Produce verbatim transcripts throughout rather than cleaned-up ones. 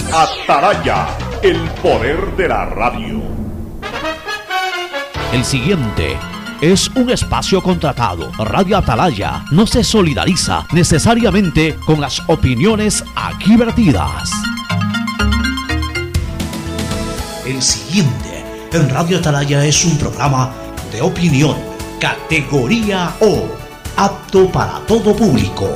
Atalaya, el poder de la radio. El siguiente es un espacio contratado. Radio Atalaya no se solidariza necesariamente con las opiniones aquí vertidas. El siguiente en Radio Atalaya es un programa de opinión, categoría O, apto para todo público.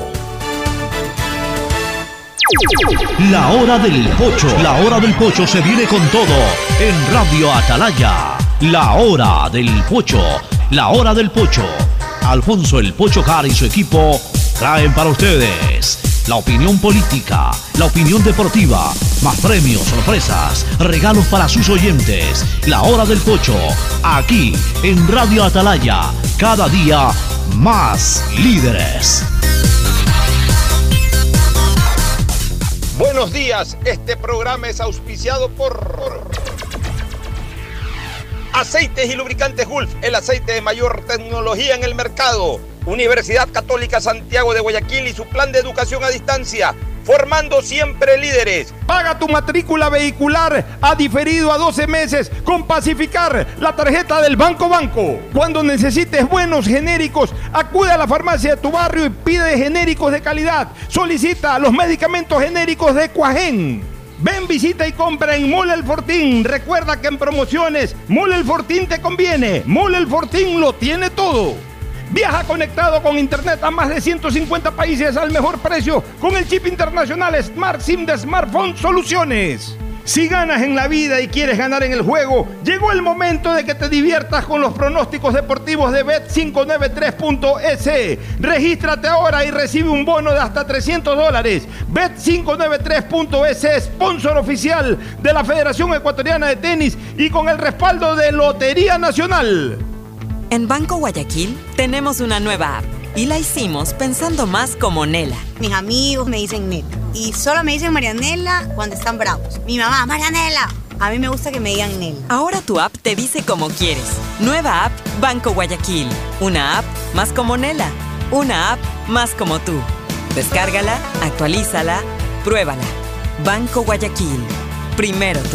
La hora del pocho. La hora del pocho se viene con todo en Radio Atalaya. La hora del pocho. La hora del pocho. Alfonso el Pocho Cara y su equipo traen para ustedes la opinión política, la opinión deportiva, más premios, sorpresas, regalos para sus oyentes. La hora del pocho, aquí en Radio Atalaya, cada día más líderes. Buenos días, este programa es auspiciado por Aceites y Lubricantes Gulf, el aceite de mayor tecnología en el mercado. Universidad Católica Santiago de Guayaquil y su plan de educación a distancia, formando siempre líderes. Paga tu matrícula vehicular a diferido a doce meses con Pacificar, la tarjeta del Banco Banco. Cuando necesites buenos genéricos, acude a la farmacia de tu barrio y pide genéricos de calidad. Solicita los medicamentos genéricos de Cuajén. Ven, visita y compra en Mall El Fortín. Recuerda que en promociones, Mall El Fortín te conviene. Mall El Fortín lo tiene todo. Viaja conectado con internet a más de ciento cincuenta países al mejor precio con el chip internacional Smart SIM de Smartphone Soluciones. Si ganas en la vida y quieres ganar en el juego, llegó el momento de que te diviertas con los pronósticos deportivos de Bet quinientos noventa y tres punto es. Regístrate ahora y recibe un bono de hasta trescientos dólares. Bet quinientos noventa y tres punto es, sponsor oficial de la Federación Ecuatoriana de Tenis y con el respaldo de Lotería Nacional. En Banco Guayaquil tenemos una nueva app y la hicimos pensando más como Nela. Mis amigos me dicen Nela y solo me dicen Marianela cuando están bravos. Mi mamá, Marianela. A mí me gusta que me digan Nela. Ahora tu app te dice como quieres. Nueva app Banco Guayaquil. Una app más como Nela. Una app más como tú. Descárgala, actualízala, pruébala. Banco Guayaquil. Primero tú.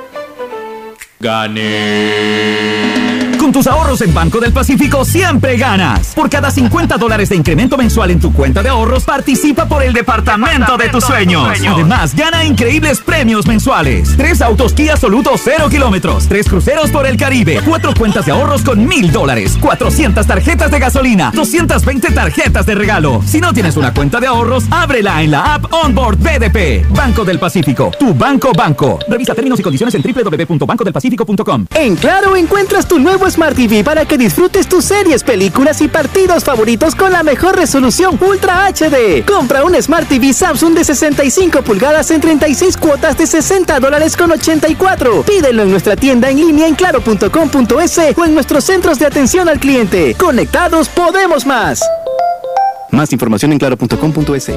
Gané. Con tus ahorros en Banco del Pacífico siempre ganas. Por cada cincuenta dólares de incremento mensual en tu cuenta de ahorros, participa por el departamento de tus sueños. Además, gana increíbles premios mensuales. Tres autos Kia Soluto cero kilómetros. Tres cruceros por el Caribe. Cuatro cuentas de ahorros con mil dólares. cuatrocientas tarjetas de gasolina. doscientas veinte tarjetas de regalo. Si no tienes una cuenta de ahorros, ábrela en la app Onboard B D P. Banco del Pacífico. Tu banco banco. Revisa términos y condiciones en doble u doble u doble u punto banco del pacífico punto com. En Claro encuentras tu nuevo Smart T V para que disfrutes tus series, películas y partidos favoritos con la mejor resolución Ultra H D. Compra un Smart T V Samsung de sesenta y cinco pulgadas en treinta y seis cuotas de sesenta dólares con ochenta y cuatro. Pídelo en nuestra tienda en línea en claro punto com punto es o en nuestros centros de atención al cliente. Conectados podemos más. Más información en claro punto com punto es.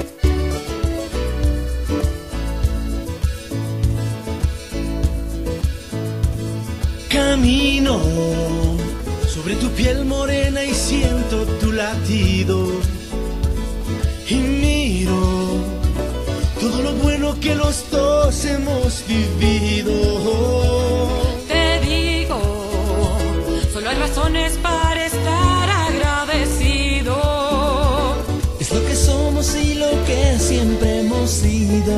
Camino sobre tu piel morena y siento tu latido y miro todo lo bueno que los dos hemos vivido. Te digo, solo hay razones para estar agradecido. Es lo que somos y lo que siempre hemos sido.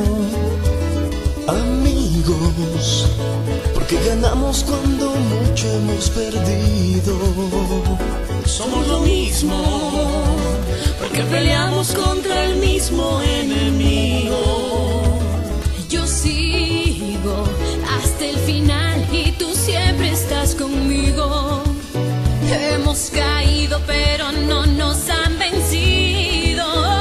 Amigos, porque ganamos cuando mucho hemos perdido. Somos lo mismo, porque peleamos contra el mismo enemigo. Yo sigo hasta el final y tú siempre estás conmigo. Hemos caído pero no nos han vencido.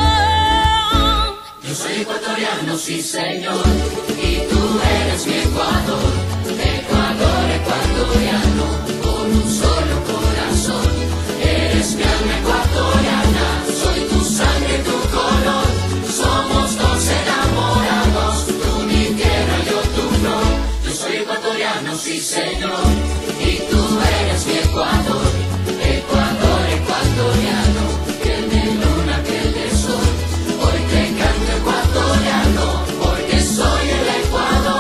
Yo soy ecuatoriano, sí señor, y tú eres mi Ecuador. Ecuador, ecuatoriano, con un solo corazón. Eres mi alma ecuatoriana, soy tu sangre, tu color. Somos dos enamorados, tú mi tierra, yo tu flor. Yo soy ecuatoriano, sí señor, y tú eres mi Ecuador. Ecuador, ecuatoriano, piel de luna, piel de sol. Hoy te canto ecuatoriano, porque soy el Ecuador.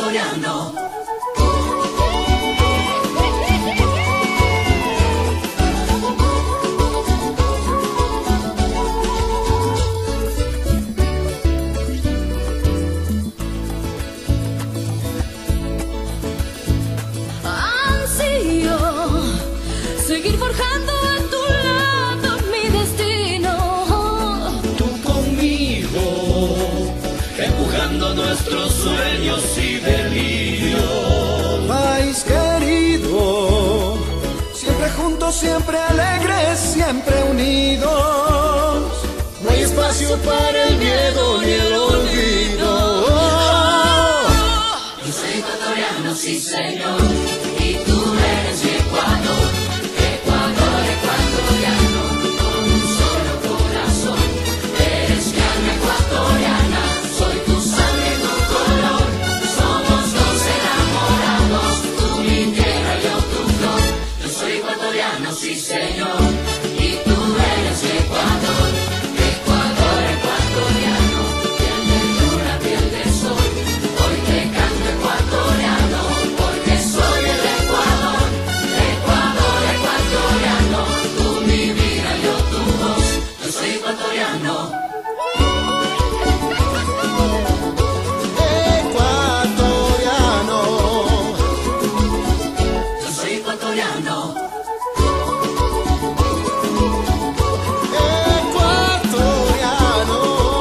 ecuatoriano. Ansío seguir forjando a tu lado mi destino. Tú conmigo, empujando nuestros sueños y delirios. País querido, siempre juntos, siempre alegres, siempre unidos. No hay espacio para el miedo ni el olvido. Yo soy ecuatoriano, sí señor, y tú eres mi Ecuador. Ecuador, ecuatoriano, con un solo corazón. Eres mi alma ecuatoriana, soy tu sangre, tu color. Somos dos enamorados, tú mi tierra, yo tu flor. Yo soy ecuatoriano, sí señor, y tú eres mi Ecuador. Ecuador, ecuatoriano, piel de luna, piel de sol. Hoy te canto ecuatoriano, porque soy el Ecuador. Ecuador, ecuatoriano, tú mi vida, yo tu voz. Yo soy ecuatoriano. Ecuatoriano. Yo soy ecuatoriano. Ecuatoriano.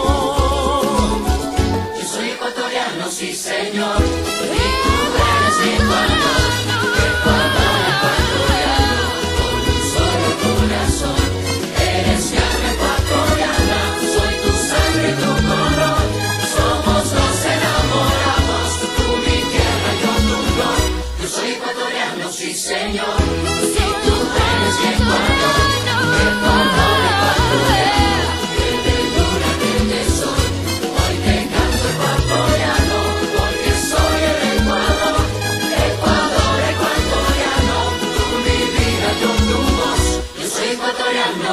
Yo soy ecuatoriano, sí señor. Y tú eres mi Ecuador. Ecuador, ecuatoriano, con un solo corazón. Eres mi alma ecuatoriana, soy tu sangre y tu color. Somos dos enamorados, tú mi tierra, yo tu flor. Yo soy ecuatoriano, sí señor. Y tú eres mi Ecuador. Ecuador, ecuatoriano, piel de luna, piel de sol. Hoy te canto ecuatoriano, porque soy el Ecuador. Ecuador, ecuatoriano, tú mi vida, yo tu voz. Yo soy ecuatoriano.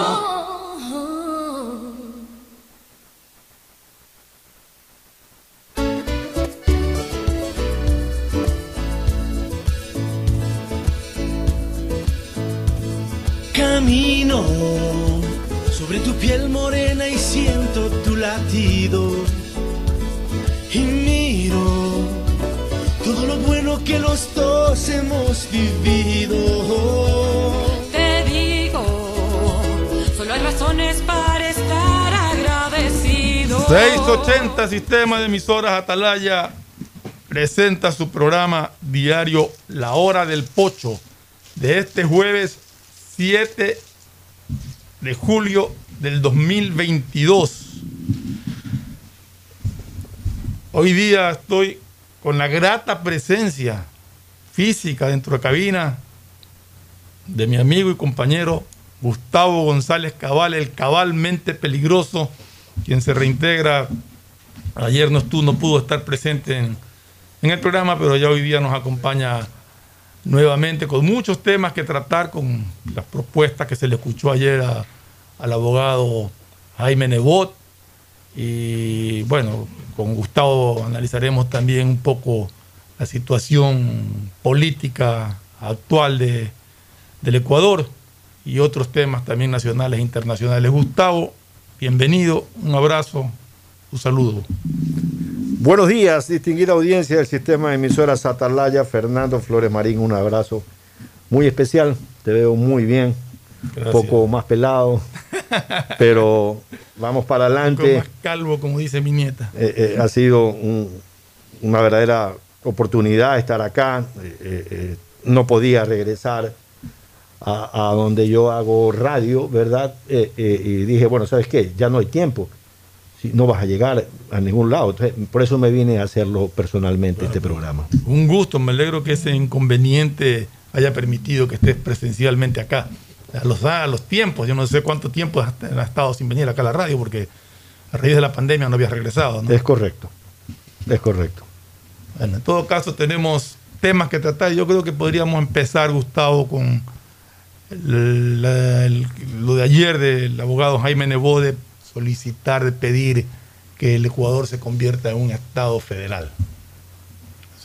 Camino sobre tu piel morena y siento tu latido. Y miro todo lo bueno que los dos hemos vivido. Te digo, solo hay razones para estar agradecido. seiscientos ochenta Sistema de Emisoras Atalaya presenta su programa diario La Hora del Pocho de este jueves siete de julio del dos mil veintidós. Hoy día estoy con la grata presencia física dentro de cabina de mi amigo y compañero Gustavo González Cabal, el cabalmente peligroso, quien se reintegra. Ayer no, estuvo, no pudo estar presente en, en el programa, pero ya hoy día nos acompaña nuevamente con muchos temas que tratar, con las propuestas que se le escuchó ayer a, al abogado Jaime Nebot. Y bueno, con Gustavo analizaremos también un poco la situación política actual de, del Ecuador y otros temas también nacionales e internacionales. Gustavo, bienvenido, un abrazo, un saludo. Buenos días, distinguida audiencia del sistema de emisoras Atalaya. Fernando Flores Marín, un abrazo muy especial. Te veo muy bien. Gracias. Un poco más pelado, pero vamos para adelante. Un poco más calvo, como dice mi nieta. Eh, eh, ha sido un, una verdadera oportunidad estar acá. Eh, eh, no podía regresar a, a donde yo hago radio, ¿verdad? Eh, eh, y dije, bueno, ¿sabes qué? Ya no hay tiempo. Si no vas a llegar a ningún lado. Entonces, por eso me vine a hacerlo personalmente, bueno, este programa. Un gusto, me alegro que ese inconveniente haya permitido que estés presencialmente acá. A los, a los tiempos, yo no sé cuánto tiempo has, has estado sin venir acá a la radio, porque a raíz de la pandemia no habías regresado, ¿no? Es correcto, es correcto. Bueno, en todo caso tenemos temas que tratar. Yo creo que podríamos empezar, Gustavo, con el, el, lo de ayer del abogado Jaime Nebot, de solicitar, de pedir que el Ecuador se convierta en un Estado federal. O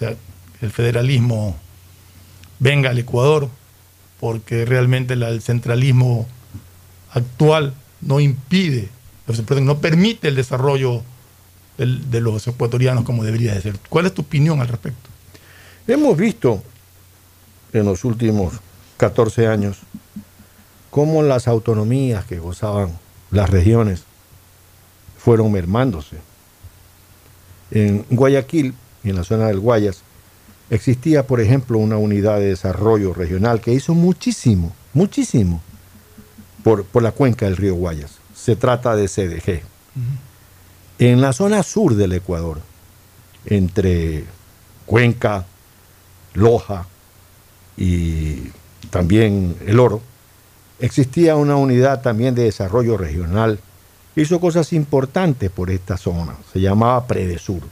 sea, el federalismo venga al Ecuador, porque realmente la, el centralismo actual no impide, no permite el desarrollo del, de los ecuatorianos como debería de ser. ¿Cuál es tu opinión al respecto? Hemos visto en los últimos catorce años cómo las autonomías que gozaban las regiones fueron mermándose. En Guayaquil, en la zona del Guayas, existía, por ejemplo, una unidad de desarrollo regional que hizo muchísimo, muchísimo por, por la cuenca del río Guayas. Se trata de C D G. Uh-huh. En la zona sur del Ecuador, entre Cuenca, Loja y también El Oro, existía una unidad también de desarrollo regional que hizo cosas importantes por esta zona. Se llamaba Predesur.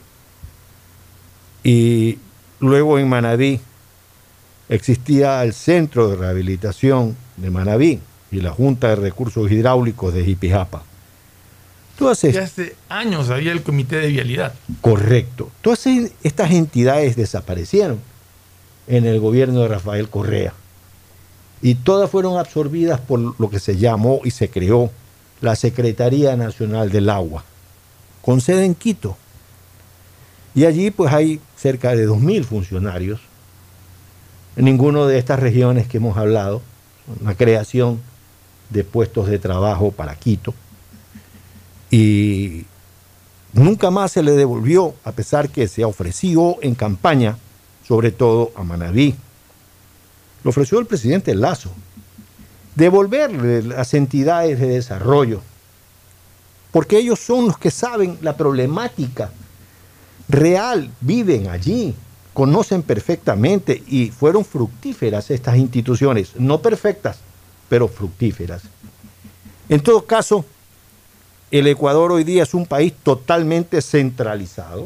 Y luego en Manabí existía el Centro de Rehabilitación de Manabí y la Junta de Recursos Hidráulicos de Jipijapa. Todas ya hace años había el Comité de Vialidad. Correcto. Todas estas entidades desaparecieron en el gobierno de Rafael Correa y todas fueron absorbidas por lo que se llamó y se creó la Secretaría Nacional del Agua, con sede en Quito. Y allí pues hay cerca de dos mil funcionarios. En ninguna de estas regiones que hemos hablado, una creación de puestos de trabajo para Quito. Y nunca más se le devolvió, a pesar que se ofreció en campaña, sobre todo a Manabí. Lo ofreció el presidente Lazo, devolverle las entidades de desarrollo, porque ellos son los que saben la problemática real, viven allí, conocen perfectamente y fueron fructíferas estas instituciones, no perfectas, pero fructíferas. En todo caso, el Ecuador hoy día es un país totalmente centralizado.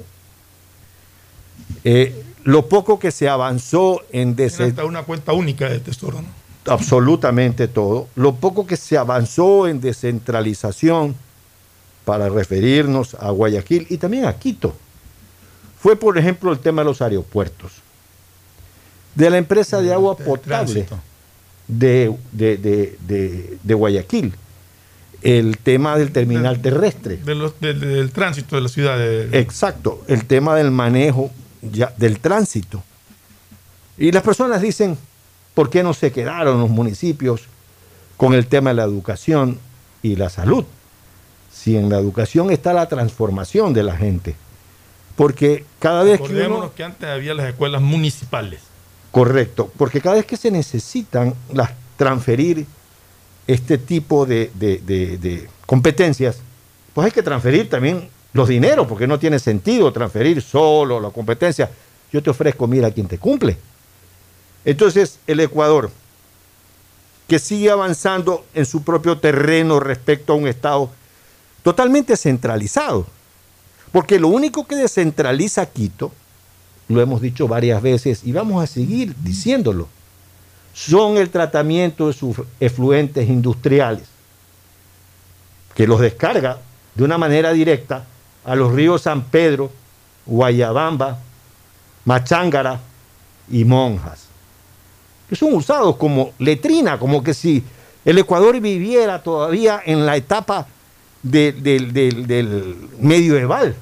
Eh, lo poco que se avanzó en... Tiene hasta una cuenta única de tesoro, ¿no? Absolutamente todo. Lo poco que se avanzó en descentralización, para referirnos a Guayaquil y también a Quito, fue, por ejemplo, el tema de los aeropuertos, de la empresa de agua potable de, de, de, de, de Guayaquil, el tema del terminal terrestre. De los, de, de, del tránsito de la ciudad. De... Exacto, el tema del manejo ya, del tránsito. Y las personas dicen, ¿por qué no se quedaron los municipios con el tema de la educación y la salud? Si en la educación está la transformación de la gente. Porque cada vez que uno... que antes había las escuelas municipales. Correcto, porque cada vez que se necesitan las transferir este tipo de, de, de, de competencias, pues hay que transferir también los dineros, porque no tiene sentido transferir solo la competencia. Yo te ofrezco, mira quien te cumple. Entonces, el Ecuador, que sigue avanzando en su propio terreno respecto a un Estado totalmente centralizado, porque lo único que descentraliza Quito, lo hemos dicho varias veces y vamos a seguir diciéndolo, son el tratamiento de sus efluentes industriales, que los descarga de una manera directa a los ríos San Pedro, Guayabamba, Machángara y Monjas, que son usados como letrina, como que si el Ecuador viviera todavía en la etapa de, de, de, del medioeval.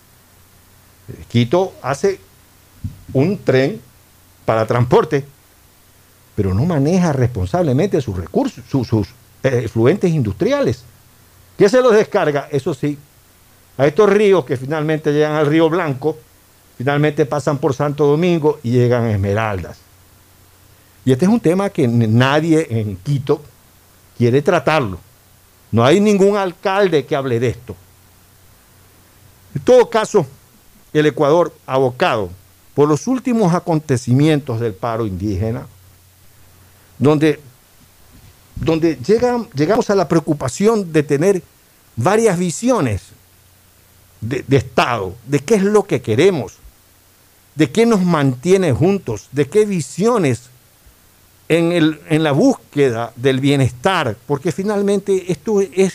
Quito hace un tren para transporte, pero no maneja responsablemente sus recursos, sus, sus eh, efluentes industriales. ¿Qué se los descarga? Eso sí, a estos ríos que finalmente llegan al Río Blanco, finalmente pasan por Santo Domingo y llegan a Esmeraldas. Y este es un tema que nadie en Quito quiere tratarlo. No hay ningún alcalde que hable de esto. En todo caso, el Ecuador, abocado por los últimos acontecimientos del paro indígena, donde, donde llegan, llegamos a la preocupación de tener varias visiones de, de Estado, de qué es lo que queremos, de qué nos mantiene juntos, de qué visiones en, el, en la búsqueda del bienestar, porque finalmente esto es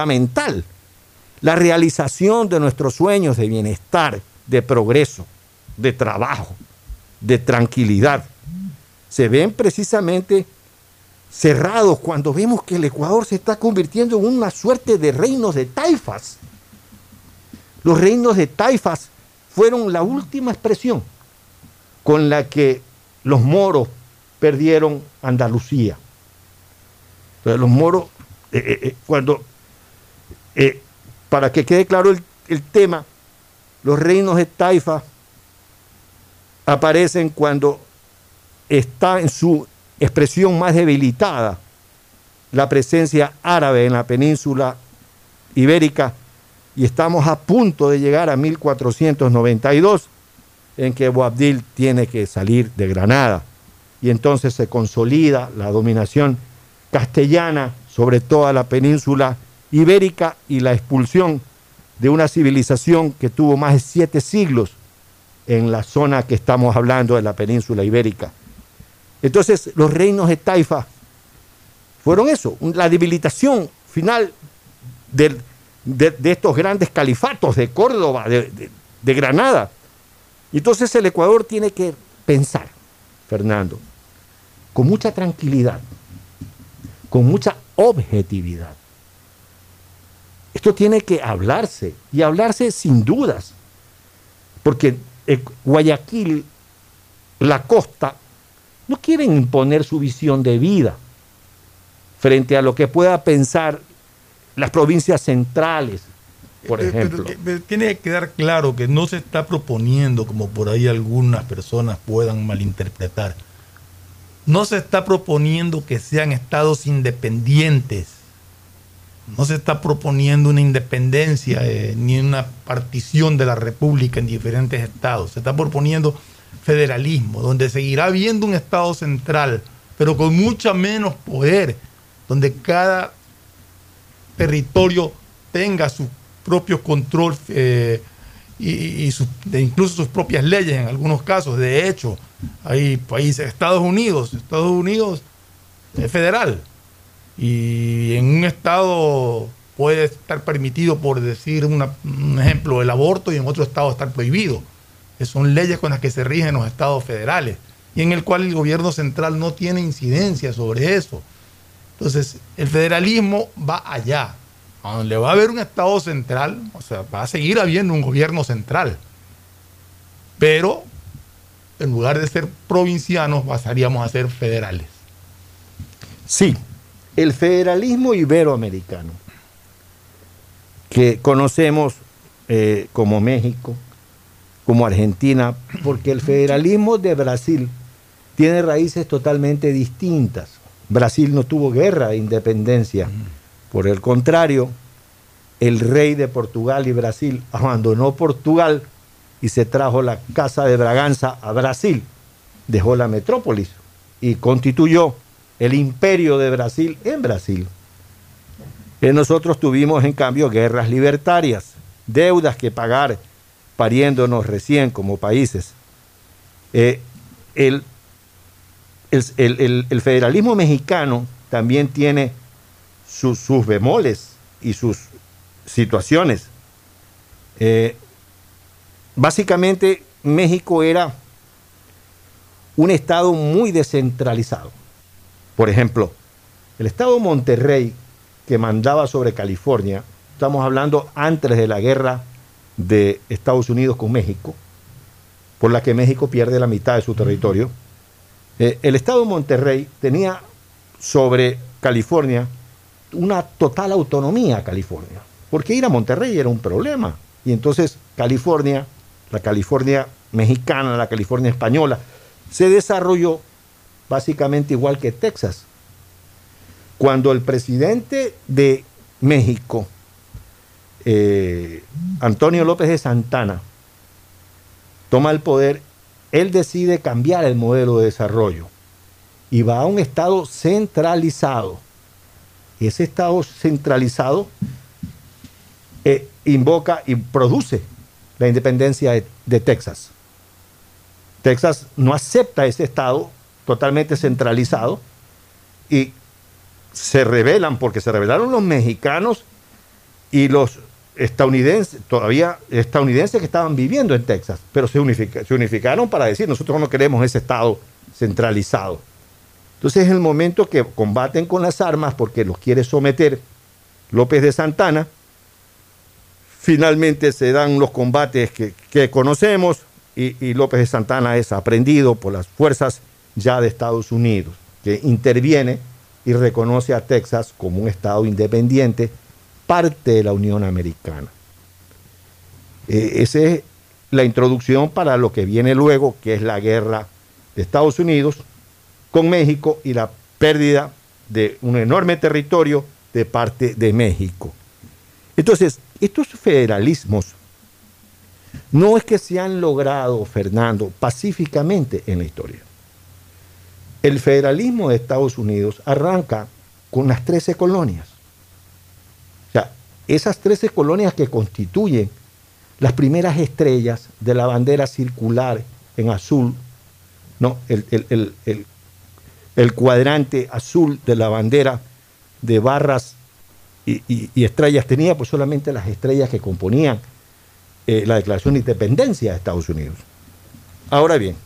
fundamental, la realización de nuestros sueños de bienestar, de progreso. de trabajo, de tranquilidad, se ven precisamente cerrados cuando vemos que el Ecuador se está convirtiendo en una suerte de reinos de taifas. Los reinos de taifas fueron la última expresión con la que los moros perdieron Andalucía. Entonces, los moros, eh, eh, cuando, eh, para que quede claro el, el tema, los reinos de taifas aparecen cuando está en su expresión más debilitada la presencia árabe en la península ibérica, y estamos a punto de llegar a mil cuatrocientos noventa y dos, en que Boabdil tiene que salir de Granada, y entonces se consolida la dominación castellana sobre toda la península ibérica y la expulsión de una civilización que tuvo más de siete siglos en la zona que estamos hablando de la península ibérica. Entonces, los reinos de Taifa fueron eso, la debilitación final de, de, de estos grandes califatos de Córdoba, de, de, de Granada. Y entonces el Ecuador tiene que pensar, Fernando, con mucha tranquilidad, con mucha objetividad. Esto tiene que hablarse, y hablarse sin dudas, porque eh, Guayaquil, la costa, no quieren imponer su visión de vida frente a lo que pueda pensar las provincias centrales, por eh, ejemplo. Pero, pero tiene que quedar claro que no se está proponiendo, como por ahí algunas personas puedan malinterpretar, no se está proponiendo que sean estados independientes, no se está proponiendo una independencia eh, ni una partición de la república en diferentes estados, se está proponiendo federalismo, donde seguirá habiendo un estado central, pero con mucha menos poder, donde cada territorio tenga su propio control eh, y, y su, de incluso sus propias leyes en algunos casos. De hecho, hay países, Estados Unidos, Estados Unidos es federal, y en un estado puede estar permitido, por decir una, un ejemplo, el aborto, y en otro estado estar prohibido. Son leyes con las que se rigen los estados federales y en el cual el gobierno central no tiene incidencia sobre eso. Entonces, el federalismo va allá, a donde va a haber un estado central, o sea, va a seguir habiendo un gobierno central, pero en lugar de ser provincianos pasaríamos a ser federales. Sí, el federalismo iberoamericano, que conocemos eh, como México, como Argentina, porque el federalismo de Brasil tiene raíces totalmente distintas. Brasil no tuvo guerra de independencia. Por el contrario, el rey de Portugal y Brasil abandonó Portugal y se trajo la Casa de Braganza a Brasil. Dejó la metrópolis y constituyó el imperio de Brasil en Brasil. Y nosotros tuvimos, en cambio, guerras libertarias, deudas que pagar, pariéndonos recién como países. Eh, el, el, el, el federalismo mexicano también tiene sus, sus bemoles y sus situaciones. Eh, básicamente, México era un estado muy descentralizado. Por ejemplo, el estado de Monterrey, que mandaba sobre California, estamos hablando antes de la guerra de Estados Unidos con México, por la que México pierde la mitad de su territorio. Eh, el estado de Monterrey tenía sobre California una total autonomía, California, porque ir a Monterrey era un problema. Y entonces California, la California mexicana, la California española, se desarrolló básicamente igual que Texas. Cuando el presidente de México, Eh, Antonio López de Santana, toma el poder, él decide cambiar el modelo de desarrollo y va a un estado centralizado. Ese estado centralizado eh, invoca y produce la independencia de, de Texas. Texas no acepta ese estado totalmente centralizado y se rebelan, porque se rebelaron los mexicanos y los estadounidenses, todavía estadounidenses que estaban viviendo en Texas, pero se, unifica, se unificaron para decir, nosotros no queremos ese Estado centralizado. Entonces es el momento que combaten con las armas porque los quiere someter López de Santana. Finalmente se dan los combates que, que conocemos y, y López de Santana es aprendido por las fuerzas ya de Estados Unidos, que interviene y reconoce a Texas como un Estado independiente, parte de la Unión Americana. Eh, esa es la introducción para lo que viene luego, que es la guerra de Estados Unidos con México y la pérdida de un enorme territorio de parte de México. Entonces, estos federalismos no es que se han logrado, Fernando, pacíficamente en la historia. El federalismo de Estados Unidos arranca con las trece colonias. O sea, esas trece colonias que constituyen las primeras estrellas de la bandera circular en azul, ¿no? el, el, el, el, el cuadrante azul de la bandera de barras y, y, y estrellas tenía pues solamente las estrellas que componían eh, la Declaración de Independencia de Estados Unidos. Ahora bien,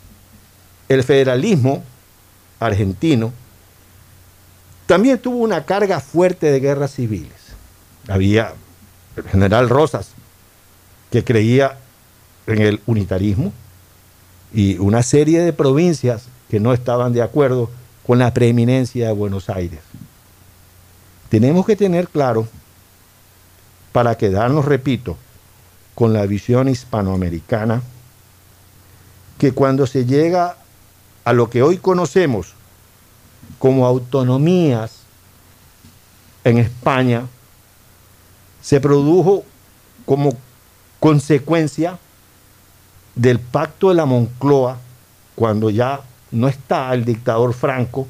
el federalismo argentino también tuvo una carga fuerte de guerras civiles. Había el general Rosas, que creía en el unitarismo, y una serie de provincias que no estaban de acuerdo con la preeminencia de Buenos Aires. Tenemos que tener claro, para quedarnos, repito, con la visión hispanoamericana, que cuando se llega a lo que hoy conocemos como autonomías en España, se produjo como consecuencia del pacto de la Moncloa, cuando ya no está el dictador Franco,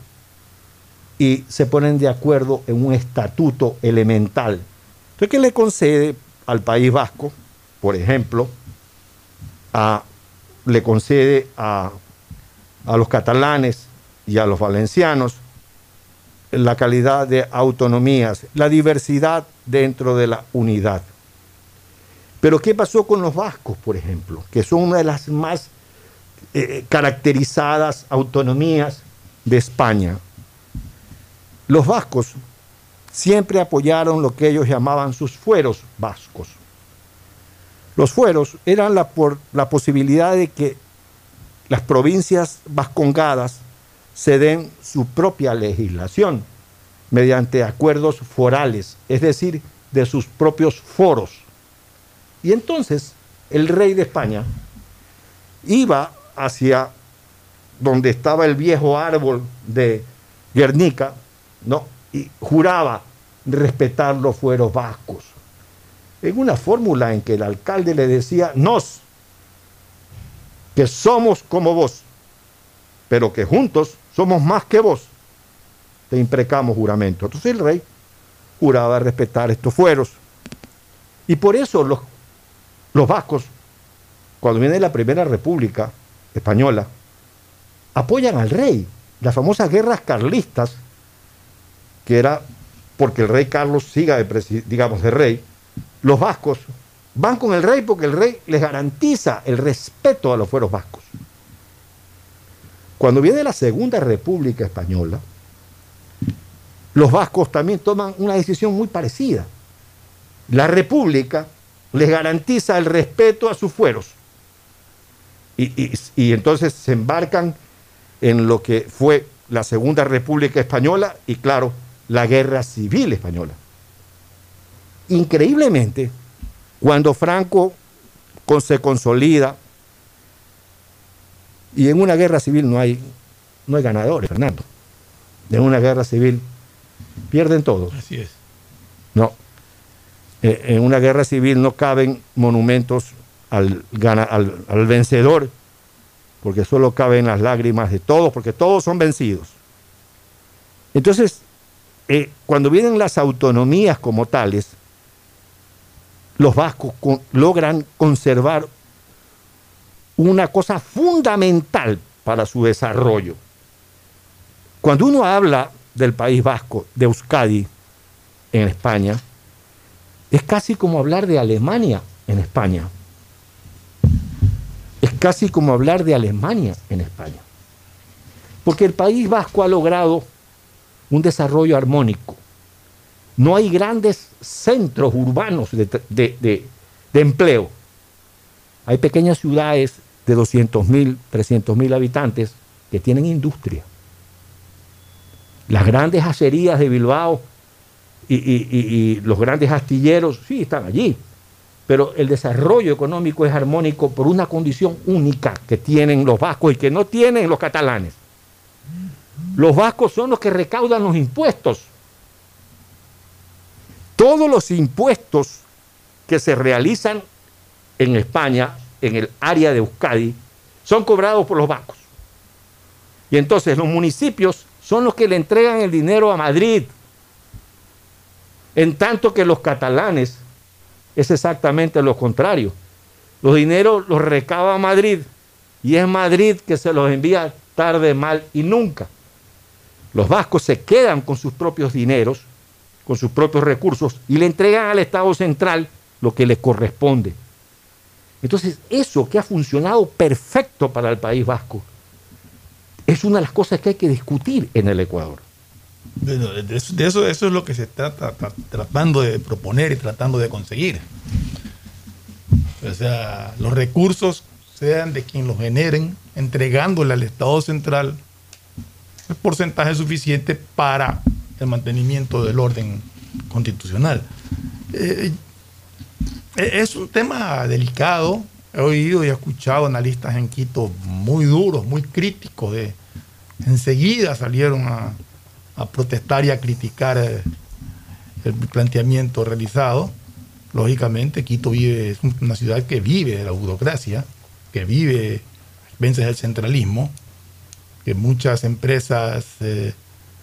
y se ponen de acuerdo en un estatuto elemental. Entonces, ¿qué le concede al País Vasco? Por ejemplo, a, le concede a, a los catalanes y a los valencianos la calidad de autonomías, la diversidad dentro de la unidad. Pero ¿qué pasó con los vascos, por ejemplo? Que son una de las más eh, caracterizadas autonomías de España. Los vascos siempre apoyaron lo que ellos llamaban sus fueros vascos. Los fueros eran la, por, la posibilidad de que las provincias vascongadas se den su propia legislación mediante acuerdos forales, es decir, de sus propios foros. Y entonces el rey de España iba hacia donde estaba el viejo árbol de Guernica, ¿no? Y juraba respetar los fueros vascos. En una fórmula en que el alcalde le decía, nos, que somos como vos, pero que juntos somos más que vos, te imprecamos juramento. Entonces el rey juraba respetar estos fueros. Y por eso los, los vascos, cuando viene la Primera República Española, apoyan al rey. Las famosas guerras carlistas, que era porque el rey Carlos siga de, digamos, de rey, los vascos van con el rey porque el rey les garantiza el respeto a los fueros vascos. Cuando viene la Segunda República Española, los vascos también toman una decisión muy parecida. La República les garantiza el respeto a sus fueros. Y, y, y entonces se embarcan en lo que fue la Segunda República Española y, claro, la Guerra Civil Española. Increíblemente, cuando Franco se consolida, y en una guerra civil no hay, no hay ganadores, Fernando. En una guerra civil pierden todos. Así es. No. En una guerra civil no caben monumentos al, al, al vencedor, porque solo caben las lágrimas de todos, porque todos son vencidos. Entonces, eh, cuando vienen las autonomías como tales, los vascos con, logran conservar una cosa fundamental para su desarrollo. Cuando uno habla del País Vasco, de Euskadi, en España, Es casi como hablar de Alemania en España. Es casi como hablar de Alemania en España. Porque el País Vasco ha logrado un desarrollo armónico. No hay grandes centros urbanos de, de, de, de empleo. Hay pequeñas ciudades de doscientos mil, trescientos mil habitantes que tienen industria. Las grandes acerías de Bilbao y, y, y, y los grandes astilleros, sí, están allí. Pero el desarrollo económico es armónico por una condición única que tienen los vascos y que no tienen los catalanes. Los vascos son los que recaudan los impuestos. Todos los impuestos que se realizan en España, en el área de Euskadi, son cobrados por los vascos. Y entonces los municipios son los que le entregan el dinero a Madrid. En tanto que los catalanes es exactamente lo contrario. Los dineros los recaba Madrid y es Madrid que se los envía tarde, mal y nunca. Los vascos se quedan con sus propios dineros, con sus propios recursos y le entregan al Estado central lo que le corresponde. Entonces, eso que ha funcionado perfecto para el País Vasco es una de las cosas que hay que discutir en el Ecuador. De, de eso, de eso, eso es lo que se está tra, tra, tratando de proponer y tratando de conseguir. O sea, los recursos sean de quien los generen, entregándole al Estado central el porcentaje suficiente para el mantenimiento del orden constitucional. Eh, es un tema delicado. He oído y he escuchado analistas en Quito muy duros, muy críticos. De, enseguida salieron a, a protestar y a criticar eh, el planteamiento realizado. Lógicamente, Quito vive, es una ciudad que vive de la burocracia, que vive a veces el centralismo, que muchas empresas eh,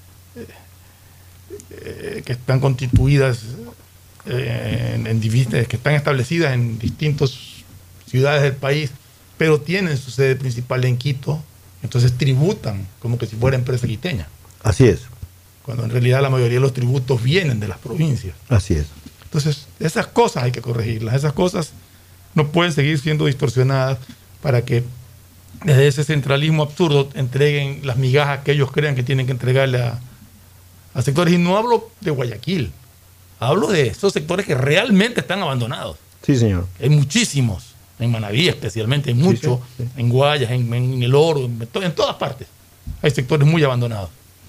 eh, que están constituidas eh, en, en divisas, que están establecidas en distintas ciudades del país, pero tienen su sede principal en Quito, entonces tributan como que si fuera empresa quiteña. Así es. Cuando en realidad la mayoría de los tributos vienen de las provincias. Así es. Entonces, esas cosas hay que corregirlas. Esas cosas no pueden seguir siendo distorsionadas para que desde ese centralismo absurdo entreguen las migajas que ellos crean que tienen que entregarle a, a sectores. Y no hablo de Guayaquil, hablo de esos sectores que realmente están abandonados. Sí, señor. Hay muchísimos, en Manaví especialmente, hay muchos, sí, sí, sí. en Guayas, en, en El Oro, en, en todas partes. Hay sectores muy abandonados.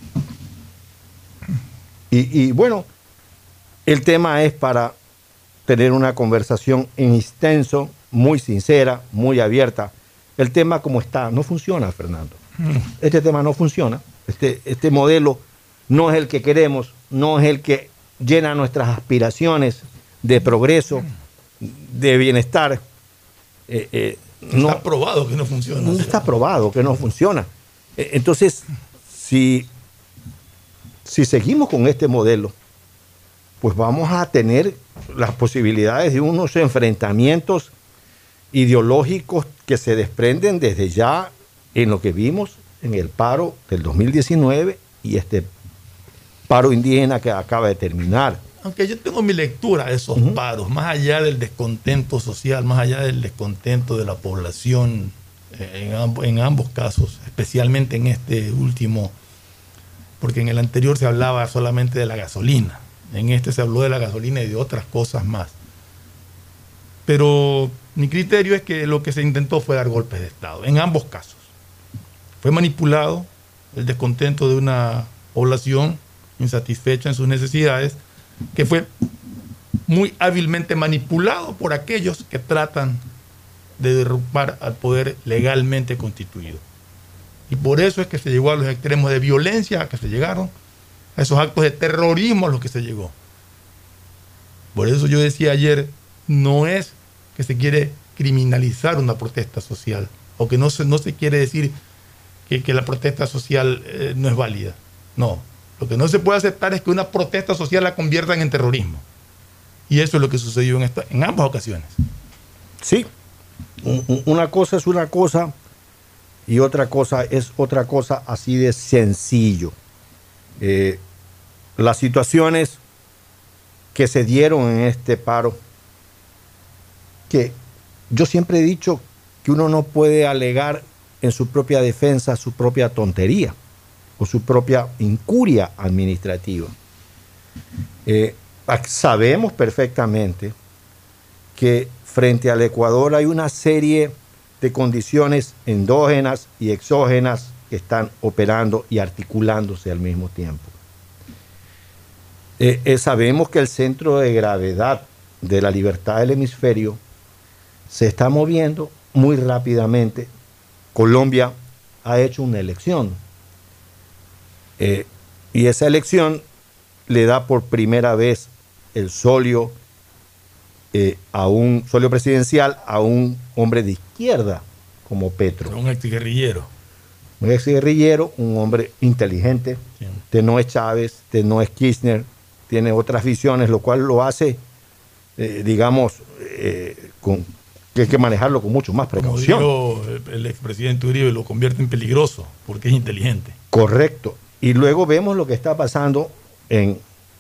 Y, y bueno, el tema es para tener una conversación en extenso, muy sincera, muy abierta. El tema como está no funciona, Fernando. Este tema no funciona. Este, este modelo no es el que queremos, no es el que llena nuestras aspiraciones de progreso, de bienestar. Eh, eh, no, está probado que no funciona. No está probado que no funciona. Eh, entonces, si, si seguimos con este modelo, pues vamos a tener las posibilidades de unos enfrentamientos ideológicos que se desprenden desde ya en lo que vimos en el paro del dos mil diecinueve y este paro indígena que acaba de terminar. Aunque yo tengo mi lectura de esos uh-huh. paros, más allá del descontento social, más allá del descontento de la población en, amb- en ambos casos, especialmente en este último, porque en el anterior se hablaba solamente de la gasolina, en este se habló de la gasolina y de otras cosas más. Pero mi criterio es que lo que se intentó fue dar golpes de Estado, en ambos casos. Fue manipulado el descontento de una población insatisfecha en sus necesidades, que fue muy hábilmente manipulado por aquellos que tratan de derrumbar al poder legalmente constituido. Y por eso es que se llegó a los extremos de violencia a que se llegaron, a esos actos de terrorismo a los que se llegó. Por eso yo decía ayer, no es que se quiere criminalizar una protesta social, o que no se, no se quiere decir que, que la protesta social eh, no es válida. No, lo que no se puede aceptar es que una protesta social la conviertan en terrorismo. Y eso es lo que sucedió en, esta, en ambas ocasiones. Sí, una cosa es una cosa y otra cosa es otra cosa, así de sencillo. Eh, las situaciones que se dieron en este paro, que yo siempre he dicho que uno no puede alegar en su propia defensa su propia tontería o su propia incuria administrativa. Eh, sabemos perfectamente que frente al Ecuador hay una serie de condiciones endógenas y exógenas que están operando y articulándose al mismo tiempo. Eh, eh, sabemos que el centro de gravedad de la libertad del hemisferio se está moviendo muy rápidamente. Colombia ha hecho una elección eh, y esa elección le da por primera vez el solio eh, a un solio presidencial a un hombre de izquierda como Petro. Un exguerrillero. Un exguerrillero, un hombre inteligente, sí. De no es Chávez, de no es Kirchner, tiene otras visiones, lo cual lo hace, eh, digamos, eh, con, que hay que manejarlo con mucho más precaución. Como dijo el, el expresidente Uribe, lo convierte en peligroso porque es inteligente. Correcto. Y luego vemos lo que está pasando en,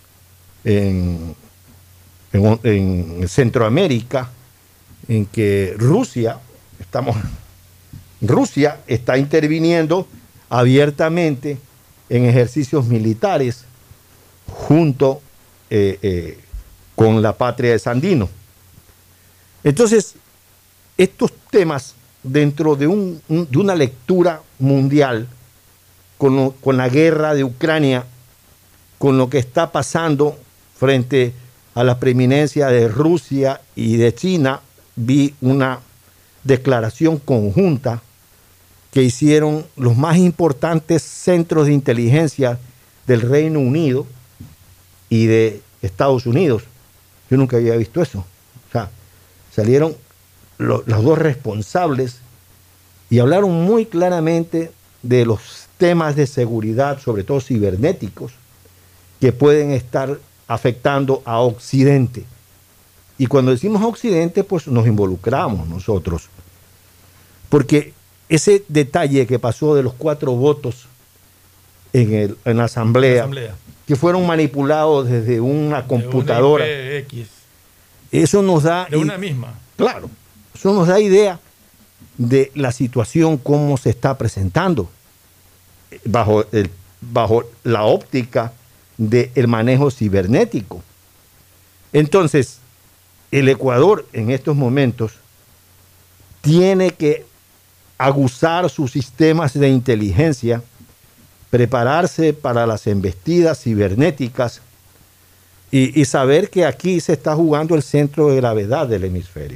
en, en, en Centroamérica, en que Rusia, estamos, Rusia está interviniendo abiertamente en ejercicios militares junto eh, eh, con la patria de Sandino. Entonces, estos temas dentro de, un, un, de una lectura mundial con, lo, con la guerra de Ucrania, con lo que está pasando frente a la preeminencia de Rusia y de China, vi una declaración conjunta que hicieron los más importantes centros de inteligencia del Reino Unido y de Estados Unidos. Yo nunca había visto eso. O sea, salieron lo, los dos responsables y hablaron muy claramente de los temas de seguridad, sobre todo cibernéticos, que pueden estar afectando a Occidente. Y cuando decimos a Occidente, pues nos involucramos nosotros. Porque ese detalle que pasó de los cuatro votos en, el, en la asamblea, la asamblea, que fueron manipulados desde una computadora, de una I P X, eso nos da... de una misma. Claro, eso nos da idea de la situación, cómo se está presentando, bajo, el, bajo la óptica del manejo cibernético. Entonces, el Ecuador en estos momentos tiene que aguzar sus sistemas de inteligencia, prepararse para las embestidas cibernéticas y, y saber que aquí se está jugando el centro de gravedad del hemisferio.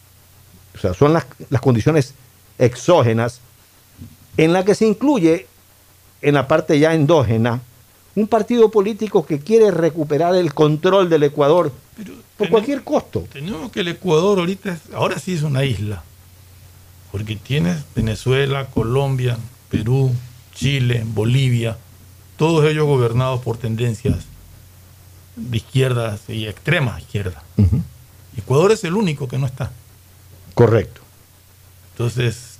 O sea, son las, las condiciones exógenas en las que se incluye, en la parte ya endógena, un partido político que quiere recuperar el control del Ecuador Pero por tenemos, cualquier costo. Tenemos que el Ecuador ahorita, es, ahora sí es una isla, porque tienes Venezuela, Colombia, Perú, Chile, Bolivia, todos ellos gobernados por tendencias de izquierdas y extrema izquierda. Uh-huh. Ecuador es el único que no está. Correcto. Entonces,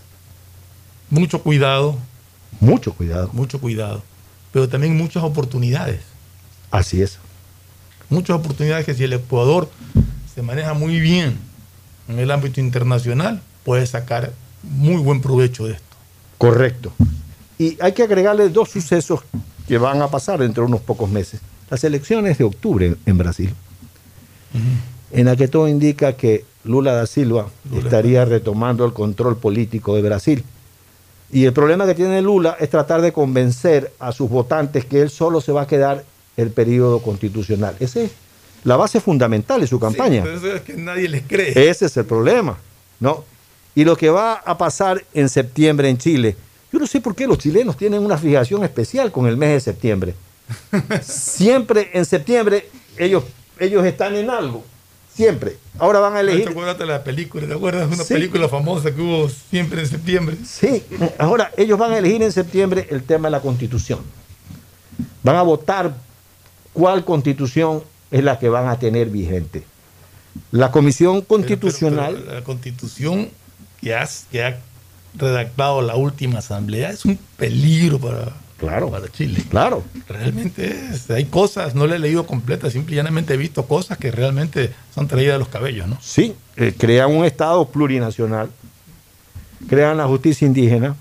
mucho cuidado. Mucho cuidado. Mucho cuidado. Pero también muchas oportunidades. Así es. Muchas oportunidades que si el Ecuador se maneja muy bien en el ámbito internacional, puede sacar muy buen provecho de esto. Correcto. Y hay que agregarle dos sucesos que van a pasar dentro de unos pocos meses. Las elecciones de octubre en Brasil, uh-huh. en la que todo indica que Lula da Silva Lula estaría está. retomando el control político de Brasil. Y el problema que tiene Lula es tratar de convencer a sus votantes que él solo se va a quedar el periodo constitucional. Esa es la base fundamental de su campaña. Sí, pero eso es que nadie les cree. Ese es el problema, ¿no? Y lo que va a pasar en septiembre en Chile, yo no sé por qué los chilenos tienen una fijación especial con el mes de septiembre. Siempre en septiembre ellos, ellos están en algo. Siempre. Ahora van a elegir... ¿Te acuerdas de la película? ¿Te acuerdas de una sí. película famosa que hubo siempre en septiembre? Sí. Ahora ellos van a elegir en septiembre el tema de la Constitución. Van a votar cuál Constitución es la que van a tener vigente. La Comisión Constitucional... Pero, pero, pero la Constitución que, has, que ha redactado la última asamblea es un peligro para, Claro. Para Chile. Claro. Realmente es, hay cosas, no la he leído completa, simple y llanamente he visto cosas que realmente son traídas de los cabellos, ¿no? Sí, eh, crean un Estado plurinacional, crean la justicia indígena,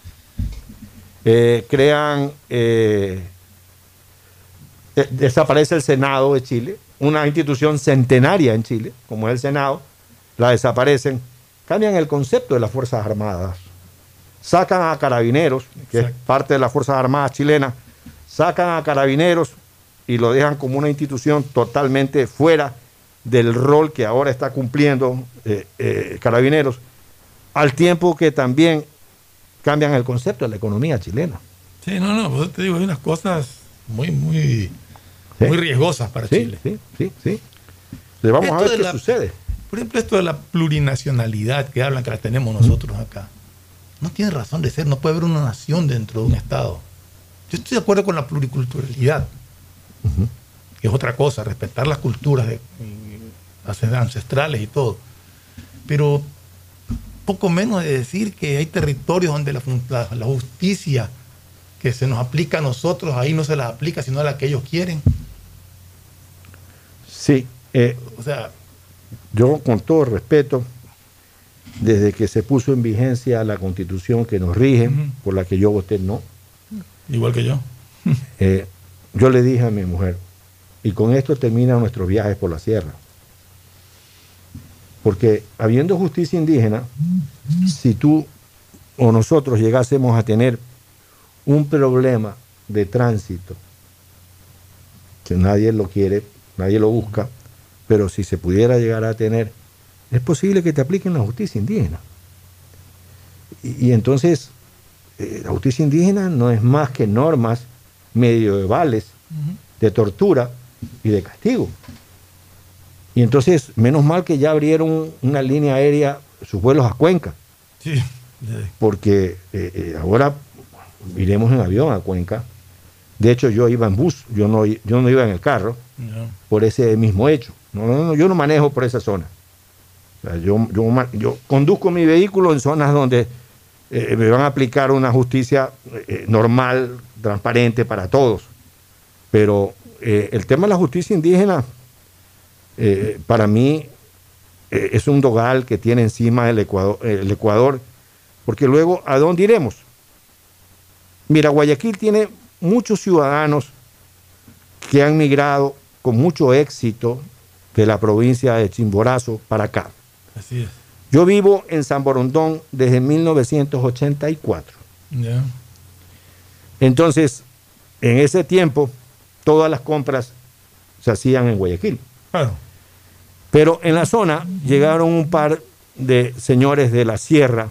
eh, crean, eh, eh, desaparece el Senado de Chile, una institución centenaria en Chile, como es el Senado, la desaparecen, cambian el concepto de las Fuerzas Armadas, sacan a Carabineros, que Exacto. es parte de las Fuerzas Armadas chilenas, sacan a Carabineros y lo dejan como una institución totalmente fuera del rol que ahora está cumpliendo eh, eh, Carabineros, al tiempo que también cambian el concepto de la economía chilena. Sí, no, no, pues te digo, hay unas cosas muy, muy, ¿Sí? muy riesgosas para sí, Chile. Sí, sí, sí. Entonces vamos esto a ver qué la, sucede. Por ejemplo, esto de la plurinacionalidad que hablan, que la tenemos nosotros acá, no tiene razón de ser, no puede haber una nación dentro de un Estado. Yo estoy de acuerdo con la pluriculturalidad, uh-huh. que es otra cosa, respetar las culturas de, de, ancestrales y todo. Pero poco menos de decir que hay territorios donde la, la, la justicia que se nos aplica a nosotros, ahí no se la aplica, sino a la que ellos quieren. Sí. Eh, o sea, yo, con todo respeto, desde que se puso en vigencia la Constitución que nos rige, uh-huh. por la que yo voté no. Igual que yo. eh, yo le dije a mi mujer, y con esto terminan nuestros viajes por la sierra. Porque habiendo justicia indígena, si tú o nosotros llegásemos a tener un problema de tránsito, que nadie lo quiere, nadie lo busca, pero si se pudiera llegar a tener, es posible que te apliquen la justicia indígena. Y, y entonces, eh, la justicia indígena no es más que normas medievales uh-huh. de tortura y de castigo. Y entonces, menos mal que ya abrieron una línea aérea, sus vuelos a Cuenca. Sí. Porque eh, eh, ahora iremos en avión a Cuenca. De hecho, yo iba en bus, yo no, yo no iba en el carro, no. por ese mismo hecho. No, no, no, yo no manejo por esa zona. O sea, yo, yo, yo conduzco mi vehículo en zonas donde eh, me van a aplicar una justicia eh, normal, transparente para todos. Pero eh, el tema de la justicia indígena, eh, para mí, eh, es un dogal que tiene encima el Ecuador, el Ecuador, porque luego, ¿a dónde iremos? Mira, Guayaquil tiene muchos ciudadanos que han migrado con mucho éxito de la provincia de Chimborazo para acá. Así es. Yo vivo en San Borondón desde mil novecientos ochenta y cuatro. Yeah. Entonces, en ese tiempo, todas las compras se hacían en Guayaquil. Claro. Pero en la zona llegaron un par de señores de la sierra,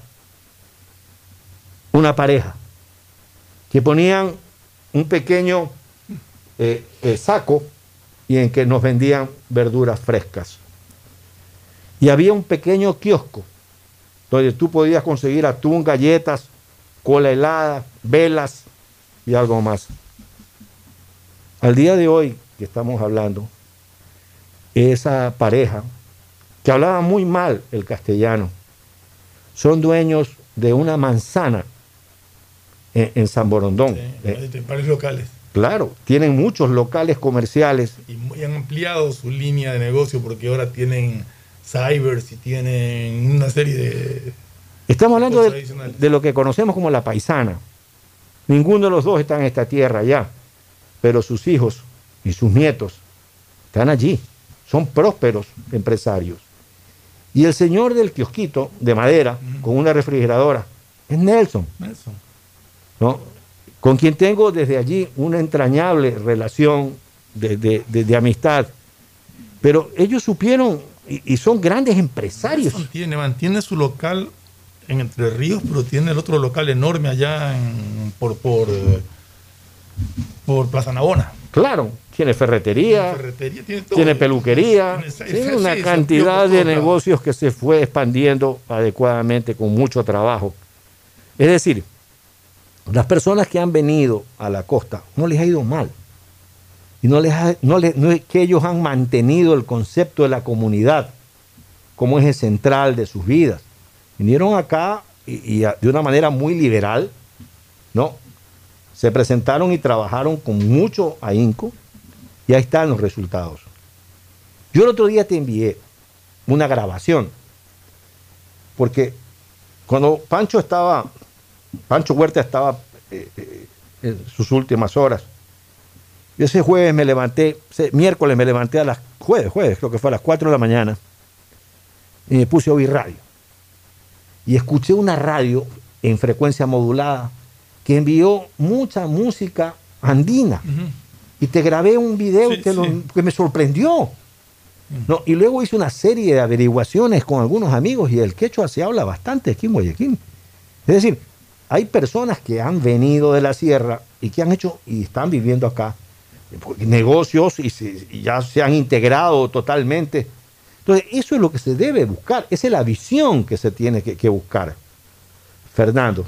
una pareja, que ponían un pequeño eh, eh, saco y en que nos vendían verduras frescas. Y había un pequeño kiosco donde tú podías conseguir atún, galletas, cola helada, velas y algo más. Al día de hoy que estamos hablando, esa pareja, que hablaba muy mal el castellano, son dueños de una manzana en, en San Borondón. Sí, eh, varios locales. Claro, tienen muchos locales comerciales. Y, y han ampliado su línea de negocio porque ahora tienen cybers y tienen una serie de... Estamos hablando de, de lo que conocemos como la paisana. Ninguno de los dos está en esta tierra ya, pero sus hijos y sus nietos están allí. Son prósperos empresarios. Y el señor del kiosquito de madera, uh-huh. con una refrigeradora, es Nelson. Nelson. ¿No? Con quien tengo desde allí una entrañable relación de, de, de, de amistad. Pero ellos supieron, y, y son grandes empresarios. Mantiene, mantiene su local en Entre Ríos, pero tiene el otro local enorme allá en, por, por, por Plaza Navona. Claro, tiene ferretería, tiene, ferretería, tiene, todo, tiene peluquería, tiene, tiene, tiene sí, una sí, cantidad de negocios que se fue expandiendo adecuadamente con mucho trabajo. Es decir, las personas que han venido a la costa no les ha ido mal. Y no, les ha, no, les, no es que ellos han mantenido el concepto de la comunidad como eje central de sus vidas. Vinieron acá y, y a, de una manera muy liberal, ¿no? Se presentaron y trabajaron con mucho ahínco y ahí están los resultados. Yo el otro día te envié una grabación, porque cuando Pancho estaba, Pancho Huerta estaba eh, eh, en sus últimas horas, yo ese jueves me levanté, ese miércoles me levanté a las, jueves, jueves, creo que fue a las cuatro de la mañana, y me puse a oír radio. Y escuché una radio en frecuencia modulada que envió mucha música andina. Uh-huh. Y te grabé un video sí, que, lo, sí. que me sorprendió. Uh-huh. ¿No? Y luego hice una serie de averiguaciones con algunos amigos y el quechua se habla bastante aquí en Guayaquil. Es decir, hay personas que han venido de la sierra y que han hecho y están viviendo acá negocios y, se, y ya se han integrado totalmente. Entonces, eso es lo que se debe buscar. Esa es la visión que se tiene que, que buscar. Fernando,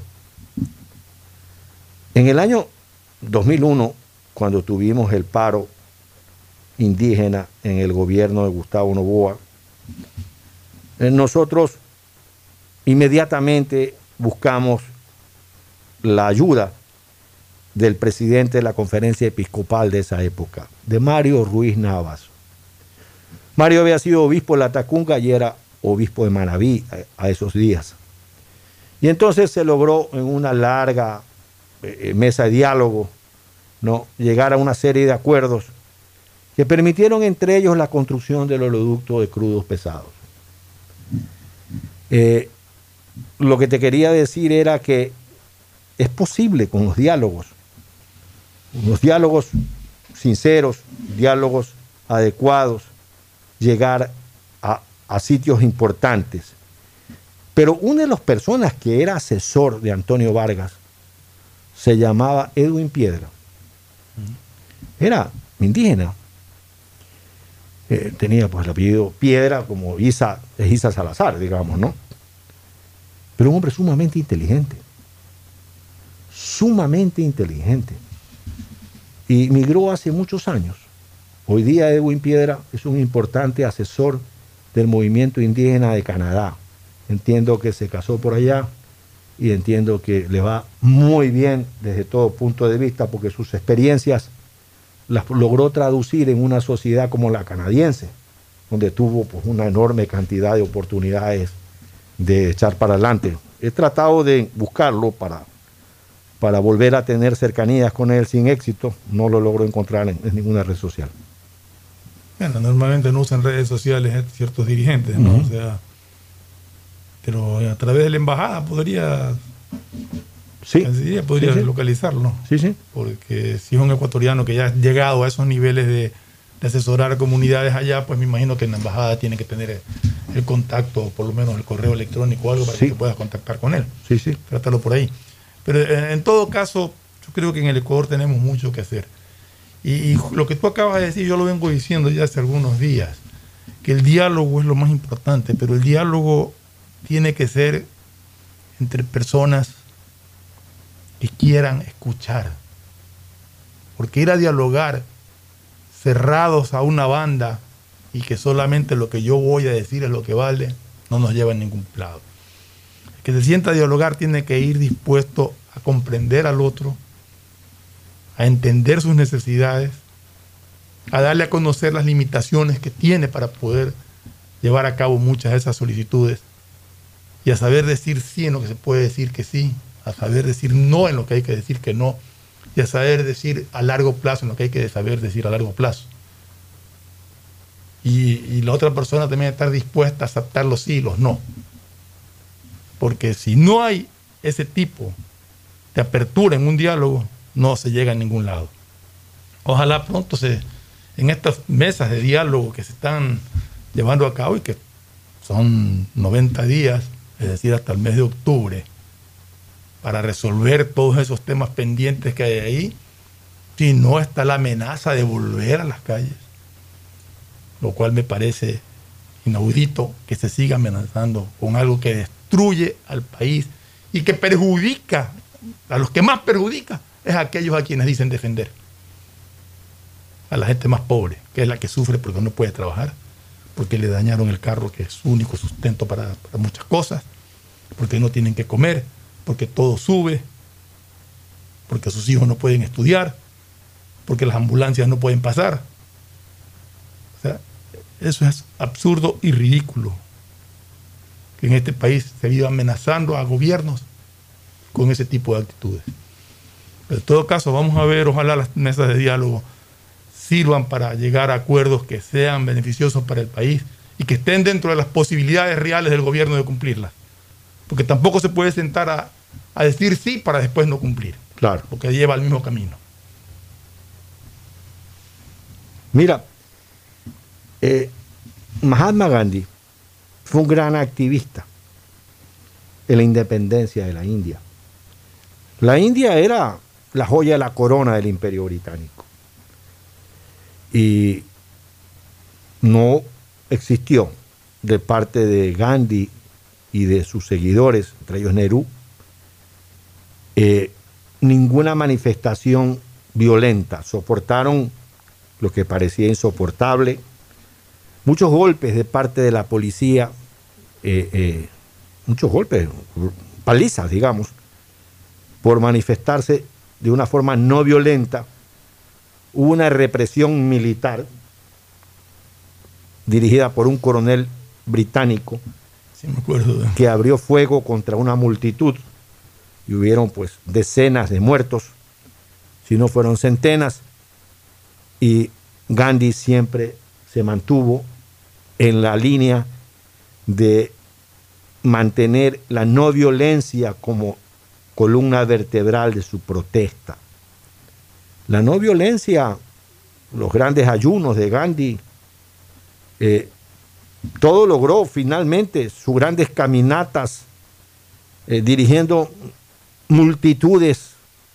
en el año dos mil uno, cuando tuvimos el paro indígena en el gobierno de Gustavo Noboa, nosotros inmediatamente buscamos la ayuda del presidente de la conferencia episcopal de esa época, de Mario Ruiz Navas. Mario había sido obispo de La Tacunga y era obispo de Manabí a, a esos días. Y entonces se logró en una larga eh, mesa de diálogo, ¿no?, llegar a una serie de acuerdos que permitieron entre ellos la construcción del oleoducto de crudos pesados. Eh, lo que te quería decir era que es posible con los diálogos, los diálogos sinceros, diálogos adecuados, llegar a, a sitios importantes. Pero una de las personas que era asesor de Antonio Vargas se llamaba Edwin Piedra. Era indígena. Eh, tenía pues el apellido Piedra, como Isa, es Isa Salazar, digamos, ¿no? Pero un hombre sumamente inteligente. Sumamente inteligente. Y migró hace muchos años. Hoy día Edwin Piedra es un importante asesor del movimiento indígena de Canadá. Entiendo que se casó por allá y entiendo que le va muy bien desde todo punto de vista porque sus experiencias las logró traducir en una sociedad como la canadiense, donde tuvo pues, una enorme cantidad de oportunidades de echar para adelante. He tratado de buscarlo para, para volver a tener cercanías con él sin éxito. No lo logro encontrar en, en ninguna red social. Bueno, normalmente no usan redes sociales ciertos dirigentes, ¿no? Uh-huh. O sea, pero a través de la embajada podría, sí, podría sí, sí. localizarlo. Sí, sí. Porque si es un ecuatoriano que ya ha llegado a esos niveles de, de asesorar comunidades allá, pues me imagino que en la embajada tiene que tener el, el contacto, por lo menos el correo electrónico o algo para sí. que puedas contactar con él. Sí, sí. Trátalo por ahí. Pero en, en todo caso, yo creo que en el Ecuador tenemos mucho que hacer. Y, y lo que tú acabas de decir, yo lo vengo diciendo ya hace algunos días, que el diálogo es lo más importante, pero el diálogo tiene que ser entre personas que quieran escuchar. Porque ir a dialogar cerrados a una banda y que solamente lo que yo voy a decir es lo que vale, no nos lleva a ningún lado. El que se sienta a dialogar tiene que ir dispuesto a comprender al otro, a entender sus necesidades, a darle a conocer las limitaciones que tiene para poder llevar a cabo muchas de esas solicitudes y a saber decir sí en lo que se puede decir que sí, a saber decir no en lo que hay que decir que no y a saber decir a largo plazo en lo que hay que saber decir a largo plazo. Y, y la otra persona también estar dispuesta a aceptar los sí y los no. Porque si no hay ese tipo de apertura en un diálogo, no se llega a ningún lado. Ojalá pronto se, en estas mesas de diálogo que se están llevando a cabo y que son noventa días, es decir, hasta el mes de octubre, para resolver todos esos temas pendientes que hay ahí, si no está la amenaza de volver a las calles, lo cual me parece inaudito que se siga amenazando con algo que destruye al país y que perjudica, a los que más perjudica es a aquellos a quienes dicen defender, a la gente más pobre, que es la que sufre porque no puede trabajar, porque le dañaron el carro que es su único sustento para, para muchas cosas, porque no tienen que comer, porque todo sube. porque sus hijos no pueden estudiar, porque las ambulancias no pueden pasar. O sea, eso es absurdo y ridículo, que en este país se viva amenazando a gobiernos con ese tipo de actitudes. Pero en todo caso, vamos a ver, ojalá las mesas de diálogo sirvan para llegar a acuerdos que sean beneficiosos para el país y que estén dentro de las posibilidades reales del gobierno de cumplirlas. Porque tampoco se puede sentar a, a decir sí para después no cumplir. Claro. Porque lleva al mismo camino. Mira, eh, Mahatma Gandhi fue un gran activista en la independencia de la India. La India era la joya de la corona del Imperio Británico. Y no existió de parte de Gandhi y de sus seguidores, entre ellos Nehru, eh, ninguna manifestación violenta. Soportaron lo que parecía insoportable, muchos golpes de parte de la policía, eh, eh, muchos golpes, palizas, digamos, por manifestarse de una forma no violenta. Hubo una represión militar dirigida por un coronel británico, sí, me acuerdo de... que abrió fuego contra una multitud y hubieron pues decenas de muertos, si no fueron centenas, y Gandhi siempre se mantuvo en la línea de mantener la no violencia como columna vertebral de su protesta. La no violencia, los grandes ayunos de Gandhi, eh, todo logró finalmente, sus grandes caminatas, eh, dirigiendo multitudes,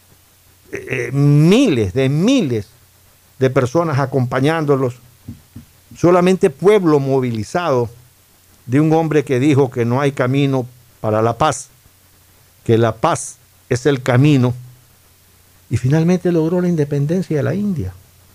eh, miles de miles de personas acompañándolos, solamente pueblo movilizado, de un hombre que dijo que no hay camino para la paz, que la paz es el camino, y finalmente logró la independencia de la India.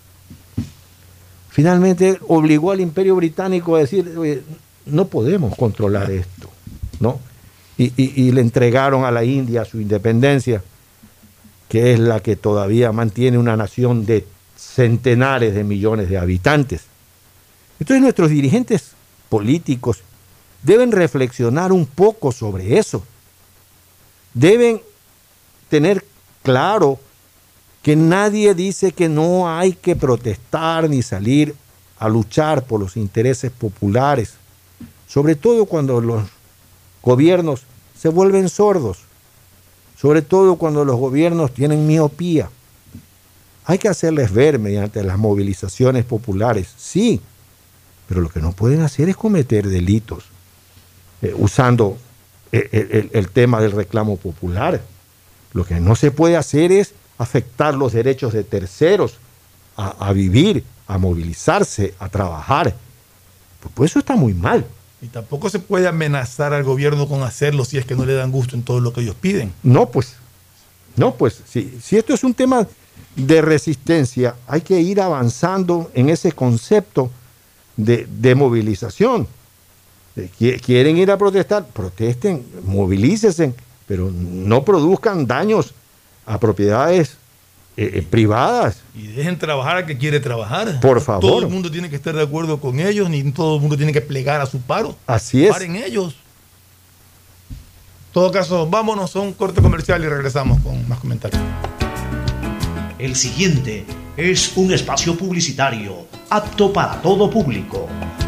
Finalmente obligó al Imperio Británico a decir, oye, no podemos controlar esto, ¿no? Y, y, y le entregaron a la India su independencia, que es la que todavía mantiene una nación de centenares de millones de habitantes. Entonces nuestros dirigentes políticos deben reflexionar un poco sobre eso. Deben tener claro que nadie dice que no hay que protestar ni salir a luchar por los intereses populares, sobre todo cuando los gobiernos se vuelven sordos, sobre todo cuando los gobiernos tienen miopía. Hay que hacerles ver mediante las movilizaciones populares, sí, pero lo que no pueden hacer es cometer delitos eh, usando el, el, el tema del reclamo popular. Lo que no se puede hacer es afectar los derechos de terceros a, a vivir, a movilizarse, a trabajar. Pues, pues eso está muy mal. Y tampoco se puede amenazar al gobierno con hacerlo si es que no le dan gusto en todo lo que ellos piden. No, pues, no, pues, si, si esto es un tema de resistencia, hay que ir avanzando en ese concepto de, de movilización. Quieren ir a protestar, protesten, movilícense, pero no produzcan daños a propiedades eh, privadas. Y dejen trabajar al que quiere trabajar. Por favor. Todo el mundo tiene que estar de acuerdo con ellos, ni todo el mundo tiene que plegar a su paro. Así es. Paren ellos. En todo caso, vámonos a un corte comercial y regresamos con más comentarios. El siguiente es un espacio publicitario apto para todo público.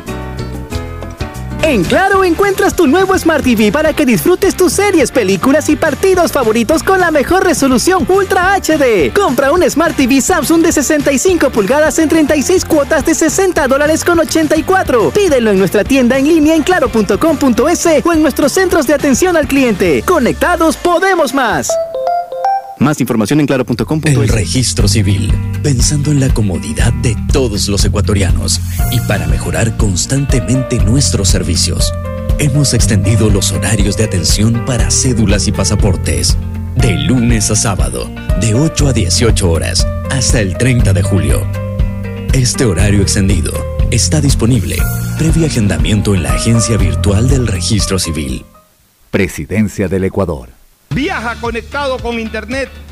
En Claro encuentras tu nuevo Smart T V para que disfrutes tus series, películas y partidos favoritos con la mejor resolución Ultra H D. Compra un Smart T V Samsung de sesenta y cinco pulgadas en treinta y seis cuotas de sesenta dólares con ochenta y cuatro. Pídelo en nuestra tienda en línea en claro punto com punto es o en nuestros centros de atención al cliente. Conectados podemos más. Más información en claro punto com punto es. El registro civil, pensando en la comodidad de todos los ecuatorianos y para mejorar constantemente nuestros servicios. Hemos extendido los horarios de atención para cédulas y pasaportes, de lunes a sábado, de ocho a dieciocho horas, hasta el treinta de julio. Este horario extendido está disponible previo agendamiento en la agencia virtual del registro civil. Presidencia del Ecuador. Viaja conectado con internet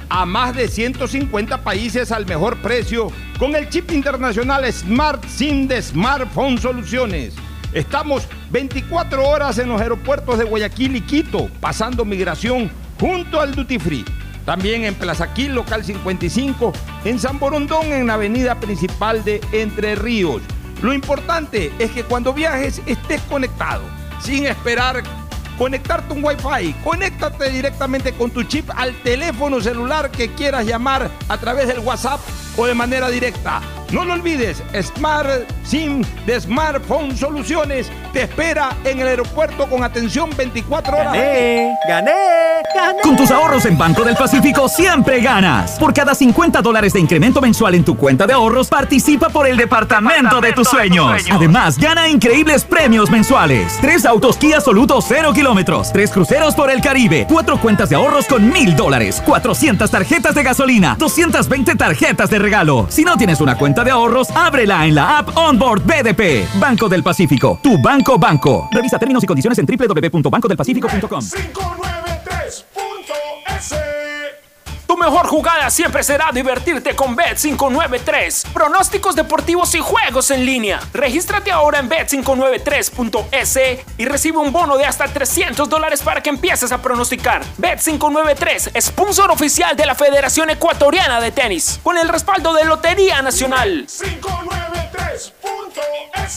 a más de ciento cincuenta países al mejor precio con el chip internacional Smart SIM de Smartphone Soluciones. Estamos veinticuatro horas en los aeropuertos de Guayaquil y Quito, pasando migración junto al Duty Free. También en Plaza Quil, local cincuenta y cinco, en San Borondón, en la avenida principal de Entre Ríos. Lo importante es que cuando viajes estés conectado, sin esperar conectarte un Wi-Fi. Conéctate directamente con tu chip al teléfono celular que quieras llamar a través del WhatsApp o de manera directa. No lo olvides, Smart SIM de Smartphone Soluciones te espera en el aeropuerto con atención veinticuatro horas. ¡Gané! ¡Gané! ¡Gané! Con tus ahorros en Banco del Pacífico siempre ganas. Por cada cincuenta dólares de incremento mensual en tu cuenta de ahorros, participa por el departamento, departamento de, tus sueños. de tus sueños. Además, gana increíbles premios mensuales. Tres autos Kia Soluto cero kilómetros, tres cruceros por el Caribe, cuatro cuentas de ahorros con mil dólares, cuatrocientas tarjetas de gasolina, doscientas veinte tarjetas de regalo. Si no tienes una cuenta de ahorros, ábrela en la app Onboard B D P. Banco del Pacífico, tu banco banco. Revisa términos y condiciones en doble u doble u doble u punto banco del pacífico punto com. cinco nueve tres punto es. Tu mejor jugada siempre será divertirte con Bet cinco nueve tres. Pronósticos deportivos y juegos en línea. Regístrate ahora en Bet cinco nueve tres punto es y recibe un bono de hasta trescientos dólares para que empieces a pronosticar. Bet cinco nueve tres, sponsor oficial de la Federación Ecuatoriana de Tenis, con el respaldo de Lotería Nacional. cinco nueve tres punto es.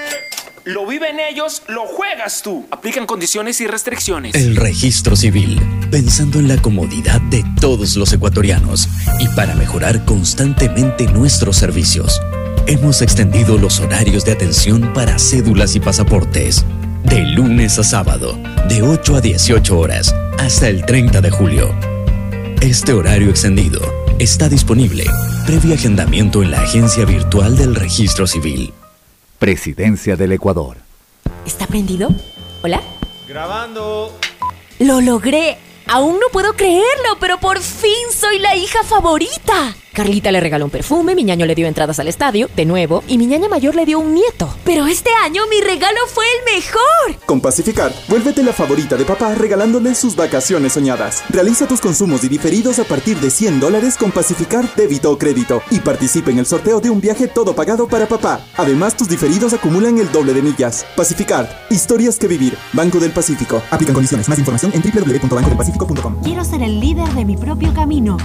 Lo viven ellos, lo juegas tú. Aplican condiciones y restricciones. El Registro Civil, pensando en la comodidad de todos los ecuatorianos y para mejorar constantemente nuestros servicios. Hemos extendido los horarios de atención para cédulas y pasaportes. De lunes a sábado, de ocho a dieciocho horas, hasta el treinta de julio. Este horario extendido está disponible previo agendamiento en la agencia virtual del Registro Civil. Presidencia del Ecuador. ¿Está prendido? ¿Hola? Grabando. ¡Lo logré! Aún no puedo creerlo, pero por fin soy la hija favorita. Carlita le regaló un perfume, mi ñaño le dio entradas al estadio, de nuevo, y mi ñaña mayor le dio un nieto. Pero este año mi regalo fue el mejor. Con Pacificar, vuélvete la favorita de papá regalándole sus vacaciones soñadas. Realiza tus consumos y diferidos a partir de cien dólares con Pacificar débito o crédito y participa en el sorteo de un viaje todo pagado para papá. Además, tus diferidos acumulan el doble de millas. Pacificar, historias que vivir. Banco del Pacífico. Aplican condiciones. Más información en doble u doble u doble u punto banco del pacífico punto com. Quiero ser el líder de mi propio camino.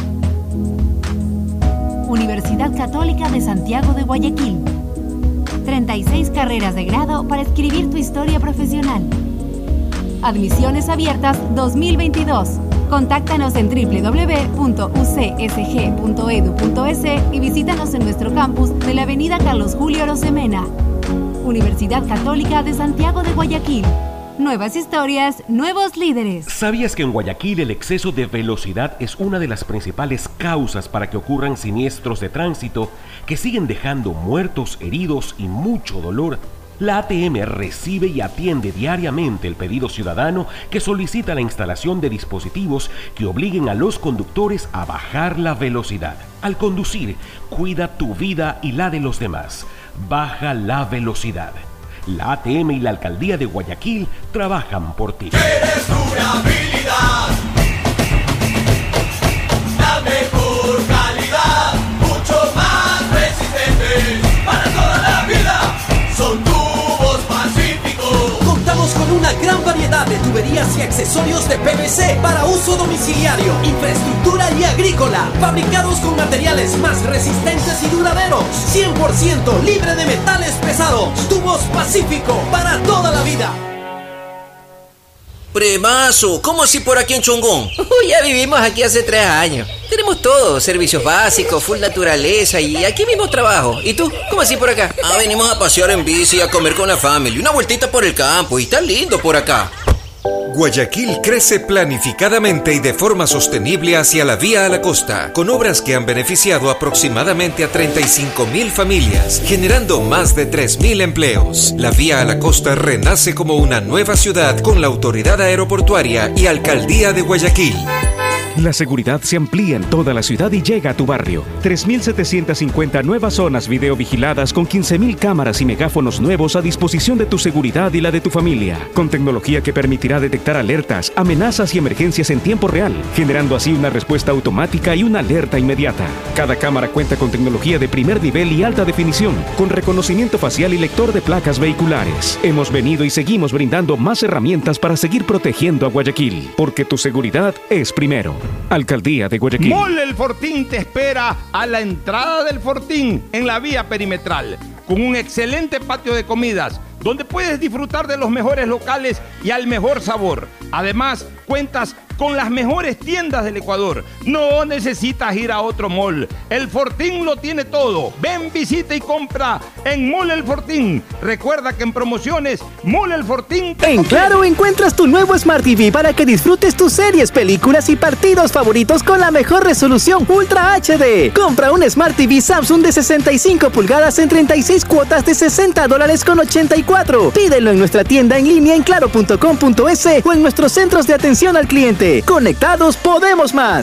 Universidad Católica de Santiago de Guayaquil. treinta y seis carreras de grado para escribir tu historia profesional. Admisiones abiertas dos mil veintidós. Contáctanos en doble u doble u doble u punto u c s g punto e d u punto es y visítanos en nuestro campus de la avenida Carlos Julio Arosemena. Universidad Católica de Santiago de Guayaquil. Nuevas historias, nuevos líderes. ¿Sabías que en Guayaquil el exceso de velocidad es una de las principales causas para que ocurran siniestros de tránsito que siguen dejando muertos, heridos y mucho dolor? La A T M recibe y atiende diariamente el pedido ciudadano que solicita la instalación de dispositivos que obliguen a los conductores a bajar la velocidad. Al conducir, cuida tu vida y la de los demás. Baja la velocidad. La A T M y la Alcaldía de Guayaquil trabajan por ti. Eres durabilidad, la mejor calidad, mucho más resistente para toda la vida. Son tubos Pacífico. Contamos con una gran variedad de tuberías y accesorios de P V C para uso domiciliario, infraestructura y agrícola, fabricados con materiales más resistentes y duraderos, cien por ciento libre de metales pesados. Tubos Pacífico para toda la vida. Premazo, ¿cómo así por aquí en Chongón? Uy, ya vivimos aquí hace tres años. Tenemos todo, servicios básicos, full naturaleza y aquí mismo trabajo. ¿Y tú? ¿Cómo así por acá? Ah, venimos a pasear en bici y a comer con la familia. Una vueltita por el campo y está lindo por acá. Guayaquil crece planificadamente y de forma sostenible hacia la vía a la costa, con obras que han beneficiado aproximadamente a treinta y cinco mil familias, generando más de tres mil empleos. La vía a la costa renace como una nueva ciudad con la autoridad aeroportuaria y alcaldía de Guayaquil. La seguridad se amplía en toda la ciudad y llega a tu barrio. tres mil setecientas cincuenta nuevas zonas videovigiladas con quince mil cámaras y megáfonos nuevos a disposición de tu seguridad y la de tu familia. Con tecnología que permitirá detectar alertas, amenazas y emergencias en tiempo real, generando así una respuesta automática y una alerta inmediata. Cada cámara cuenta con tecnología de primer nivel y alta definición, con reconocimiento facial y lector de placas vehiculares. Hemos venido y seguimos brindando más herramientas para seguir protegiendo a Guayaquil, porque tu seguridad es primero. Alcaldía de Guayaquil. Mall El Fortín te espera a la entrada del Fortín en la vía perimetral, con un excelente patio de comidas, donde puedes disfrutar de los mejores locales y al mejor sabor. Además, cuentas con las mejores tiendas del Ecuador. No necesitas ir a otro mall. El Fortín lo tiene todo. Ven, visita y compra en Mall El Fortín. Recuerda que en promociones, Mall El Fortín... te En conviene. Claro encuentras tu nuevo Smart T V para que disfrutes tus series, películas y partidos favoritos con la mejor resolución Ultra H D. Compra un Smart T V Samsung de sesenta y cinco pulgadas en treinta y seis cuotas de sesenta dólares con ochenta y cuatro. Pídelo en nuestra tienda en línea en claro punto com punto es o en nuestros centros de atención al cliente. Conectados podemos más.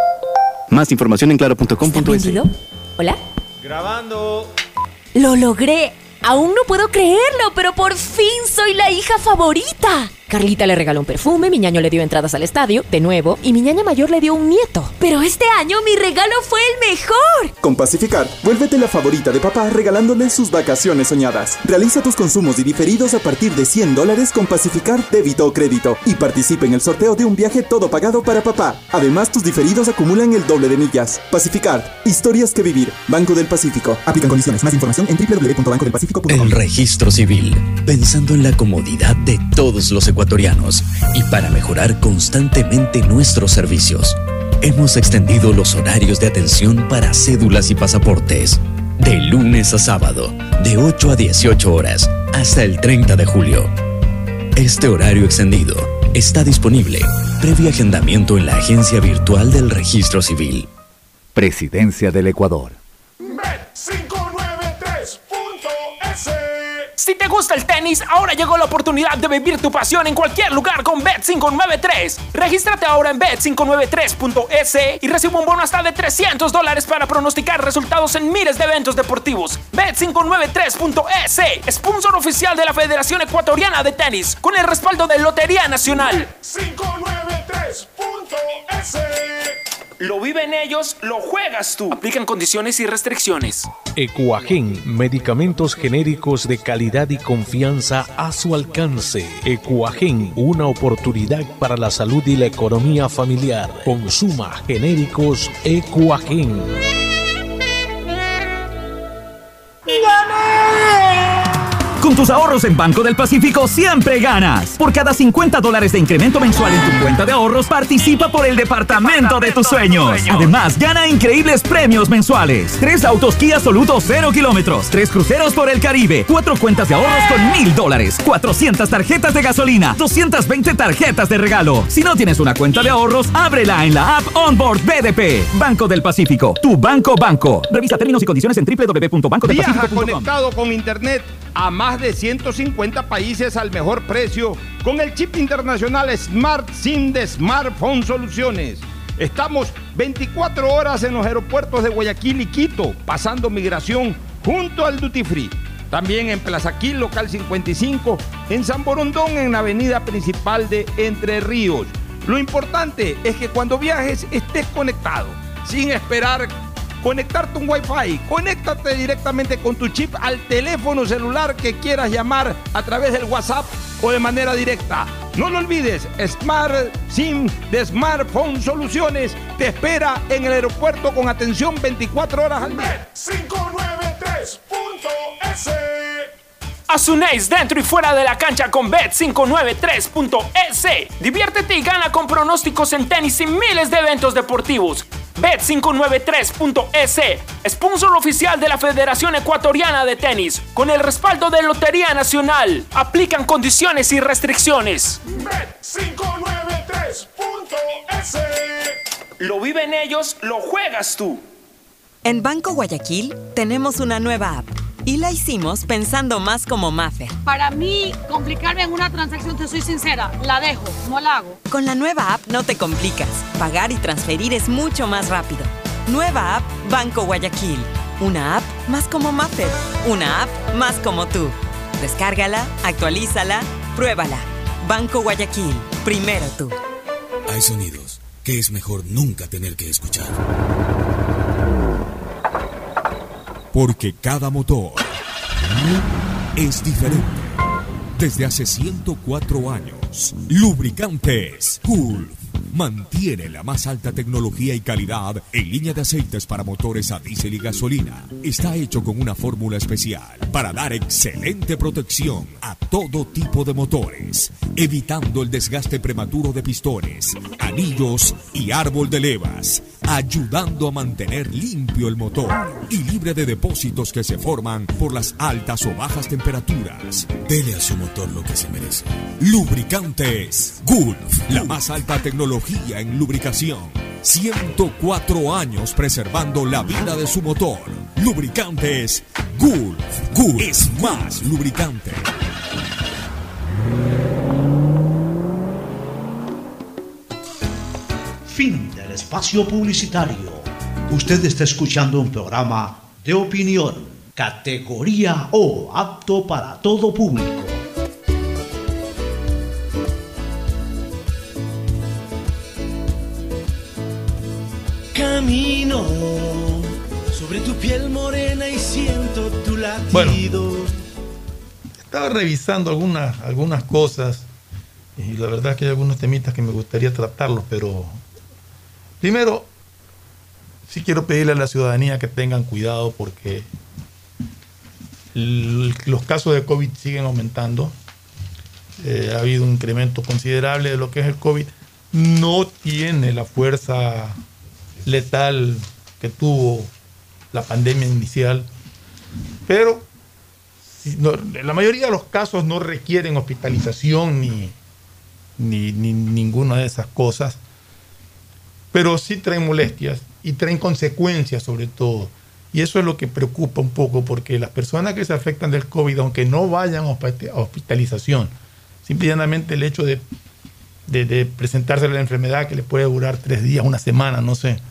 Más información en claro punto com punto es. ¿Hola? Grabando. ¡Lo logré! Aún no puedo creerlo, pero por fin soy la hija favorita. Carlita le regaló un perfume, mi ñaño le dio entradas al estadio, de nuevo, y mi ñaña mayor le dio un nieto. Pero este año mi regalo fue el mejor. Con Pacificar, vuélvete la favorita de papá regalándole sus vacaciones soñadas. Realiza tus consumos y diferidos a partir de cien dólares con Pacificar débito o crédito y participa en el sorteo de un viaje todo pagado para papá. Además, tus diferidos acumulan el doble de millas. Pacificar, historias que vivir. Banco del Pacífico. Aplican condiciones. Más información en doble u doble u doble u punto banco del pacífico punto com. El registro civil, pensando en la comodidad de todos los ecuatorianos y para mejorar constantemente nuestros servicios. Hemos extendido los horarios de atención para cédulas y pasaportes, de lunes a sábado, de ocho a dieciocho horas, hasta el treinta de julio. Este horario extendido está disponible previo agendamiento en la agencia virtual del registro civil. Presidencia del Ecuador. Bet quinientos noventa y tres punto es. Si te gusta el tenis, ahora llegó la oportunidad de vivir tu pasión en cualquier lugar con Bet quinientos noventa y tres. Regístrate ahora en Bet quinientos noventa y tres punto es y recibe un bono hasta de trescientos dólares para pronosticar resultados en miles de eventos deportivos. Bet quinientos noventa y tres punto es, sponsor oficial de la Federación Ecuatoriana de Tenis, con el respaldo de Lotería Nacional. quinientos noventa y tres punto es. Lo viven ellos, lo juegas tú. Aplican condiciones y restricciones. Ecuagen, medicamentos genéricos de calidad y confianza a su alcance. Ecuagen, una oportunidad para la salud y la economía familiar. Consuma genéricos Ecuagen. Con tus ahorros en Banco del Pacífico siempre ganas. Por cada cincuenta dólares de incremento mensual en tu cuenta de ahorros, participa por el departamento de tus sueños. Además, gana increíbles premios mensuales. Tres autos Kia Soluto cero kilómetros, tres cruceros por el Caribe, cuatro cuentas de ahorros con mil dólares, cuatrocientas tarjetas de gasolina, doscientas veinte tarjetas de regalo. Si no tienes una cuenta de ahorros, ábrela en la app Onboard B D P. Banco del Pacífico, tu banco banco. Revisa términos y condiciones en doble u doble u doble u punto banco del pacífico punto com. Viaja conectado con internet a más de ciento cincuenta países al mejor precio con el chip internacional Smart SIM de Smartphone Soluciones. Estamos veinticuatro horas en los aeropuertos de Guayaquil y Quito, pasando migración junto al Duty Free. También en Plaza Quil, local cincuenta y cinco, en San Borondón, en la avenida principal de Entre Ríos. Lo importante es que cuando viajes estés conectado, sin esperar conectarte un Wi-Fi. Conéctate directamente con tu chip al teléfono celular que quieras llamar a través del WhatsApp o de manera directa. No lo olvides, Smart SIM de Smartphone Soluciones te espera en el aeropuerto con atención veinticuatro horas al día. quinientos noventa y tres punto es. Asunéis dentro y fuera de la cancha con Bet quinientos noventa y tres punto es. Diviértete y gana con pronósticos en tenis y miles de eventos deportivos. Bet quinientos noventa y tres punto es, sponsor oficial de la Federación Ecuatoriana de Tenis, con el respaldo de Lotería Nacional. Aplican condiciones y restricciones. Bet quinientos noventa y tres punto es. Lo viven ellos, lo juegas tú. En Banco Guayaquil tenemos una nueva app. Y la hicimos pensando más como Maffer. Para mí, complicarme en una transacción, te soy sincera, la dejo, no la hago. Con la nueva app no te complicas. Pagar y transferir es mucho más rápido. Nueva app Banco Guayaquil. Una app más como Maffer. Una app más como tú. Descárgala, actualízala, pruébala. Banco Guayaquil. Primero tú. Hay sonidos que es mejor nunca tener que escuchar. Porque cada motor es diferente. Desde hace ciento cuatro años, Lubricantes Gulf mantiene la más alta tecnología y calidad en línea de aceites para motores a diésel y gasolina. Está hecho con una fórmula especial para dar excelente protección a todo tipo de motores, evitando el desgaste prematuro de pistones, anillos y árbol de levas, ayudando a mantener limpio el motor y libre de depósitos que se forman por las altas o bajas temperaturas. Dele a su motor lo que se merece. Lubricantes Gulf, la más alta tecnología en lubricación. ciento cuatro años preservando la vida de su motor. Lubricantes Gulf. Gulf es más lubricante. Fin del espacio publicitario. Usted está escuchando un programa de opinión, categoría O, apto para todo público. Camino sobre tu piel morena y siento tu latido. Bueno, estaba revisando algunas, algunas cosas y la verdad es que hay algunos temitas que me gustaría tratarlos, pero primero sí quiero pedirle a la ciudadanía que tengan cuidado porque el, los casos de COVID siguen aumentando. Eh, ha habido un incremento considerable de lo que es el COVID. No tiene la fuerza letal que tuvo la pandemia inicial, pero si no, la mayoría de los casos no requieren hospitalización ni, ni, ni ninguna de esas cosas, pero sí traen molestias y traen consecuencias sobre todo, y eso es lo que preocupa un poco porque las personas que se afectan del COVID, aunque no vayan a hospitalización, simplemente el hecho de, de, de presentarse la enfermedad que le puede durar tres días, una semana, no sé.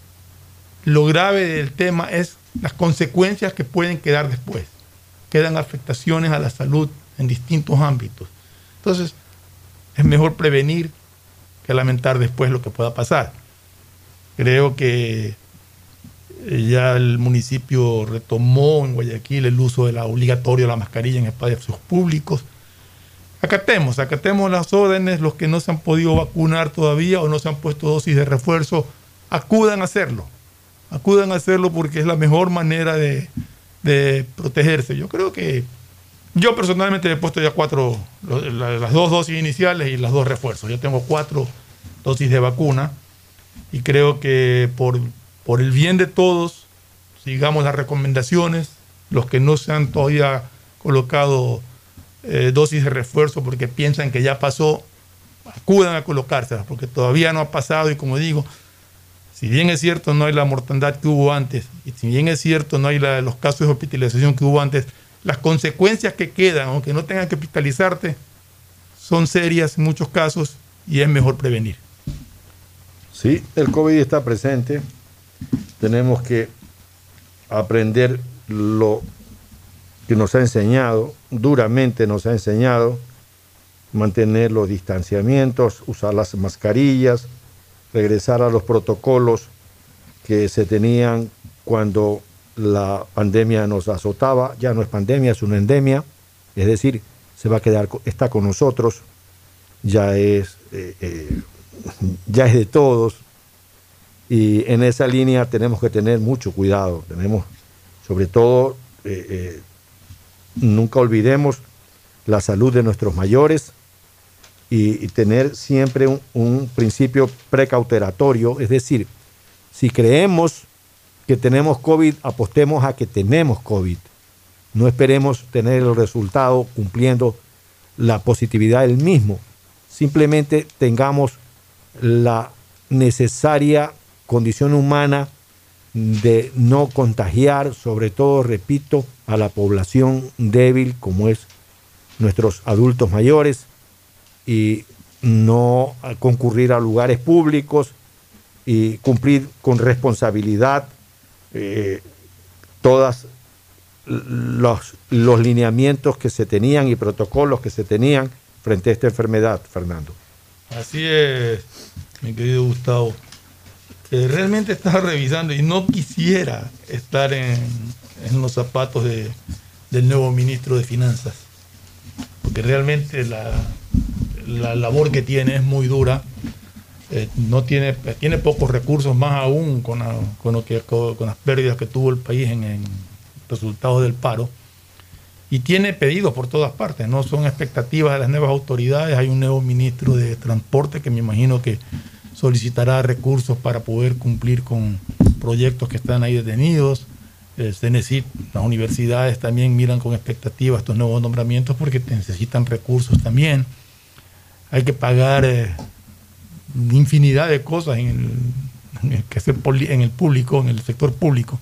Lo grave del tema es las consecuencias que pueden quedar después. Quedan afectaciones a la salud en distintos ámbitos. Entonces, es mejor prevenir que lamentar después lo que pueda pasar. Creo que ya el municipio retomó en Guayaquil el uso de la obligatoria de la mascarilla en espacios públicos. Acatemos, acatemos las órdenes. Los que no se han podido vacunar todavía o no se han puesto dosis de refuerzo, acudan a hacerlo. Acudan a hacerlo porque es la mejor manera de, de protegerse. Yo creo que yo personalmente he puesto ya cuatro, las dos dosis iniciales y las dos refuerzos. Yo tengo cuatro dosis de vacuna y creo que por, por el bien de todos, sigamos las recomendaciones. Los que no se han todavía colocado eh, dosis de refuerzo porque piensan que ya pasó, acudan a colocárselas porque todavía no ha pasado y como digo, si bien es cierto no hay la mortandad que hubo antes, y si bien es cierto no hay la, los casos de hospitalización que hubo antes, las consecuencias que quedan, aunque no tengan que hospitalizarte, son serias en muchos casos y es mejor prevenir. Sí, el COVID está presente. Tenemos que aprender lo que nos ha enseñado, duramente nos ha enseñado, mantener los distanciamientos, usar las mascarillas, regresar a los protocolos que se tenían cuando la pandemia nos azotaba. Ya no es pandemia, es una endemia, es decir, se va a quedar, está con nosotros, ya es, eh, eh, ya es de todos, y en esa línea tenemos que tener mucho cuidado. Tenemos, sobre todo, eh, eh, nunca olvidemos la salud de nuestros mayores, y tener siempre un, un principio precauteratorio, es decir, si creemos que tenemos COVID, apostemos a que tenemos COVID. No esperemos tener el resultado cumpliendo la positividad del mismo. Simplemente tengamos la necesaria condición humana de no contagiar, sobre todo, repito, a la población débil como es nuestros adultos mayores, y no concurrir a lugares públicos y cumplir con responsabilidad eh, todos los, los lineamientos que se tenían y protocolos que se tenían frente a esta enfermedad, Fernando. Así es, mi querido Gustavo. Eh, realmente estaba revisando y no quisiera estar en, en los zapatos de, del nuevo ministro de Finanzas, porque realmente la, la labor que tiene es muy dura. Eh, no tiene, tiene pocos recursos, más aún con, la, con, lo que, con las pérdidas que tuvo el país en, en resultados del paro. Y tiene pedidos por todas partes, no son expectativas de las nuevas autoridades. Hay un nuevo ministro de Transporte que me imagino que solicitará recursos para poder cumplir con proyectos que están ahí detenidos. Eh, se necesita, las universidades también miran con expectativa estos nuevos nombramientos porque necesitan recursos también. Hay que pagar eh, infinidad de cosas en el, en, el, en el público, en el sector público.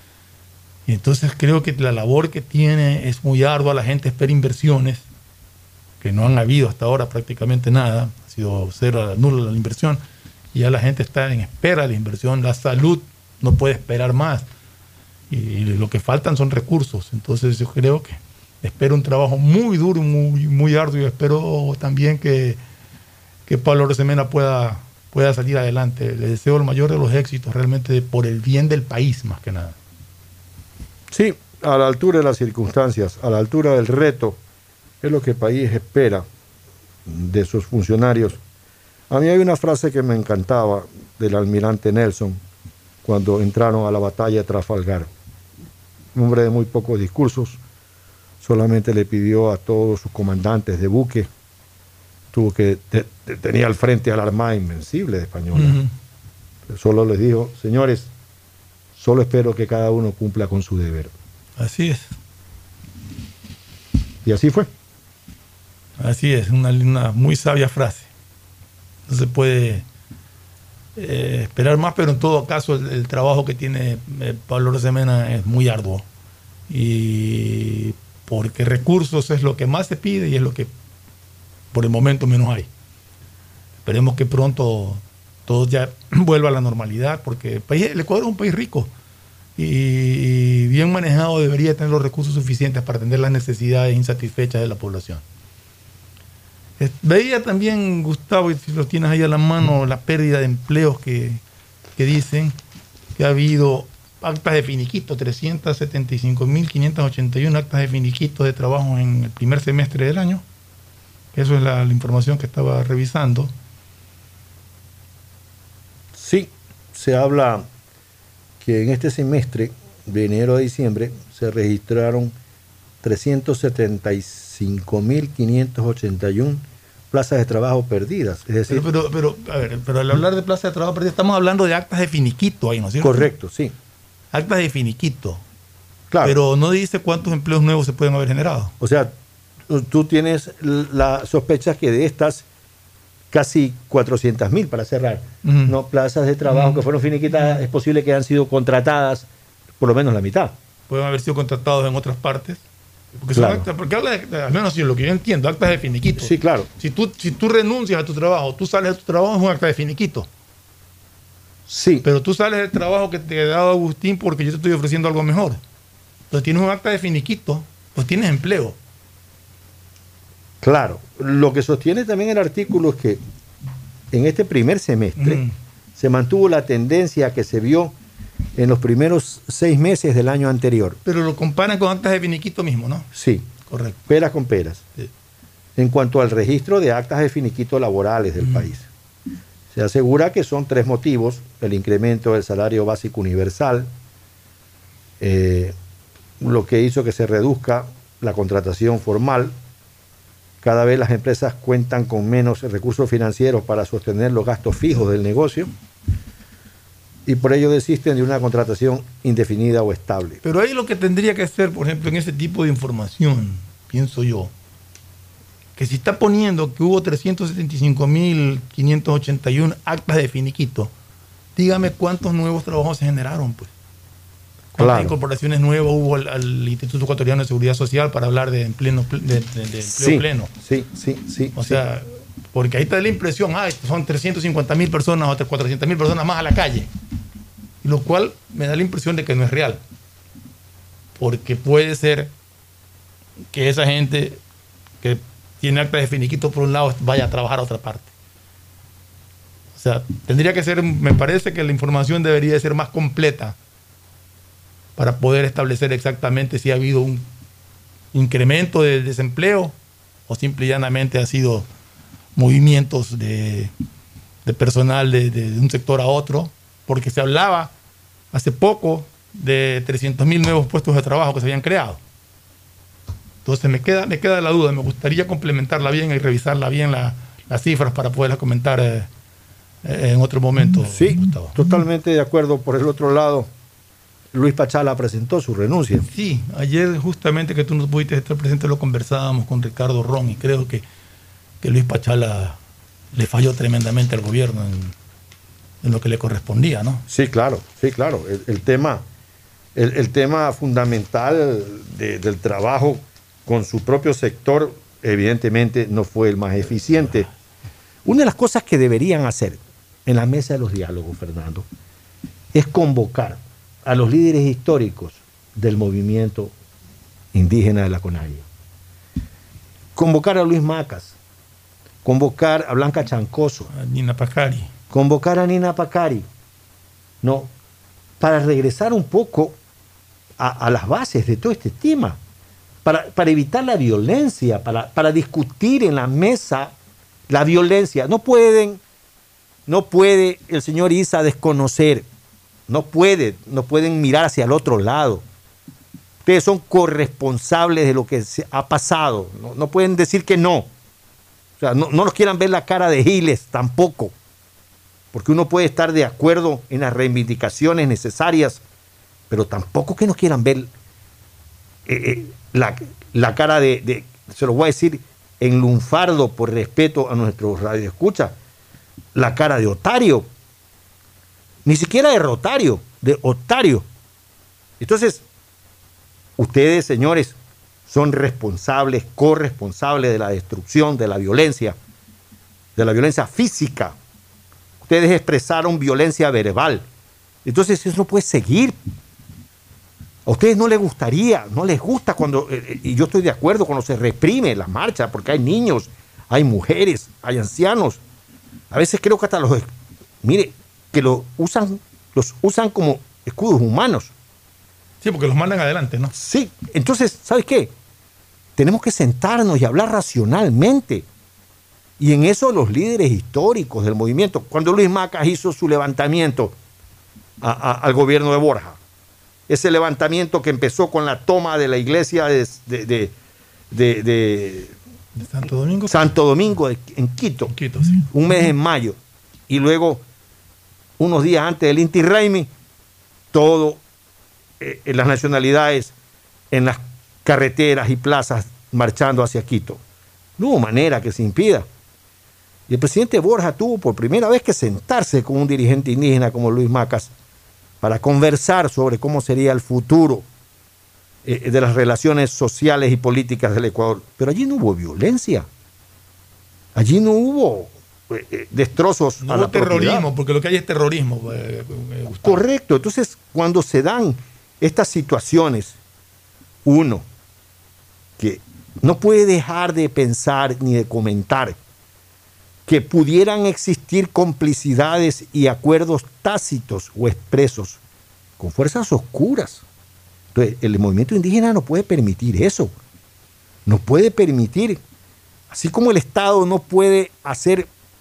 Y entonces creo que la labor que tiene es muy ardua. La gente espera inversiones, que no han habido hasta ahora prácticamente nada. Ha sido cero, nula la inversión. Y ya la gente está en espera de la inversión. La salud no puede esperar más. Y lo que faltan son recursos. Entonces yo creo que espero un trabajo muy duro, muy, muy arduo. Y espero también que, que Pablo Arosemena pueda, pueda salir adelante. Le deseo el mayor de los éxitos, realmente por el bien del país más que nada. Sí, a la altura de las circunstancias, a la altura del reto, es lo que el país espera de sus funcionarios. A mí hay una frase que me encantaba del almirante Nelson cuando entraron a la batalla de Trafalgar. Un hombre de muy pocos discursos, solamente le pidió a todos sus comandantes de buque, tuvo que te, te, tenía al frente a la Armada Invencible de Española. Uh-huh. Solo les dijo, señores, solo espero que cada uno cumpla con su deber. Así es. Y así fue. Así es, una, una muy sabia frase. No se puede eh, esperar más, pero en todo caso el, el trabajo que tiene eh, Pablo Arosemena es muy arduo. Y porque recursos es lo que más se pide y es lo que por el momento menos hay. Esperemos que pronto todo ya vuelva a la normalidad, porque el, país, el Ecuador es un país rico y bien manejado, debería tener los recursos suficientes para atender las necesidades insatisfechas de la población. Veía también, Gustavo, y si lo tienes ahí a la mano, la pérdida de empleos que, que dicen que ha habido actas de finiquito, trescientos setenta y cinco mil quinientos ochenta y uno actas de finiquito de trabajo en el primer semestre del año. Eso es la, la información que estaba revisando. Sí, se habla que en este semestre, de enero a diciembre, se registraron trescientos setenta y cinco mil quinientos ochenta y uno plazas de trabajo perdidas. Es decir, pero, pero, pero, a ver, pero al hablar de plazas de trabajo perdidas, estamos hablando de actas de finiquito ahí, ¿no es cierto? Correcto, sí. Actas de finiquito. Claro. Pero no dice cuántos empleos nuevos se pueden haber generado. O sea, tú tienes la sospecha que de estas casi cuatrocientas mil para cerrar, uh-huh. no plazas de trabajo uh-huh. que fueron finiquitadas, es posible que hayan sido contratadas por lo menos la mitad. Pueden haber sido contratados en otras partes. Porque, claro. son actas, porque habla de, al menos si lo que yo entiendo, actas de finiquito. Sí, claro. Si tú, si tú renuncias a tu trabajo, tú sales de tu trabajo, es un acta de finiquito. Sí. Pero tú sales del trabajo que te ha dado Agustín porque yo te estoy ofreciendo algo mejor. Entonces tienes un acta de finiquito, pues tienes empleo. Claro. Lo que sostiene también el artículo es que en este primer semestre mm. se mantuvo la tendencia que se vio en los primeros seis meses del año anterior. Pero lo comparan con actas de finiquito mismo, ¿no? Sí. Correcto. Peras con peras. Sí. En cuanto al registro de actas de finiquito laborales del mm. país, se asegura que son tres motivos: el incremento del salario básico universal, eh, lo que hizo que se reduzca la contratación formal. Cada vez las empresas cuentan con menos recursos financieros para sostener los gastos fijos del negocio y por ello desisten de una contratación indefinida o estable. Pero ahí lo que tendría que hacer, por ejemplo, en ese tipo de información, pienso yo, que si está poniendo que hubo trescientos setenta y cinco mil quinientos ochenta y uno actas de finiquito, dígame cuántos nuevos trabajos se generaron, pues. ¿Cuántas incorporaciones nuevas hubo al, al Instituto Ecuatoriano de Seguridad Social para hablar de, pleno, de, de, de empleo sí, pleno? Sí, sí, sí. O sí. sea, porque ahí te da la impresión, ah, son trescientas cincuenta mil personas o cuatrocientas mil personas más a la calle. Lo cual me da la impresión de que no es real. Porque puede ser que esa gente que tiene acta de finiquito por un lado vaya a trabajar a otra parte. O sea, tendría que ser, me parece que la información debería ser más completa para poder establecer exactamente si ha habido un incremento del desempleo o simple y llanamente ha sido movimientos de, de personal de, de, de un sector a otro, porque se hablaba hace poco de trescientos mil nuevos puestos de trabajo que se habían creado. Entonces me queda, me queda la duda, me gustaría complementarla bien y revisarla bien la, las cifras para poderlas comentar eh, eh, en otro momento. Sí, Gustavo. Totalmente de acuerdo. Por el otro lado, Luis Pachala presentó su renuncia. Sí, ayer justamente que tú no pudiste estar presente lo conversábamos con Ricardo Ron y creo que, que Luis Pachala le falló tremendamente al gobierno en, en lo que le correspondía, ¿no? Sí, claro, sí, claro. El, el tema, el, el tema fundamental de, del trabajo con su propio sector, evidentemente no fue el más eficiente. Una de las cosas que deberían hacer en la mesa de los diálogos, Fernando, es convocar a los líderes históricos del movimiento indígena de la Conaya. Convocar a Luis Macas, convocar a Blanca Chancoso, a Nina Pacari. Convocar a Nina Pacari, ¿no? Para regresar un poco a, a las bases de todo este tema, para, para evitar la violencia, para, para discutir en la mesa la violencia. No pueden, no puede el señor Issa desconocer. No puede, no pueden mirar hacia el otro lado. Ustedes son corresponsables de lo que se ha pasado. No, no pueden decir que no. O sea, no, no nos quieran ver la cara de giles tampoco. Porque uno puede estar de acuerdo en las reivindicaciones necesarias, pero tampoco que nos quieran ver eh, eh, la, la cara de, de, se lo voy a decir en lunfardo por respeto a nuestros radioescuchas, la cara de otario. Ni siquiera de rotario, de otario. Entonces, ustedes, señores, son responsables, corresponsables de la destrucción, de la violencia, de la violencia física. Ustedes expresaron violencia verbal. Entonces, eso no puede seguir. A ustedes no les gustaría, no les gusta cuando, eh, y yo estoy de acuerdo, cuando se reprime la marcha, porque hay niños, hay mujeres, hay ancianos. A veces creo que hasta los, mire, que lo usan, los usan como escudos humanos. Sí, porque los mandan adelante, ¿no? Sí, entonces, ¿sabes qué? Tenemos que sentarnos y hablar racionalmente. Y en eso los líderes históricos del movimiento, cuando Luis Macas hizo su levantamiento a, a, al gobierno de Borja, ese levantamiento que empezó con la toma de la iglesia de, de, de, de, de ¿De Santo Domingo? Santo Domingo de, en Quito, Quito sí. Un mes en mayo, y luego unos días antes del Inti Raymi, todo eh, las nacionalidades en las carreteras y plazas marchando hacia Quito. No hubo manera que se impida. Y el presidente Borja tuvo por primera vez que sentarse con un dirigente indígena como Luis Macas para conversar sobre cómo sería el futuro eh, de las relaciones sociales y políticas del Ecuador. Pero allí no hubo violencia. Allí no hubo eh, destrozos no a hubo la terrorismo, propiedad. porque lo que hay es terrorismo. Eh, eh, Correcto. Entonces, cuando se dan estas situaciones, uno que no puede dejar de pensar ni de comentar que pudieran existir complicidades y acuerdos tácitos o expresos con fuerzas oscuras. Entonces, el movimiento indígena no puede permitir eso. No puede permitir, así como el Estado no puede hacer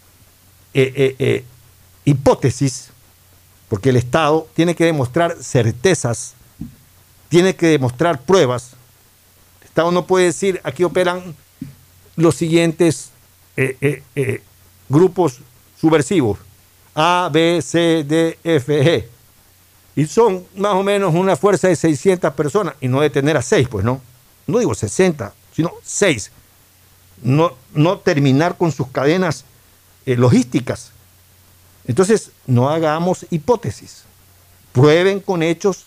eh, eh, eh, hipótesis, porque el Estado tiene que demostrar certezas, tiene que demostrar pruebas. El Estado no puede decir, aquí operan los siguientes eh, eh, eh, grupos subversivos, A, B, C, D, F, G, y son más o menos una fuerza de seiscientas personas, y no de tener a seis, pues no, no digo sesenta, sino seis, no, no terminar con sus cadenas eh, logísticas. Entonces, no hagamos hipótesis, prueben con hechos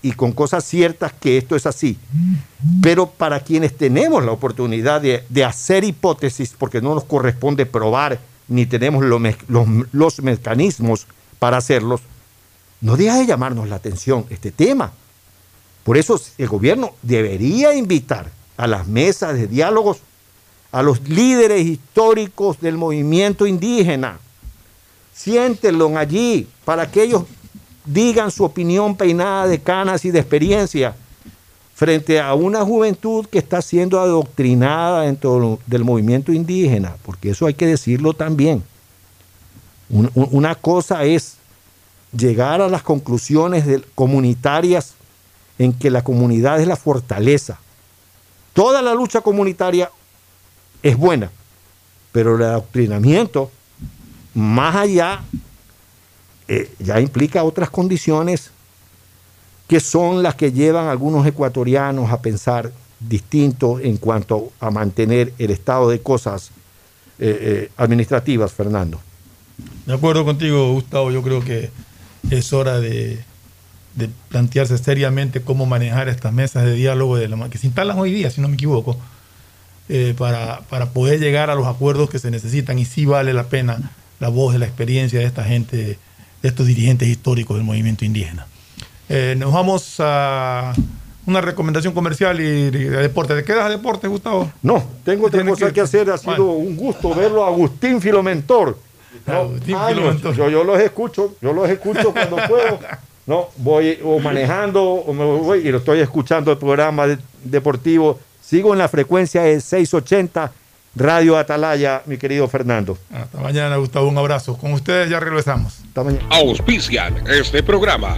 y con cosas ciertas que esto es así. Pero para quienes tenemos la oportunidad de, de hacer hipótesis, porque no nos corresponde probar, ni tenemos lo me, los, los mecanismos para hacerlos, no deja de llamarnos la atención este tema. Por eso el gobierno debería invitar a las mesas de diálogos a los líderes históricos del movimiento indígena. Siéntenlo allí para que ellos digan su opinión peinada de canas y de experiencia frente a una juventud que está siendo adoctrinada dentro del movimiento indígena, porque eso hay que decirlo también. Un, un, una cosa es llegar a las conclusiones de, comunitarias en que la comunidad es la fortaleza. Toda la lucha comunitaria es buena, pero el adoctrinamiento, más allá, eh, ya implica otras condiciones que son las que llevan a algunos ecuatorianos a pensar distinto en cuanto a mantener el estado de cosas eh, eh, administrativas, Fernando. De acuerdo contigo, Gustavo. Yo creo que es hora de, de plantearse seriamente cómo manejar estas mesas de diálogo de la, que se instalan hoy día, si no me equivoco, eh, para, para poder llegar a los acuerdos que se necesitan, y sí vale la pena la voz de la experiencia de esta gente, de estos dirigentes históricos del movimiento indígena. Eh, nos vamos a una recomendación comercial y de deporte. ¿Te quedas a deporte, Gustavo? No, tengo otra cosa que, que hacer. Ha sido bueno. un gusto verlo a Agustín Filomentor. No, Agustín años, Filomentor. Yo, yo los escucho, yo los escucho cuando puedo. No, voy o manejando o me voy y lo estoy escuchando el programa de, deportivo. Sigo en la frecuencia de seiscientos ochenta Radio Atalaya, mi querido Fernando. Hasta mañana, Gustavo. Un abrazo. Con ustedes ya regresamos. Hasta mañana. Auspician este programa.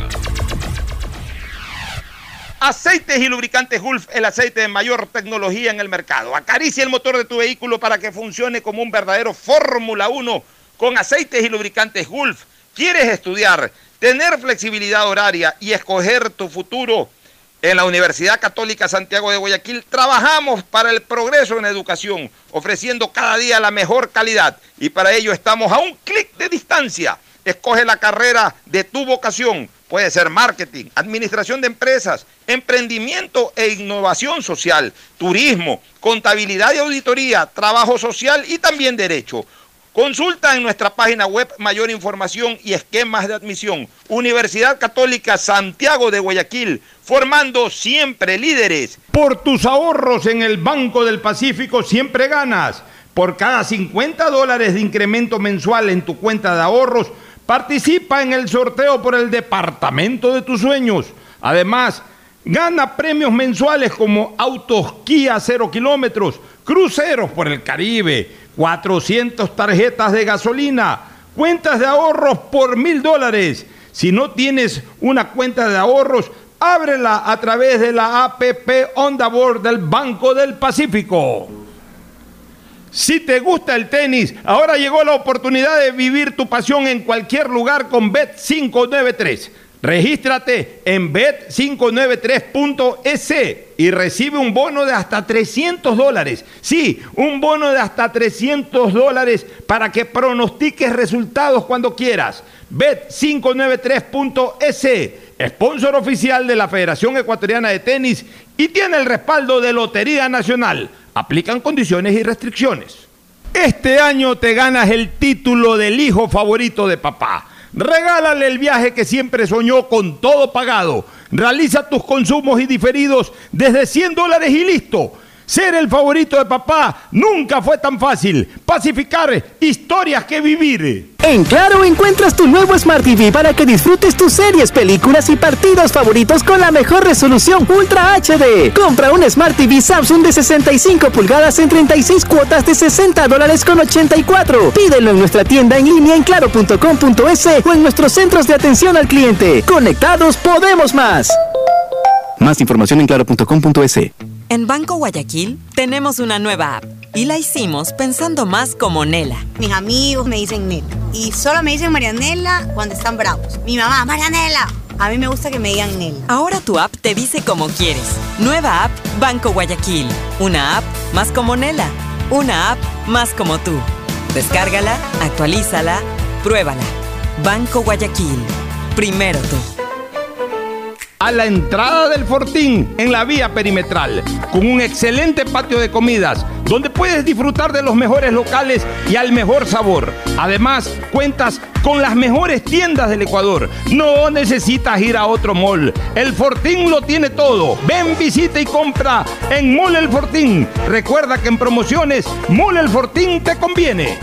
Aceites y lubricantes Gulf, el aceite de mayor tecnología en el mercado. Acaricia el motor de tu vehículo para que funcione como un verdadero Fórmula uno con aceites y lubricantes Gulf. ¿Quieres estudiar, tener flexibilidad horaria y escoger tu futuro? En la Universidad Católica Santiago de Guayaquil trabajamos para el progreso en educación, ofreciendo cada día la mejor calidad, y para ello estamos a un clic de distancia. Escoge la carrera de tu vocación. Puede ser marketing, administración de empresas, emprendimiento e innovación social, turismo, contabilidad y auditoría, trabajo social y también derecho. Consulta en nuestra página web mayor información y esquemas de admisión. Universidad Católica Santiago de Guayaquil, formando siempre líderes. Por tus ahorros en el Banco del Pacífico siempre ganas. Por cada cincuenta dólares de incremento mensual en tu cuenta de ahorros, participa en el sorteo por el departamento de tus sueños. Además, gana premios mensuales como autos Kia cero kilómetros, cruceros por el Caribe, cuatrocientas tarjetas de gasolina, cuentas de ahorros por mil dólares. Si no tienes una cuenta de ahorros, ábrela a través de la A P P Onda Board del Banco del Pacífico. Si te gusta el tenis, ahora llegó la oportunidad de vivir tu pasión en cualquier lugar con Bet quinientos noventa y tres. Regístrate en bet quinientos noventa y tres punto es y recibe un bono de hasta trescientos dólares. Sí, un bono de hasta trescientos dólares para que pronostiques resultados cuando quieras. bet quinientos noventa y tres punto es, sponsor oficial de la Federación Ecuatoriana de Tenis y tiene el respaldo de Lotería Nacional. Aplican condiciones y restricciones. Este año te ganas el título del hijo favorito de papá. Regálale el viaje que siempre soñó con todo pagado. Realiza tus consumos y diferidos desde cien dólares y listo. Ser el favorito de papá nunca fue tan fácil. Pacificar, historias que vivir. En Claro encuentras tu nuevo Smart T V para que disfrutes tus series, películas y partidos favoritos con la mejor resolución Ultra H D. Compra un Smart T V Samsung de sesenta y cinco pulgadas en treinta y seis cuotas de sesenta dólares con ochenta y cuatro. Pídelo en nuestra tienda en línea en claro punto com punto es o en nuestros centros de atención al cliente. Conectados podemos más. Más información en claro punto com punto es. En Banco Guayaquil tenemos una nueva app y la hicimos pensando más como Nela. Mis amigos me dicen Nela y solo me dicen Marianela cuando están bravos. Mi mamá, Marianela. A mí me gusta que me digan Nela. Ahora tu app te dice como quieres. Nueva app Banco Guayaquil. Una app más como Nela. Una app más como tú. Descárgala, actualízala, pruébala. Banco Guayaquil. Primero tú. a la entrada del Fortín en la vía perimetral, con un excelente patio de comidas, donde puedes disfrutar de los mejores locales y al mejor sabor. Además, cuentas con las mejores tiendas del Ecuador. No necesitas ir a otro mall. El Fortín lo tiene todo. Ven, visita y compra en Mall El Fortín. Recuerda que en promociones, Mall El Fortín te conviene.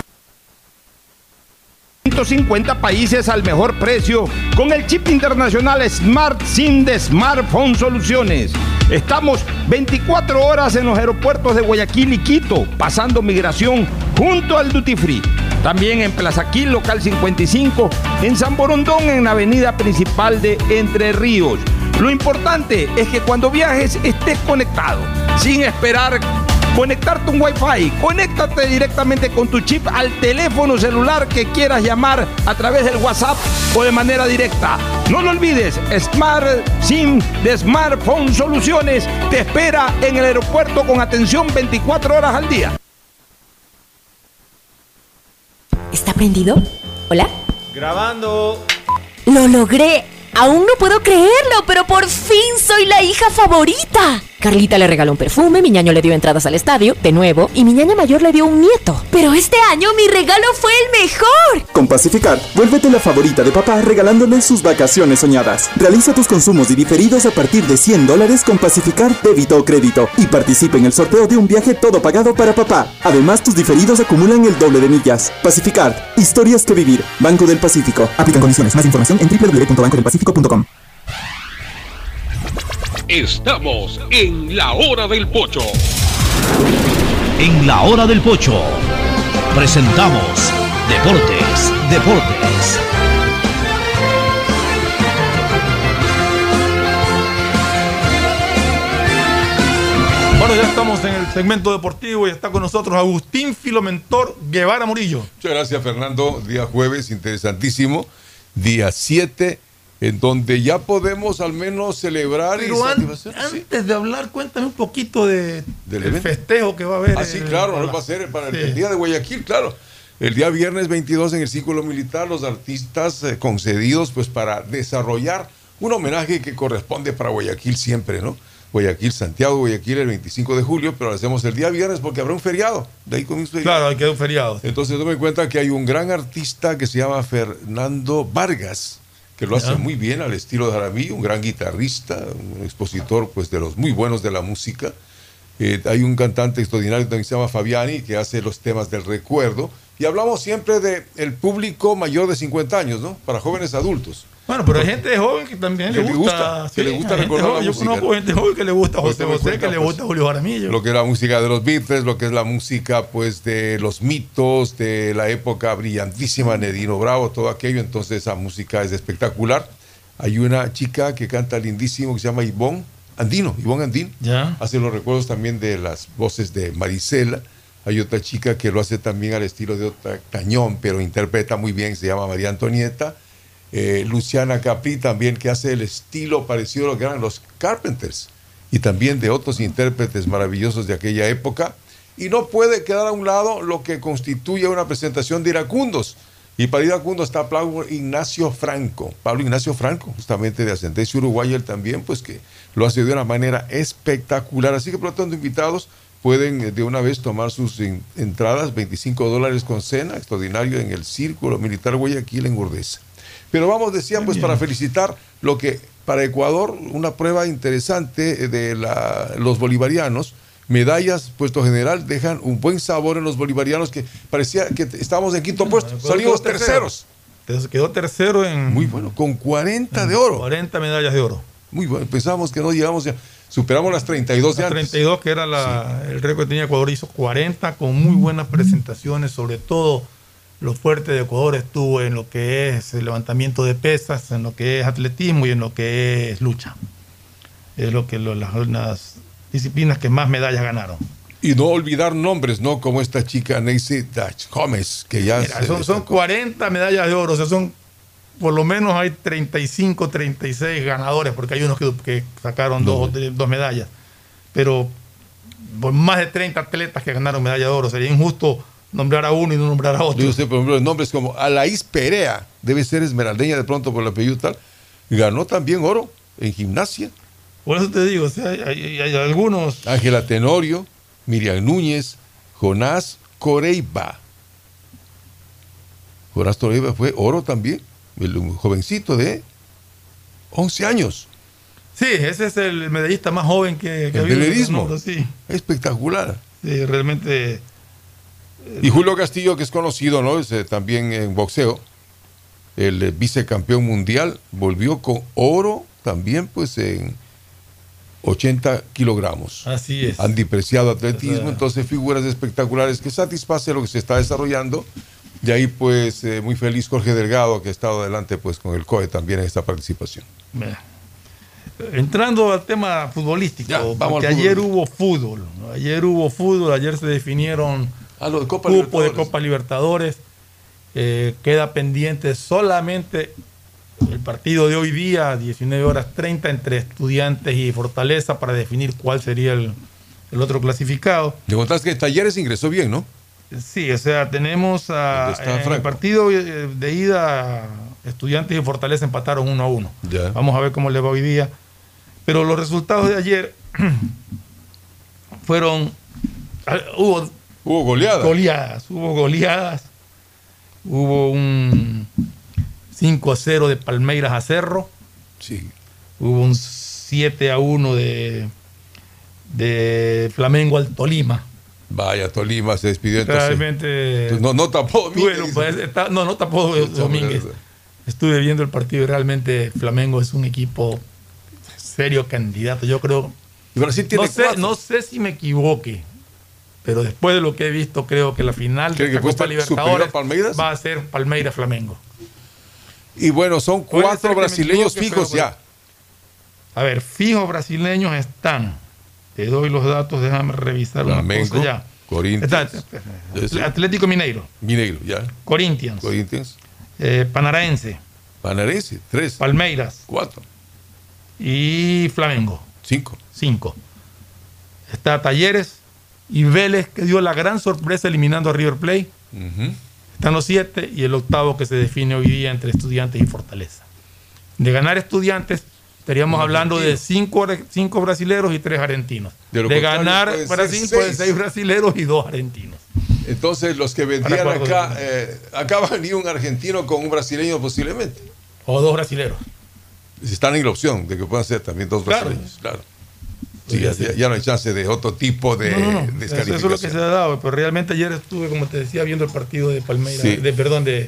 ciento cincuenta países al mejor precio con el chip internacional Smart SIM de Smartphone Soluciones. Estamos veinticuatro horas en los aeropuertos de Guayaquil y Quito, pasando migración junto al Duty Free. También en Plaza Quil, local cincuenta y cinco, en San Borondón, en la avenida principal de Entre Ríos. Lo importante es que cuando viajes estés conectado, sin esperar conectarte un Wi-Fi. Conéctate directamente con tu chip al teléfono celular que quieras llamar a través del WhatsApp o de manera directa. No lo olvides, Smart SIM de Smartphone Soluciones te espera en el aeropuerto con atención veinticuatro horas al día. ¿Está prendido? ¿Hola? Grabando. ¡Lo logré! Aún no puedo creerlo, pero por fin soy la hija favorita. Carlita le regaló un perfume, mi ñaño le dio entradas al estadio, de nuevo, y mi ñaña mayor le dio un nieto. Pero este año mi regalo fue el mejor. Con Pacificar, vuélvete la favorita de papá regalándole sus vacaciones soñadas. Realiza tus consumos y diferidos a partir de cien dólares con Pacificar débito o crédito y participa en el sorteo de un viaje todo pagado para papá. Además, tus diferidos acumulan el doble de millas. Pacificar, historias que vivir. Banco del Pacífico. Aplican condiciones. Más información en doble u doble u doble u punto banco del pacífico punto com. Estamos en la hora del pocho. En la hora del pocho presentamos Deportes, Deportes. Bueno, ya estamos en el segmento deportivo y está con nosotros Agustín Filomentor Guevara Murillo. Muchas gracias, Fernando. Día jueves, interesantísimo. Día siete. En donde ya podemos al menos celebrar. Pero y an antes sí. de hablar, cuéntame un poquito de, del festejo que va a haber. Ah, sí, claro, no va a ser para sí. el día de Guayaquil, claro. El día viernes veintidós en el Círculo Militar, los artistas eh, concedidos pues para desarrollar un homenaje que corresponde para Guayaquil siempre, ¿no? Guayaquil, Santiago, Guayaquil el veinticinco de julio, pero lo hacemos el día viernes porque habrá un feriado. De ahí comienza el Claro, hay que dar un feriado. Entonces tome en cuenta que hay un gran artista que se llama Fernando Vargas, que lo hace ¿Ya? muy bien al estilo de Jaramillo, un gran guitarrista, un expositor pues de los muy buenos de la música. Eh, hay un cantante extraordinario también que se llama Fabiani, que hace los temas del recuerdo. Y hablamos siempre del público mayor de cincuenta años, ¿no? Para jóvenes adultos. Bueno, pero hay gente joven que también que le gusta, gusta sí, que le gusta recordar joven, la yo música. Yo conozco gente joven que le gusta José José, cuenta, que le gusta pues, Julio Jaramillo. Lo que es la música de los Beatles, lo que es la música pues de los mitos, de la época brillantísima, Nedino Bravo, todo aquello. Entonces esa música es espectacular. Hay una chica que canta lindísimo que se llama Ivonne Andino, Ivonne Andín. ¿Ya? Hace los recuerdos también de las voces de Marisela. Hay otra chica que lo hace también al estilo de otra Cañón, pero interpreta muy bien, se llama María Antonieta. Eh, Luciana Capri también, que hace el estilo parecido a lo que eran los Carpenters, y también de otros intérpretes maravillosos de aquella época. Y no puede quedar a un lado lo que constituye una presentación de iracundos. Y para iracundos está Pablo Ignacio Franco, Pablo Ignacio Franco, justamente de ascendencia uruguaya, él también, pues que lo hace de una manera espectacular. Así que, por lo tanto, invitados pueden de una vez tomar sus in, entradas, veinticinco dólares con cena, extraordinario, en el Círculo Militar Guayaquil en Urdesa. Pero vamos, decía, pues para felicitar lo que para Ecuador, una prueba interesante de la, los bolivarianos, medallas, puesto general, dejan un buen sabor en los bolivarianos, que parecía que estábamos en quinto puesto, salimos terceros. Entonces quedó tercero en... Muy bueno, con cuarenta de oro. cuarenta medallas de oro. Muy bueno, pensábamos que no llegamos, ya, superamos las treinta y dos de las antes. treinta y dos, que era la, sí. el récord que tenía Ecuador, hizo cuarenta con muy buenas presentaciones, sobre todo... Lo fuerte de Ecuador estuvo en lo que es el levantamiento de pesas, en lo que es atletismo y en lo que es lucha. Es lo que lo, las, las disciplinas que más medallas ganaron. Y no olvidar nombres, ¿no? Como esta chica Neisy Dach Gómez, que ya... Mira, son, son cuarenta medallas de oro, o sea, son, por lo menos hay treinta y cinco, treinta y seis ganadores, porque hay unos que, que sacaron no. dos, dos medallas. Pero por más de treinta atletas que ganaron medalla de oro, sería injusto nombrar a uno y no nombrar a otro. Yo sé, por ejemplo, nombres como Alaís Perea, debe ser esmeraldeña de pronto por el apellido tal, ganó también oro en gimnasia. Por eso te digo, o sea, hay, hay, hay algunos. Ángela Tenorio, Miriam Núñez, Jonás Coreiba. Jonás Coreiba fue oro también, el jovencito de once años. Sí, ese es el medallista más joven que, que el ha habido. velerismo. Sí. Espectacular. Sí, realmente. Y Julio Castillo, que es conocido, ¿no? Es, eh, también en boxeo, el eh, vicecampeón mundial, volvió con oro también, pues en ochenta kilogramos. Así es. Han depreciado atletismo, o sea, entonces figuras espectaculares que satisface lo que se está desarrollando. De ahí, pues, eh, muy feliz Jorge Delgado, que ha estado adelante, pues, con el C O E también en esta participación. Mira. Entrando al tema futbolístico, Ya, vamos porque al ayer fútbol. hubo fútbol, ¿no? Ayer hubo fútbol, ayer se definieron ah, lo de Copa cupo de Libertadores. Copa Libertadores. Eh, queda pendiente solamente el partido de hoy día, diecinueve horas treinta, entre Estudiantes y Fortaleza, para definir cuál sería el, el otro clasificado. Me contaste que Talleres ingresó bien, ¿no? Sí, o sea, tenemos a, está en el Franco? partido de ida, Estudiantes y Fortaleza empataron uno a uno. Ya. Vamos a ver cómo le va hoy día. Pero los resultados de ayer fueron... Hubo, hubo goleadas. Goleadas, hubo goleadas. Hubo un cinco a cero de Palmeiras a Cerro. Sí. Hubo un siete a uno de, de Flamengo al Tolima. Vaya, Tolima se despidió entonces. Realmente. No, no tapó Domínguez. Tuve, pues, está, no, no tapó Domínguez. Estuve viendo el partido y realmente Flamengo es un equipo serio candidato. Yo creo. Y Brasil tiene no, sé, cuatro. no sé si me equivoque, pero después de lo que he visto, creo que la final de la Copa Libertadores va a ser Palmeiras Flamengo. Y bueno, son Puede cuatro brasileños fijos ya. A ver, fijos brasileños están. Te doy los datos, déjame revisar una Flamengo, cosa ya. Corinthians. Está, Atlético Mineiro. Mineiro, ya. Corinthians. Corinthians. Eh, Panaraense. Panaraense, tres. Palmeiras. Cuatro. Y Flamengo. Cinco. Cinco. Está Talleres y Vélez, que dio la gran sorpresa eliminando a River Plate. Uh-huh. Están los siete y el octavo que se define hoy día entre Estudiantes y Fortaleza. De ganar Estudiantes, estaríamos Un hablando argentino. de cinco, cinco brasileros y tres argentinos. De, de ganar pueden Brasil, ser pueden seis brasileros y dos argentinos. Entonces, los que vendrían acá, eh, acá va a venir un argentino con un brasileño posiblemente. O dos brasileros. Están en la opción de que puedan ser también dos Claro. brasileños, claro. Sí, ya, ya- ya no hay chance de otro tipo de No, no, no. descalificación. Eso es lo que se ha dado, pero realmente ayer estuve, como te decía, viendo el partido de Palmeiras, Sí. de, perdón, de,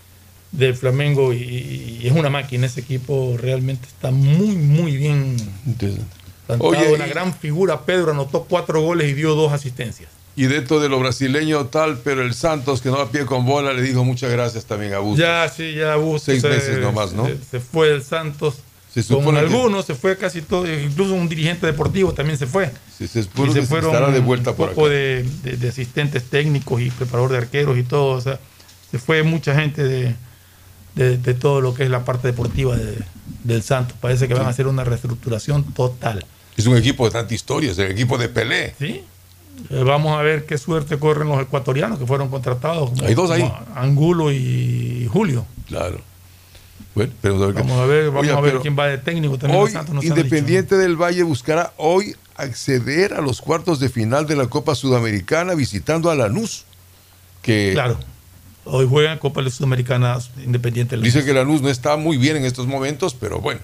de Flamengo y, y es una máquina. Ese equipo realmente está muy, muy bien plantado. Oye, una y- gran figura. Pedro anotó cuatro goles y dio dos asistencias. Y dentro de lo brasileño tal, pero el Santos, que no da pie con bola, le dijo muchas gracias también a Bustos. Ya, sí, ya Bustos Seis se- meses nomás, ¿no? Se, se fue el Santos. Se Con supone que- algunos se fue casi todo, incluso un dirigente deportivo también se fue. Sí, se supone Y se que fueron estará de vuelta un por poco acá. de, de- de asistentes técnicos y preparador de arqueros y todo. O sea, se fue mucha gente de, de, de todo lo que es la parte deportiva de- del Santos. Parece que van a hacer una reestructuración total. Es un equipo de tanta historia, es el equipo de Pelé. Sí. Eh, vamos a ver qué suerte corren los ecuatorianos que fueron contratados. Como- Hay dos ahí. como Angulo y Julio. Claro. Bueno, pero Vamos a ver, vamos Oye, a ver pero quién va de técnico también. Hoy, el Santos no se ha dicho. Independiente del Valle buscará hoy acceder a los cuartos de final de la Copa Sudamericana visitando a Lanús. Que Claro. Hoy juegan Copa Sudamericana Independiente. dice que Lanús no está muy bien en estos momentos, pero bueno.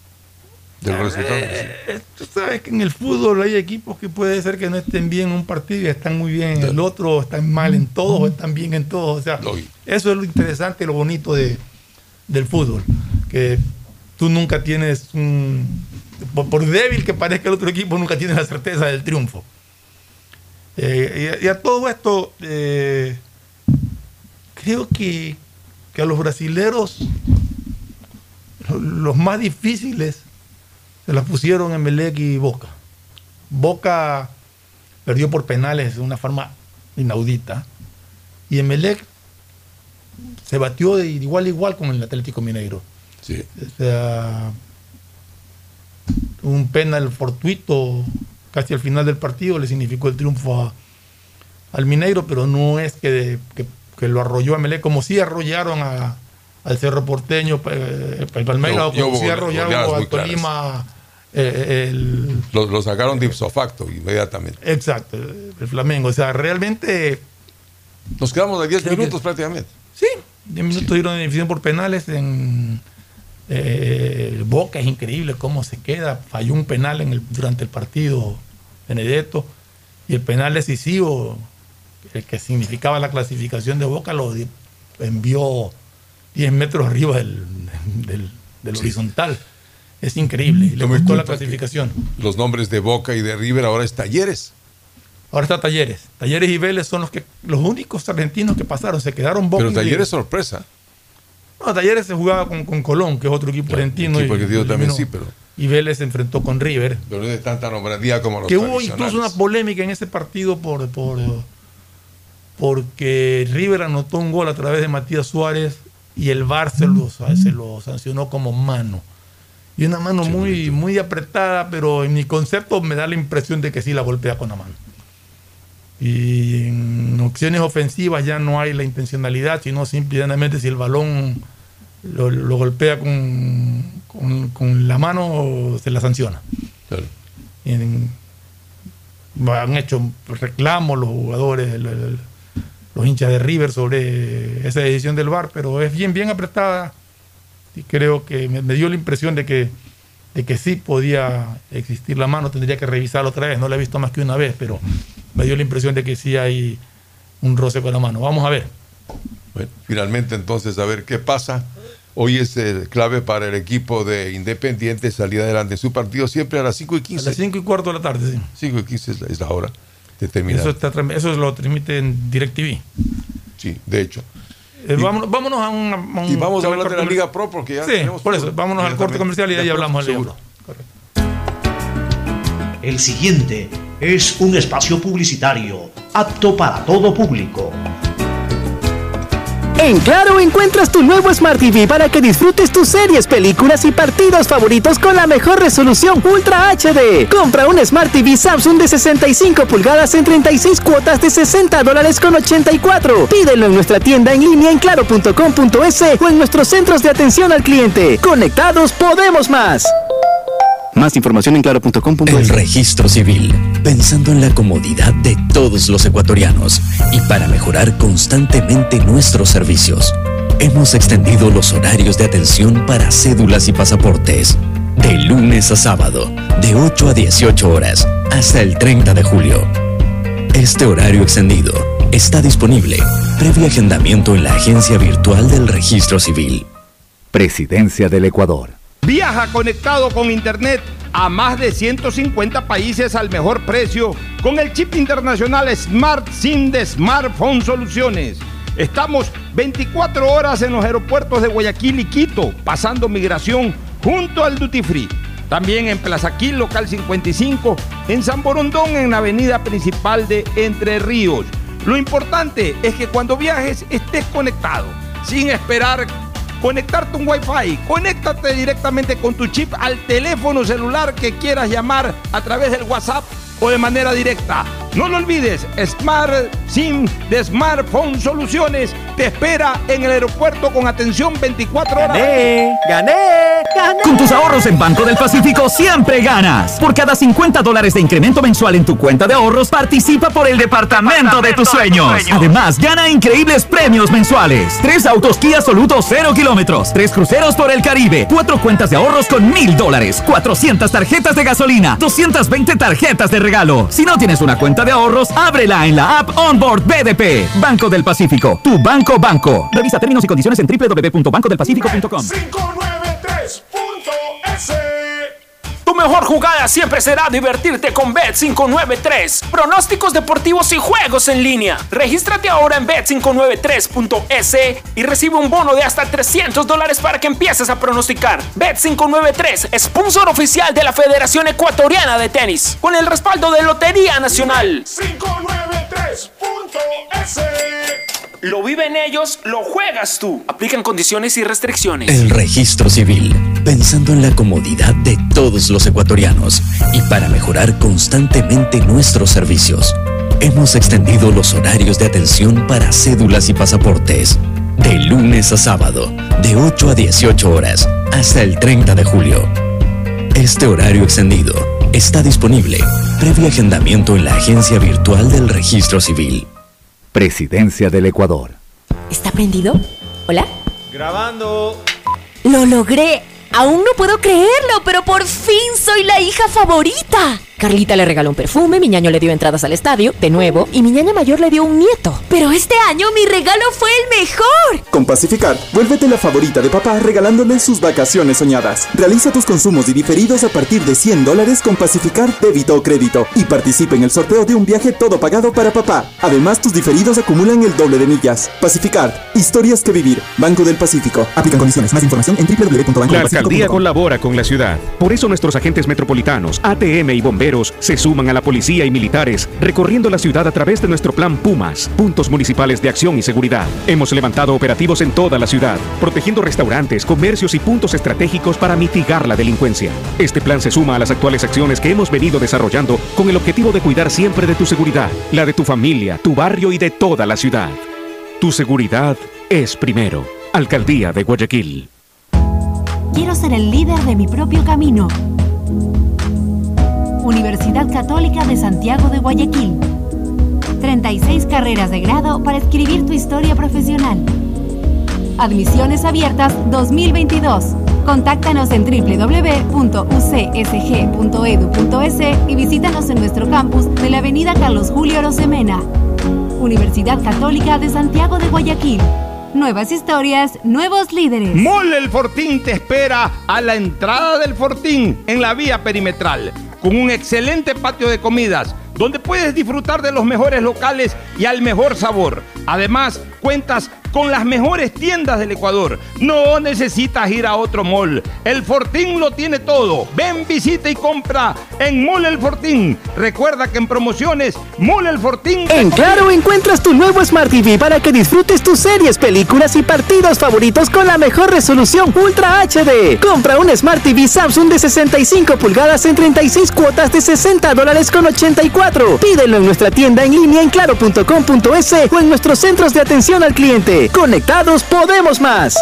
De los resultados. Eh, Tú sabes que en el fútbol hay equipos que puede ser que no estén bien en un partido y están muy bien en el otro, están mal en todos, o están bien en todos. O sea, eso es lo interesante y lo bonito de, del fútbol. Que tú nunca tienes un. Por, por débil que parezca el otro equipo, nunca tienes la certeza del triunfo. Eh, y, a, y a todo esto, eh, creo que, que a los brasileros, lo- los más difíciles se las pusieron Emelec y Boca. Boca perdió por penales de una forma inaudita. Y Emelec se batió de igual a igual con el Atlético Mineiro. Sí. O sea, un penal fortuito casi al final del partido le significó el triunfo a- al Mineiro, pero no es que, que- que lo arrolló a Emelec, como sí arrollaron a, al Cerro Porteño, eh, el Palmeiras, Yo- o con yo- Cerro, ya goleadas o muy al Tolima. eh, el, Lo, lo sacaron de ipso facto inmediatamente. exacto, el Flamengo. O sea, realmente. Nos quedamos de diez Creo que- minutos prácticamente. Sí, diez minutos dieron de definición por penales en eh, Boca. Es increíble cómo se queda. Falló un penal en el, durante el partido Benedetto, y el penal decisivo, el que significaba la clasificación de Boca, lo di- envió diez metros arriba del, del, del Sí. horizontal. Es increíble. Le Tome costó la cuenta que clasificación. Los nombres de Boca y de River ahora es Talleres. Ahora está Talleres. Talleres y Vélez son los que los únicos argentinos que pasaron. Se quedaron Boca Pero y Talleres River. es sorpresa. No, Talleres se jugaba con, con Colón, que es otro equipo argentino. equipo y, argentino y también eliminó. sí, pero- Y Vélez se enfrentó con River. Pero no es de tanta nombradía como los Que hubo tradicionales. incluso una polémica en ese partido por, por porque River anotó un gol a través de Matías Suárez y el V A R se lo, se lo sancionó como mano. Y una mano muy, muy apretada, pero en mi concepto me da la impresión de que sí la golpea con la mano. Y en opciones ofensivas ya no hay la intencionalidad, sino simplemente si el balón lo, lo golpea con, con, con la mano, se la sanciona. Claro. En- han hecho reclamos los jugadores, el- el- los hinchas de River sobre esa decisión del V A R, pero es bien, bien apretada. Y creo que me, me dio la impresión de que, de que sí podía existir la mano. Tendría que revisarlo otra vez, no la he visto más que una vez, pero me dio la impresión de que sí hay un roce con la mano. Vamos a ver. Bueno, finalmente entonces a ver qué pasa. Hoy es el clave para el equipo de Independiente salir adelante en su partido siempre a las cinco y A quince. las cinco y cuarto de la tarde, sí. cinco y quince es la, es la hora de terminar. Eso, está, trem- eso lo transmite en DirecTV. Sí, de hecho. Eh, vámonos, vámonos a un, a un- Y vamos a hablar de la corte Liga Pro porque ya Sí, tenemos por todo. eso. Vámonos al corte comercial y ahí hablamos del seguro. libro. El siguiente es un espacio publicitario apto para todo público. En Claro encuentras tu nuevo Smart T V para que disfrutes tus series, películas y partidos favoritos con la mejor resolución Ultra H D. Compra un Smart T V Samsung de sesenta y cinco pulgadas en treinta y seis cuotas de sesenta dólares con ochenta y cuatro. Pídelo en nuestra tienda en línea en claro punto com punto es o en nuestros centros de atención al cliente. Conectados podemos más. Más información en claro punto com punto es. El registro civil, pensando en la comodidad de todos los ecuatorianos y para mejorar constantemente nuestros servicios. Hemos extendido los horarios de atención para cédulas y pasaportes, de lunes a sábado, de ocho a dieciocho horas, hasta el treinta de julio. Este horario extendido está disponible previo agendamiento en la agencia virtual del registro civil. Presidencia del Ecuador. Viaja conectado con Internet a más de ciento cincuenta países al mejor precio con el chip internacional Smart SIM de Smartphone Soluciones. Estamos veinticuatro horas en los aeropuertos de Guayaquil y Quito, pasando migración junto al Duty Free. También en Plaza Quil, local cincuenta y cinco, en San Borondón, en la avenida principal de Entre Ríos. Lo importante es que cuando viajes estés conectado, sin esperar conectarte un Wi-Fi. Conéctate directamente con tu chip al teléfono celular que quieras llamar a través del WhatsApp o de manera directa. No lo olvides, Smart SIM de Smartphone Soluciones te espera en el aeropuerto con atención veinticuatro horas. ¡Gané! ¡Gané! ¡Gané! Con tus ahorros en Banco del Pacífico siempre ganas. Por cada cincuenta dólares de incremento mensual en tu cuenta de ahorros, participa por el departamento de tus sueños. Además, gana increíbles premios mensuales. Tres autos Kia Soluto cero kilómetros. Tres cruceros por el Caribe. Cuatro cuentas de ahorros con mil dólares. cuatrocientas tarjetas de gasolina. doscientas veinte tarjetas de regalo. Si no tienes una cuenta de ahorros, ábrela en la app Onboard B D P. Banco del Pacífico. Tu banco banco. Revisa términos y condiciones en doble u doble u doble u punto banco del pacífico punto com. cinco nueve tres punto es. Tu mejor jugada siempre será divertirte con Bet cinco nueve tres. Pronósticos deportivos y juegos en línea. Regístrate ahora en Bet cinco nueve tres punto es y recibe un bono de hasta trescientos dólares para que empieces a pronosticar. Bet cinco nueve tres, sponsor oficial de la Federación Ecuatoriana de Tenis, con el respaldo de Lotería Nacional. cinco nueve tres punto es. Lo viven ellos, lo juegas tú. Aplican condiciones y restricciones. El registro civil, pensando en la comodidad de todos los ecuatorianos y para mejorar constantemente nuestros servicios. Hemos extendido los horarios de atención para cédulas y pasaportes, De lunes a sábado, de ocho a dieciocho horas, hasta el treinta de julio. Este horario extendido está disponible previo agendamiento en la agencia virtual del Registro Civil. Presidencia del Ecuador. ¿Está prendido? ¿Hola? Grabando. ¡Lo logré! Aún no puedo creerlo, pero por fin soy la hija favorita. Carlita le regaló un perfume, mi ñaño le dio entradas al estadio, de nuevo, y mi ñaña mayor le dio un nieto. Pero este año mi regalo fue el mejor. Con Pacificar, vuélvete la favorita de papá regalándole sus vacaciones soñadas. Realiza tus consumos y diferidos a partir de cien dólares con Pacificar débito o crédito y participa en el sorteo de un viaje todo pagado para papá. Además, tus diferidos acumulan el doble de millas. Pacificar, historias que vivir. Banco del Pacífico. Aplican condiciones. Más información en doble u doble u doble u punto banco del pacífico punto com. La alcaldía colabora con la ciudad. Por eso nuestros agentes metropolitanos, A T M y bomberos se suman a la policía y militares, recorriendo la ciudad a través de nuestro plan Pumas, puntos municipales de acción y seguridad. Hemos levantado operativos en toda la ciudad, protegiendo restaurantes, comercios y puntos estratégicos para mitigar la delincuencia. Este plan se suma a las actuales acciones que hemos venido desarrollando con el objetivo de cuidar siempre de tu seguridad, la de tu familia, tu barrio y de toda la ciudad. Tu seguridad es primero. Alcaldía de Guayaquil. Quiero ser el líder de mi propio camino. Universidad Católica de Santiago de Guayaquil. treinta y seis carreras de grado para escribir tu historia profesional. Admisiones abiertas dos mil veintidós. Contáctanos en doble u doble u doble u punto u c s g punto e d u punto e s y visítanos en nuestro campus de la avenida Carlos Julio Arosemena. Universidad Católica de Santiago de Guayaquil. Nuevas historias, nuevos líderes. Mall El Fortín te espera a la entrada del Fortín en la vía perimetral, con un excelente patio de comidas, donde puedes disfrutar de los mejores locales y al mejor sabor. Además, cuentas con las mejores tiendas del Ecuador. No necesitas ir a otro mall. El Fortín lo tiene todo. Ven, visita y compra en Mall El Fortín. Recuerda que en promociones, Mall El Fortín... En Claro encuentras tu nuevo Smart T V para que disfrutes tus series, películas y partidos favoritos con la mejor resolución Ultra H D. Compra un Smart T V Samsung de sesenta y cinco pulgadas en treinta y seis cuotas de sesenta dólares con ochenta y cuatro. Pídelo en nuestra tienda en línea en claro punto com punto es o en nuestros centros de atención al cliente. Conectados podemos más.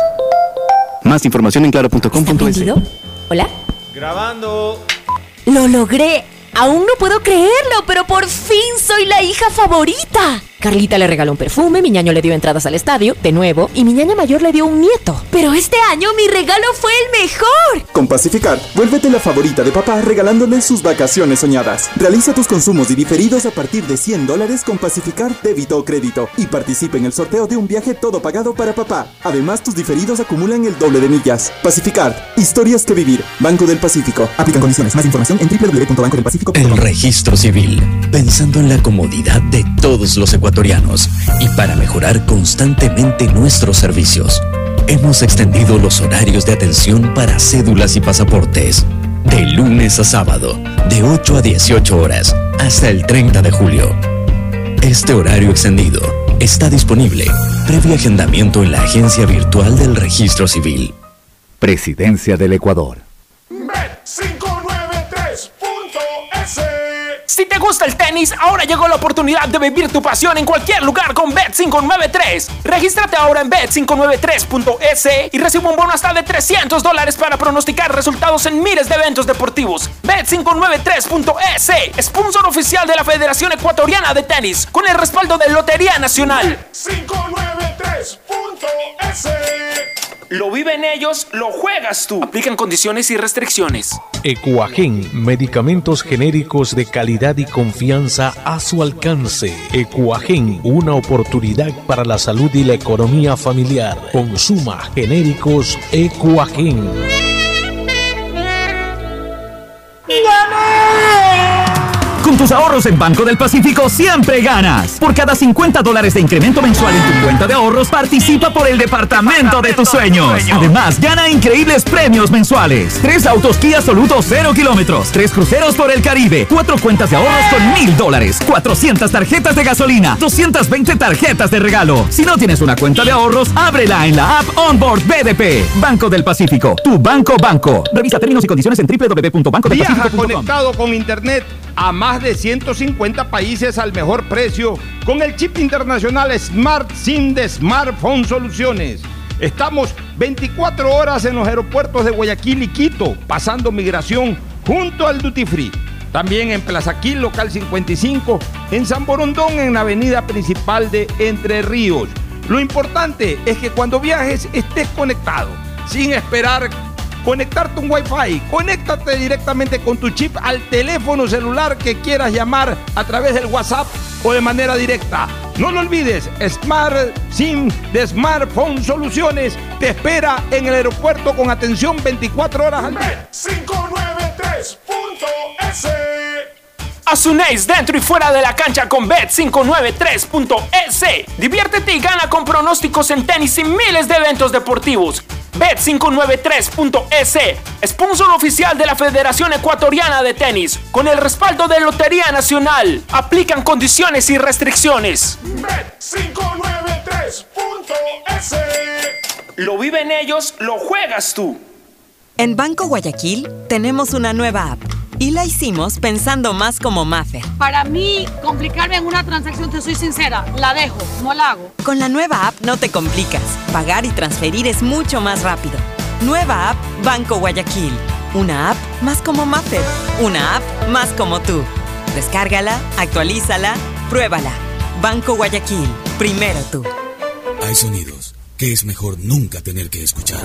Más información en claro punto com punto es. ¿Hola? Grabando. ¡Lo logré! Aún no puedo creerlo, pero por fin soy la hija favorita. Carlita le regaló un perfume, mi ñaño le dio entradas al estadio, de nuevo, y mi ñaña mayor le dio un nieto. Pero este año mi regalo fue el mejor. Con Pacificar, vuélvete la favorita de papá regalándole sus vacaciones soñadas. Realiza tus consumos y diferidos a partir de cien dólares con Pacificar débito o crédito y participa en el sorteo de un viaje todo pagado para papá. Además, tus diferidos acumulan el doble de millas. Pacificar, historias que vivir. Banco del Pacífico. Aplican condiciones. Más información en doble u doble u doble u punto banco del pacífico punto com. El Registro Civil, pensando en la comodidad de todos los ecuatorianos y para mejorar constantemente nuestros servicios, hemos extendido los horarios de atención para cédulas y pasaportes, de lunes a sábado, de ocho a dieciocho horas, hasta el treinta de julio. Este horario extendido está disponible previo agendamiento en la agencia virtual del Registro Civil. Presidencia del Ecuador. Bet cinco nueve tres punto es. Si te gusta el tenis, ahora llegó la oportunidad de vivir tu pasión en cualquier lugar con Bet cinco nueve tres. Regístrate ahora en bet cinco nueve tres punto es y recibe un bono hasta de trescientos dólares para pronosticar resultados en miles de eventos deportivos. Bet cinco nueve tres punto es, sponsor oficial de la Federación Ecuatoriana de Tenis, con el respaldo de Lotería Nacional. Bet cinco nueve tres punto es. Lo viven ellos, lo juegas tú. Aplican condiciones y restricciones. Ecuagen, medicamentos genéricos de calidad y confianza a su alcance. Ecuagen, una oportunidad para la salud y la economía familiar. Consuma genéricos Ecuagen. Con tus ahorros en Banco del Pacífico siempre ganas. Por cada cincuenta dólares de incremento mensual en tu cuenta de ahorros, participa por el departamento de tus sueños. Además, gana increíbles premios mensuales. Tres autos Kia Soluto cero kilómetros, tres cruceros por el Caribe, cuatro cuentas de ahorros con mil dólares, cuatrocientas tarjetas de gasolina, doscientas veinte tarjetas de regalo. Si no tienes una cuenta de ahorros, ábrela en la app Onboard B D P. Banco del Pacífico, tu banco banco. Revisa términos y condiciones en doble u doble u doble u punto banco del pacífico punto com. Viaja conectado con internet a más de ciento cincuenta países al mejor precio con el chip internacional Smart SIM de Smartphone Soluciones. Estamos veinticuatro horas en los aeropuertos de Guayaquil y Quito, pasando migración junto al Duty Free. También en Plaza Quil, local cincuenta y cinco, en San Borondón, en la avenida principal de Entre Ríos. Lo importante es que cuando viajes estés conectado, sin esperar conectarte un Wi-Fi. Conéctate directamente con tu chip al teléfono celular que quieras llamar a través del WhatsApp o de manera directa. No lo olvides, Smart SIM de Smartphone Soluciones te espera en el aeropuerto con atención veinticuatro horas al día. cinco nueve tres punto es. Asunéis dentro y fuera de la cancha con Bet cinco nueve tres punto es. Diviértete y gana con pronósticos en tenis y miles de eventos deportivos. Bet cinco nueve tres punto es, sponsor oficial de la Federación Ecuatoriana de Tenis, con el respaldo de Lotería Nacional. Aplican condiciones y restricciones. Bet cinco nueve tres punto es. Lo viven ellos, lo juegas tú. En Banco Guayaquil tenemos una nueva app y la hicimos pensando más como Maffer. Para mí, complicarme en una transacción, te soy sincera, la dejo, no la hago. Con la nueva app no te complicas. Pagar y transferir es mucho más rápido. Nueva app Banco Guayaquil. Una app más como Maffer. Una app más como tú. Descárgala, actualízala, pruébala. Banco Guayaquil. Primero tú. Hay sonidos que es mejor nunca tener que escuchar.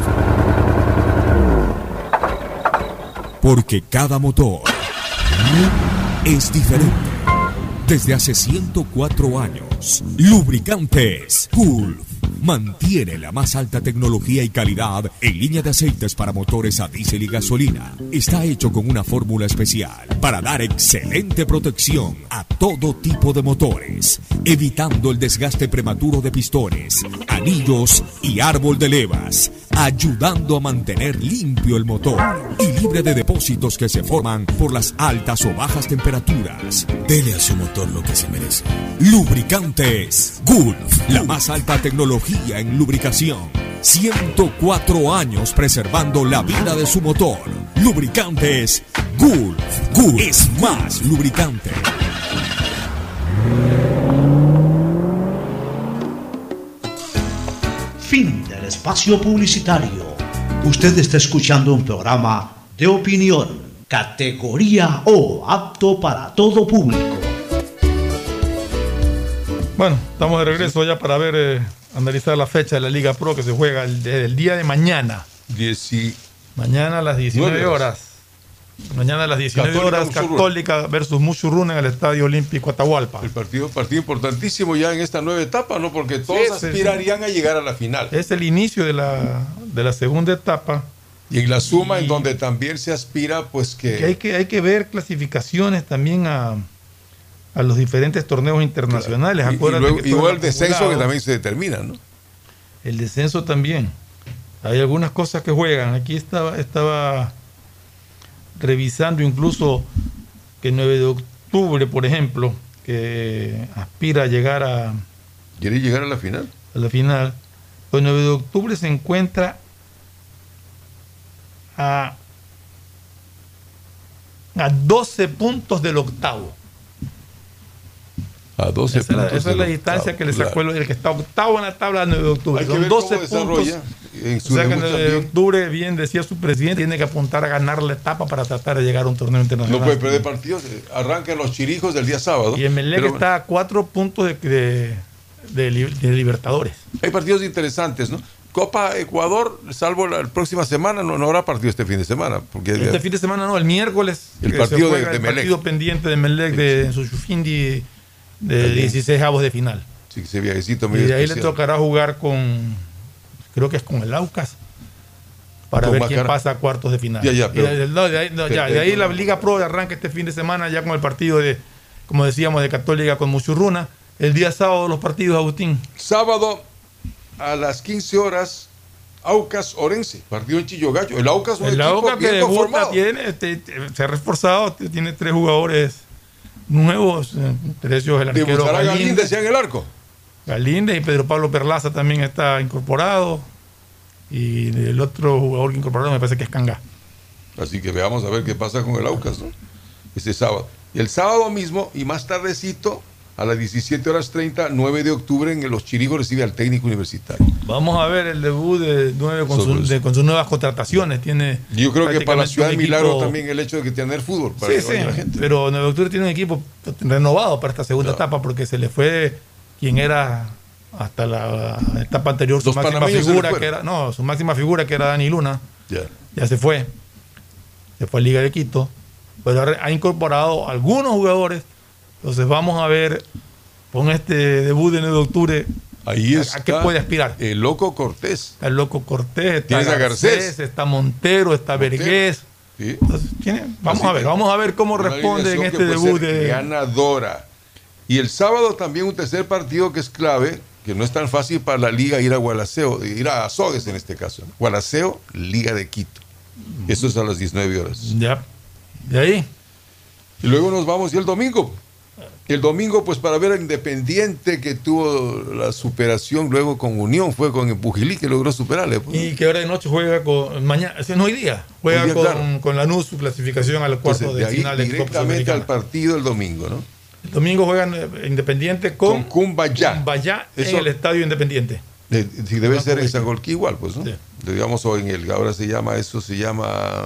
Porque cada motor es diferente. Desde hace ciento cuatro años, Lubricantes Gulf mantiene la más alta tecnología y calidad en línea de aceites para motores a diésel y gasolina. Está hecho con una fórmula especial para dar excelente protección a todo tipo de motores, evitando el desgaste prematuro de pistones, anillos y árbol de levas, ayudando a mantener limpio el motor y libre de depósitos que se forman por las altas o bajas temperaturas. Dele a su motor lo que se merece. Lubricantes Gulf, la más alta tecnología en lubricación. ciento cuatro años preservando la vida de su motor. Lubricantes Gulf. Gulf es más lubricante. Fin del espacio publicitario. Usted está escuchando un programa de opinión, categoría O, apto para todo público. Bueno, estamos de regreso ya para ver, eh, analizar la fecha de la Liga Pro que se juega el, el día de mañana. Dieci... Mañana a las diecinueve horas. Mañana a las diecinueve horas, Católica versus Muchurruna en el Estadio Olímpico Atahualpa. El partido, partido importantísimo ya en esta nueva etapa, ¿no? Porque todos Sí, aspirarían sí. a llegar a la final. Es el inicio de la, de la segunda etapa. Y en la suma, Y- en donde también se aspira, pues que... Que hay que, hay que ver clasificaciones también a, a los diferentes torneos internacionales. Y- y Acuérdate luego- que y todo luego el el descenso acumulado. que también se determina, ¿no? El descenso también. Hay algunas cosas que juegan. Aquí estaba, estaba revisando incluso que el nueve de octubre, por ejemplo, que aspira a llegar a, ¿Quiere llegar a la final? a la final. El nueve de octubre se encuentra a, a doce puntos del octavo. A doce Esa es la, puntos esa es la del distancia octavo, que le sacó claro. el, el que está octavo en la tabla del nueve de octubre. Hay que Son ver doce cómo puntos. desarrolla en su O sea que debut el nueve de también. octubre, bien decía su presidente, tiene que apuntar a ganar la etapa para tratar de llegar a un torneo internacional. No puede perder partidos. eh, Arrancan los chirijos del día sábado. Y el Melec Pero está a cuatro puntos de, de, de li- de Libertadores. hay partidos interesantes, ¿no? Copa Ecuador, salvo la, la próxima semana, no, no habrá partido este fin de semana. Porque Este fin de semana no, el miércoles El que partido se juega de- de el Melec. partido pendiente de Melec de Suchufindi de dieciséis avos de final. Sí, ese viajecito Y medio de ahí le especial. tocará jugar con, creo que es con el Aucas, para Con ver quién Macará. pasa a cuartos de final. Ya, ya, Y pero- de, no, de ahí, no, ya, de ahí la Liga Pro arranca este fin de semana ya con el partido de, como decíamos, de Católica con Muchurruna. El día sábado los partidos, Agustín. Sábado a las quince horas, Aucas Orense, partido en Chillogallo. El Aucas, un El equipo Aucas que bien debuta conformado. tiene, este, te- se ha reforzado, t- tiene tres jugadores nuevos, eh, entre ellos el arquero Debutará Galíndez Galíndez, ya en el arco. Galíndez y Pedro Pablo Perlaza también está incorporado. Y el otro jugador que incorporado me parece que es Canga. Así que veamos a ver qué pasa con el Aucas, ¿no? Este sábado. El sábado mismo y más tardecito, a las diecisiete horas treinta, nueve de octubre, en Los Chirigos recibe al técnico universitario. Vamos a ver el debut de nueve con, su, de, con sus nuevas contrataciones. Tiene Yo creo que para la ciudad de Milagro equipo... también el hecho de que tener fútbol para sí, sí, la gente. Pero nueve de octubre tiene un equipo renovado para esta segunda claro. etapa, porque se le fue quien era hasta la etapa anterior su Los máxima figura que era no su máxima figura que era Dani Luna. Ya. Ya se fue. Se fue a Liga de Quito, pero ha incorporado algunos jugadores. Entonces vamos a ver con este debut de nueve de octubre ahí a, está a qué puede aspirar. El Loco Cortés. El Loco Cortés, está Garcés, Garcés, está Montero, está Montero. Vergés. Sí. Entonces, ¿tiene? Vamos Así a ver, vamos a ver cómo responde en este debut de ganadora. Y el sábado también un tercer partido que es clave, que no es tan fácil para la liga ir a Gualaceo, ir a Azogues en este caso. Gualaceo, Liga de Quito. Eso es a las diecinueve horas. Ya. De ahí. Y luego nos vamos y el domingo. El domingo, pues para ver a Independiente, que tuvo la superación luego con Unión, fue con Empujilí que logró superarle. Pues. Y que ahora de noche juega con, mañana, no hoy día, juega hoy día, con, claro. con Lanús su clasificación al cuarto Entonces, de, de final. Directamente al partido el domingo, ¿no? El domingo juegan Independiente con, con Cumbayá. Cumbayá en el Estadio Independiente. De, de, debe no, ser en Sangolquí igual, pues, ¿no? Sí. Digamos, o en el, ahora se llama, eso se llama...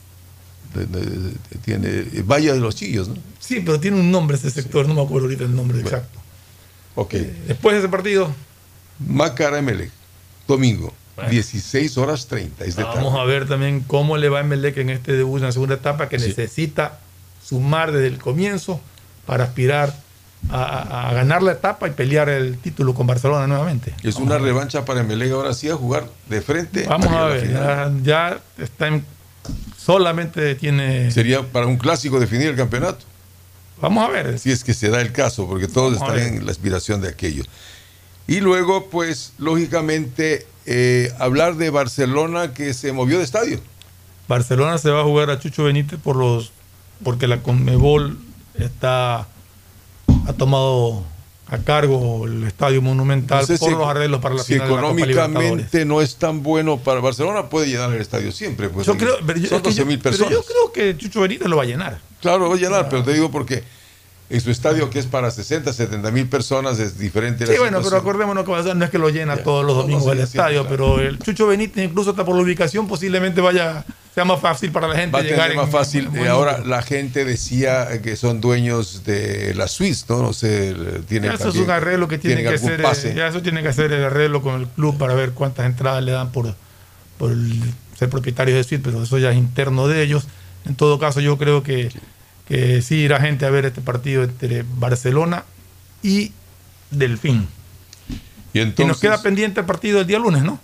De, de, de, tiene Valle de los Chillos, ¿no? Sí, pero tiene un nombre ese sector, sí. No me acuerdo ahorita el nombre bueno. exacto. Ok. Eh, después de ese partido, Macará Emelec, domingo, bueno. dieciséis horas treinta. Es de Vamos tarde. a ver también cómo le va a Emelec en este debut en la segunda etapa, que sí. necesita sumar desde el comienzo para aspirar a, a, a ganar la etapa y pelear el título con Barcelona nuevamente. Es Vamos una revancha para Emelec ahora sí a jugar de frente. Vamos a ver, ya, ya está en solamente tiene... Sería para un clásico definir el campeonato. Vamos a ver. Si es que se da el caso, porque todos Vamos están en la aspiración de aquello. Y luego, pues, lógicamente, eh, hablar de Barcelona que se movió de estadio. Barcelona se va a jugar a Chucho Benítez por los porque la Conmebol está ha tomado a cargo el Estadio Monumental no sé por si, los arreglos para la si final de la Copa Libertadores. Económicamente no es tan bueno para Barcelona, puede llenar el estadio siempre. Pues yo creo, pero yo, son doce mil personas. Pero yo creo que Chucho Benítez lo va a llenar. Claro, lo va a llenar, ah. pero te digo porque en su estadio que es para sesenta, setenta mil personas es diferente. Sí, la bueno, pero acordémonos que no es que lo llena ya. todos los domingos no, no, el estadio, siempre, claro. pero el Chucho Benítez incluso hasta por la ubicación posiblemente vaya sea más fácil para la gente va a llegar. Tener más en, fácil. En, en eh, ahora la gente decía que son dueños de la Suisse, ¿no? No sé, tiene ya eso es un arreglo que tiene que hacer. Pase. Ya eso tiene que hacer el arreglo con el club para ver cuántas entradas le dan por, por el, ser propietarios de Suisse, pero eso ya es interno de ellos. En todo caso, yo creo que, que sí irá gente a ver este partido entre Barcelona y Delfín. Y, entonces, y nos queda pendiente el partido el día lunes, ¿no?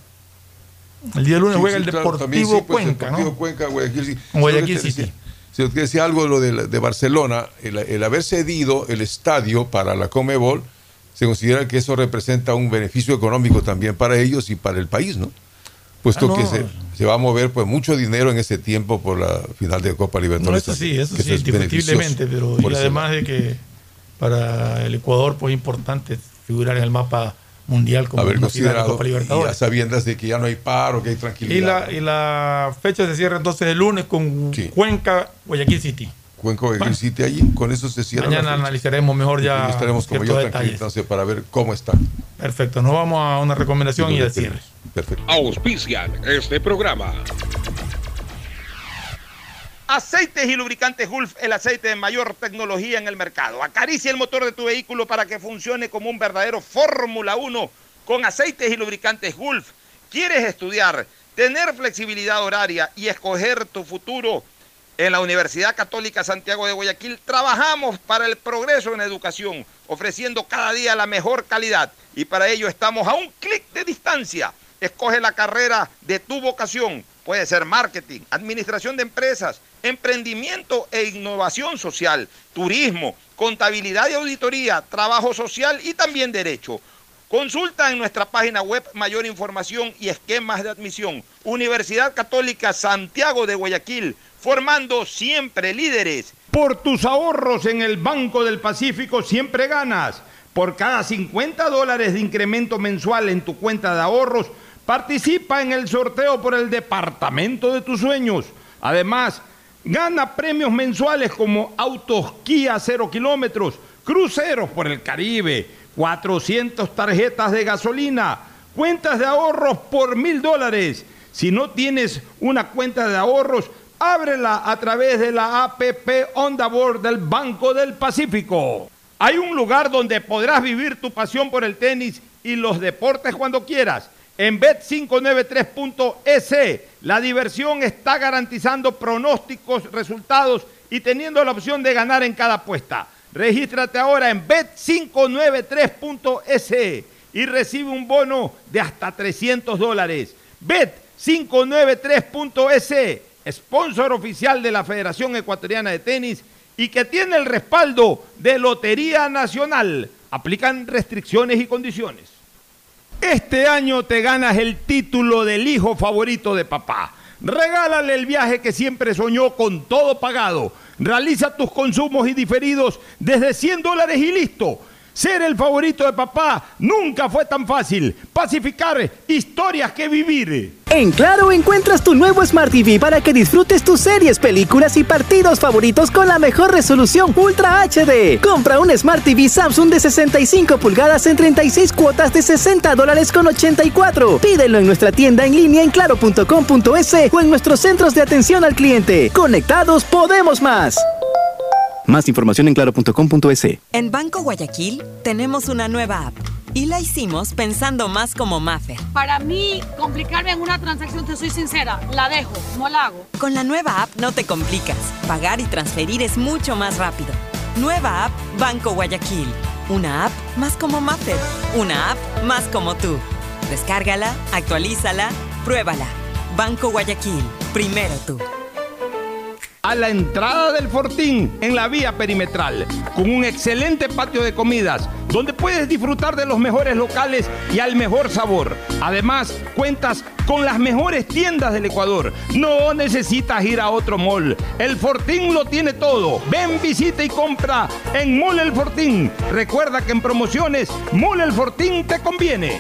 El día lunes sí, juega sí, el claro, Deportivo sí, pues, Cuenca, el Deportivo ¿no? Cuenca, Guayaquil, sí. Guayaquil City. Decía, si usted decía algo de lo de, de Barcelona, el, el haber cedido el estadio para la Conmebol, se considera que eso representa un beneficio económico también para ellos y para el país, ¿no? Puesto ah, no. que se, se va a mover pues mucho dinero en ese tiempo por la final de Copa Libertadores. No, eso sí, eso sí, indiscutiblemente, pero y además de que para el Ecuador pues es importante figurar en el mapa mundial como haber considerado Copa Libertadores. Y a sabiendas de que ya no hay paro, que hay tranquilidad. Y la, y la fecha se cierra entonces el lunes con sí. Cuenca, Guayaquil City. Cuenca, Guayaquil bueno, City allí, con eso se cierra. Mañana analizaremos mejor ya. Y estaremos como yo tranquilos entonces para ver cómo está. Perfecto, nos vamos a una recomendación y, y al cierre. Perfecto. Auspician este programa. Aceites y lubricantes Gulf, el aceite de mayor tecnología en el mercado. Acaricia el motor de tu vehículo para que funcione como un verdadero Fórmula uno con aceites y lubricantes Gulf. ¿Quieres estudiar, tener flexibilidad horaria y escoger tu futuro? En la Universidad Católica Santiago de Guayaquil trabajamos para el progreso en educación, ofreciendo cada día la mejor calidad. Y para ello estamos a un clic de distancia. Escoge la carrera de tu vocación. Puede ser marketing, administración de empresas, emprendimiento e innovación social, turismo, contabilidad y auditoría, trabajo social y también derecho. Consulta en nuestra página web mayor información y esquemas de admisión. Universidad Católica Santiago de Guayaquil, formando siempre líderes. Por tus ahorros en el Banco del Pacífico siempre ganas. Por cada cincuenta dólares de incremento mensual en tu cuenta de ahorros, participa en el sorteo por el departamento de tus sueños. Además, Gana premios mensuales como autos Kia cero kilómetros, cruceros por el Caribe, cuatrocientas tarjetas de gasolina, cuentas de ahorros por mil dólares. Si no tienes una cuenta de ahorros, ábrela a través de la app On The Board del Banco del Pacífico. Hay un lugar donde podrás vivir tu pasión por el tenis y los deportes cuando quieras. En bet cinco nueve tres punto es la diversión está garantizando pronósticos, resultados y teniendo la opción de ganar en cada apuesta. Regístrate ahora en bet cinco nueve tres punto es y recibe un bono de hasta trescientos dólares. bet cinco nueve tres punto es, sponsor oficial de la Federación Ecuatoriana de Tenis y que tiene el respaldo de Lotería Nacional. Aplican restricciones y condiciones. Este año te ganas el título del hijo favorito de papá. Regálale el viaje que siempre soñó con todo pagado. Realiza tus consumos y diferidos desde cien dólares y listo. Ser el favorito de papá nunca fue tan fácil. Pacificar, historias que vivir. En Claro encuentras tu nuevo Smart T V para que disfrutes tus series, películas y partidos favoritos con la mejor resolución Ultra H D. Compra un Smart T V Samsung de sesenta y cinco pulgadas en treinta y seis cuotas de sesenta dólares con ochenta y cuatro. Pídelo en nuestra tienda en línea en claro punto com punto es o en nuestros centros de atención al cliente. Conectados podemos más. Más información en claro punto com punto es. En Banco Guayaquil tenemos una nueva app y la hicimos pensando más como Maffer. Para mí, complicarme en una transacción, te soy sincera, la dejo, no la hago. Con la nueva app no te complicas. Pagar y transferir es mucho más rápido. Nueva app Banco Guayaquil. Una app más como Maffer. Una app más como tú. Descárgala, actualízala, pruébala. Banco Guayaquil. Primero tú. A la entrada del Fortín, en la vía perimetral, con un excelente patio de comidas, donde puedes disfrutar de los mejores locales y al mejor sabor. Además, cuentas con las mejores tiendas del Ecuador. No necesitas ir a otro mall. El Fortín lo tiene todo. Ven, visita y compra en Mall El Fortín. Recuerda que en promociones, Mall El Fortín te conviene.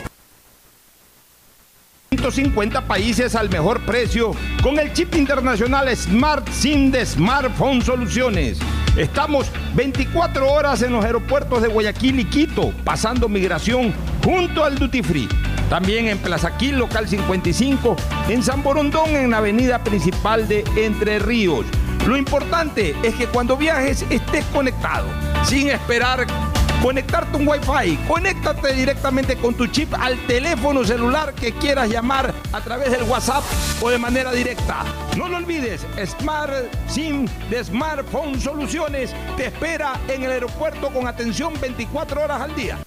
ciento cincuenta países al mejor precio con el chip internacional Smart SIM de Smartphone Soluciones. Estamos veinticuatro horas en los aeropuertos de Guayaquil y Quito, pasando migración junto al Duty Free. También en Plaza Quil, local cincuenta y cinco, en San Borondón, en la avenida principal de Entre Ríos. Lo importante es que cuando viajes estés conectado, sin esperar conectarte un Wi-Fi. Conéctate directamente con tu chip al teléfono celular que quieras llamar a través del WhatsApp o de manera directa. No lo olvides, Smart SIM de Smartphone Soluciones te espera en el aeropuerto con atención veinticuatro horas al día.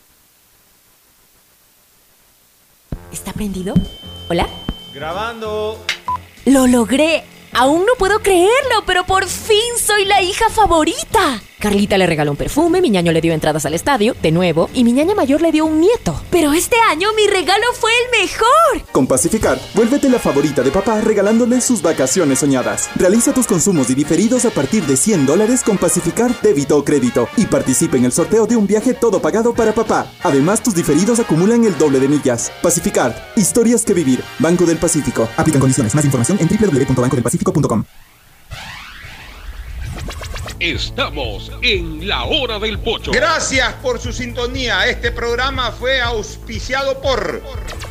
¿Está prendido? ¿Hola? Grabando. ¡Lo logré! Aún no puedo creerlo, pero por fin soy la hija favorita. Carlita le regaló un perfume, mi ñaño le dio entradas al estadio, de nuevo, y mi ñaña mayor le dio un nieto. Pero este año mi regalo fue el mejor. Con Pacificar, vuélvete la favorita de papá regalándole sus vacaciones soñadas. Realiza tus consumos y diferidos a partir de cien dólares con Pacificar débito o crédito y participa en el sorteo de un viaje todo pagado para papá. Además, tus diferidos acumulan el doble de millas. Pacificar, historias que vivir. Banco del Pacífico. Aplican condiciones. Más información en doble u doble u doble u punto banco del pacífico punto com. Estamos en la hora del pocho. Gracias por su sintonía. Este programa fue auspiciado por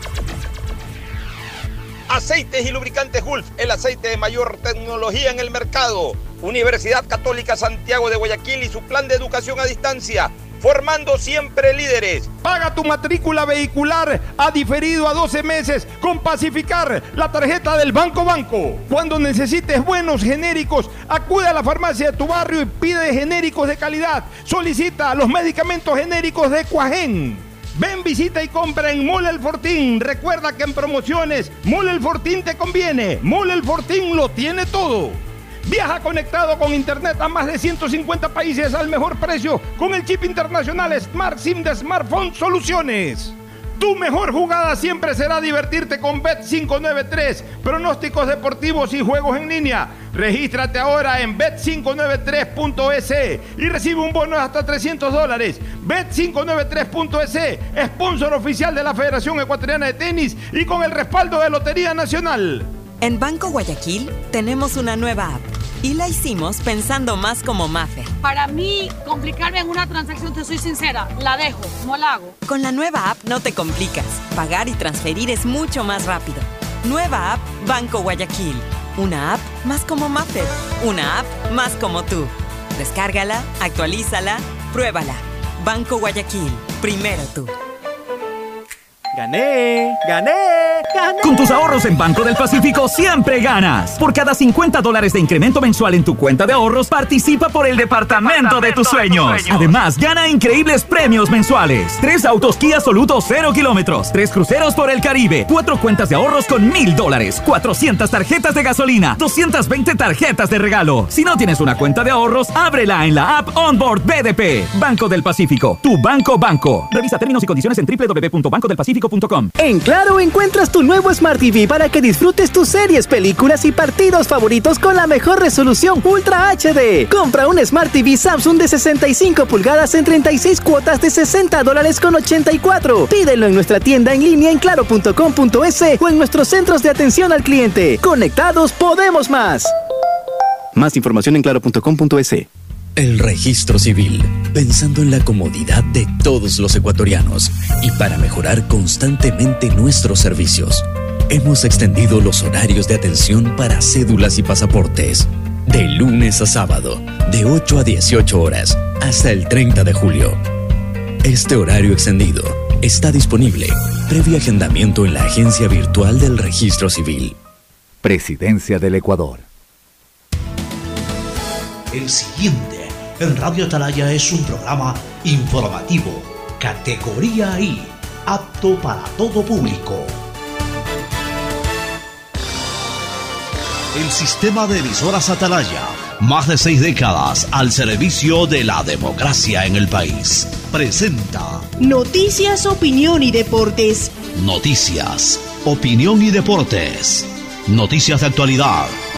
Aceites y Lubricantes Gulf, el aceite de mayor tecnología en el mercado. Universidad Católica Santiago de Guayaquil y su plan de educación a distancia, formando siempre líderes. Paga tu matrícula vehicular a diferido a doce meses con Pacificar, la tarjeta del Banco Banco. Cuando necesites buenos genéricos, acude a la farmacia de tu barrio y pide genéricos de calidad. Solicita los medicamentos genéricos de Cuajén. Ven, visita y compra en Mall El Fortín. Recuerda que en promociones, Mall El Fortín te conviene. Mall El Fortín lo tiene todo. Viaja conectado con internet a más de ciento cincuenta países al mejor precio con el chip internacional Smart SIM de Smartphone Soluciones. Tu mejor jugada siempre será divertirte con Bet cinco nueve tres, pronósticos deportivos y juegos en línea. Regístrate ahora en bet cinco nueve tres punto es y recibe un bono de hasta trescientos dólares. bet cinco nueve tres punto es, sponsor oficial de la Federación Ecuatoriana de Tenis y con el respaldo de Lotería Nacional. En Banco Guayaquil tenemos una nueva app Y la hicimos pensando más como Maffer. Para mí, complicarme en una transacción, te soy sincera, la dejo, no la hago. Con la nueva app no te complicas. Pagar y transferir es mucho más rápido. Nueva app Banco Guayaquil. Una app más como Maffer. Una app más como tú. Descárgala, actualízala, pruébala. Banco Guayaquil. Primero tú. ¡Gané! ¡Gané! ¡Gané! Con tus ahorros en Banco del Pacífico siempre ganas. Por cada cincuenta dólares de incremento mensual en tu cuenta de ahorros, participa por el departamento de tus sueños. Además, gana increíbles premios mensuales. Tres autos Kia Soluto cero kilómetros, tres cruceros por el Caribe, cuatro cuentas de ahorros con mil dólares, cuatrocientas tarjetas de gasolina, doscientas veinte tarjetas de regalo. Si no tienes una cuenta de ahorros, ábrela en la app Onboard B D P. Banco del Pacífico, tu banco banco. Revisa términos y condiciones en doble u doble u doble u punto banco del pacífico punto com. En Claro encuentras tu nuevo Smart T V para que disfrutes tus series, películas y partidos favoritos con la mejor resolución Ultra H D. Compra un Smart T V Samsung de sesenta y cinco pulgadas en treinta y seis cuotas de sesenta dólares con ochenta y cuatro. Pídelo en nuestra tienda en línea en claro punto com punto es o en nuestros centros de atención al cliente. Conectados podemos más. Más información en claro punto com punto es. El Registro Civil, pensando en la comodidad de todos los ecuatorianos y para mejorar constantemente nuestros servicios, hemos extendido los horarios de atención para cédulas y pasaportes, de lunes a sábado, de ocho a dieciocho horas, hasta el treinta de julio. Este horario extendido está disponible previo agendamiento en la agencia virtual del Registro Civil. Presidencia del Ecuador. El siguiente en Radio Atalaya es un programa informativo, categoría I, apto para todo público. El sistema de emisoras Atalaya, más de seis décadas al servicio de la democracia en el país, presenta Noticias, Opinión y Deportes. Noticias, Opinión y Deportes. Noticias de actualidad,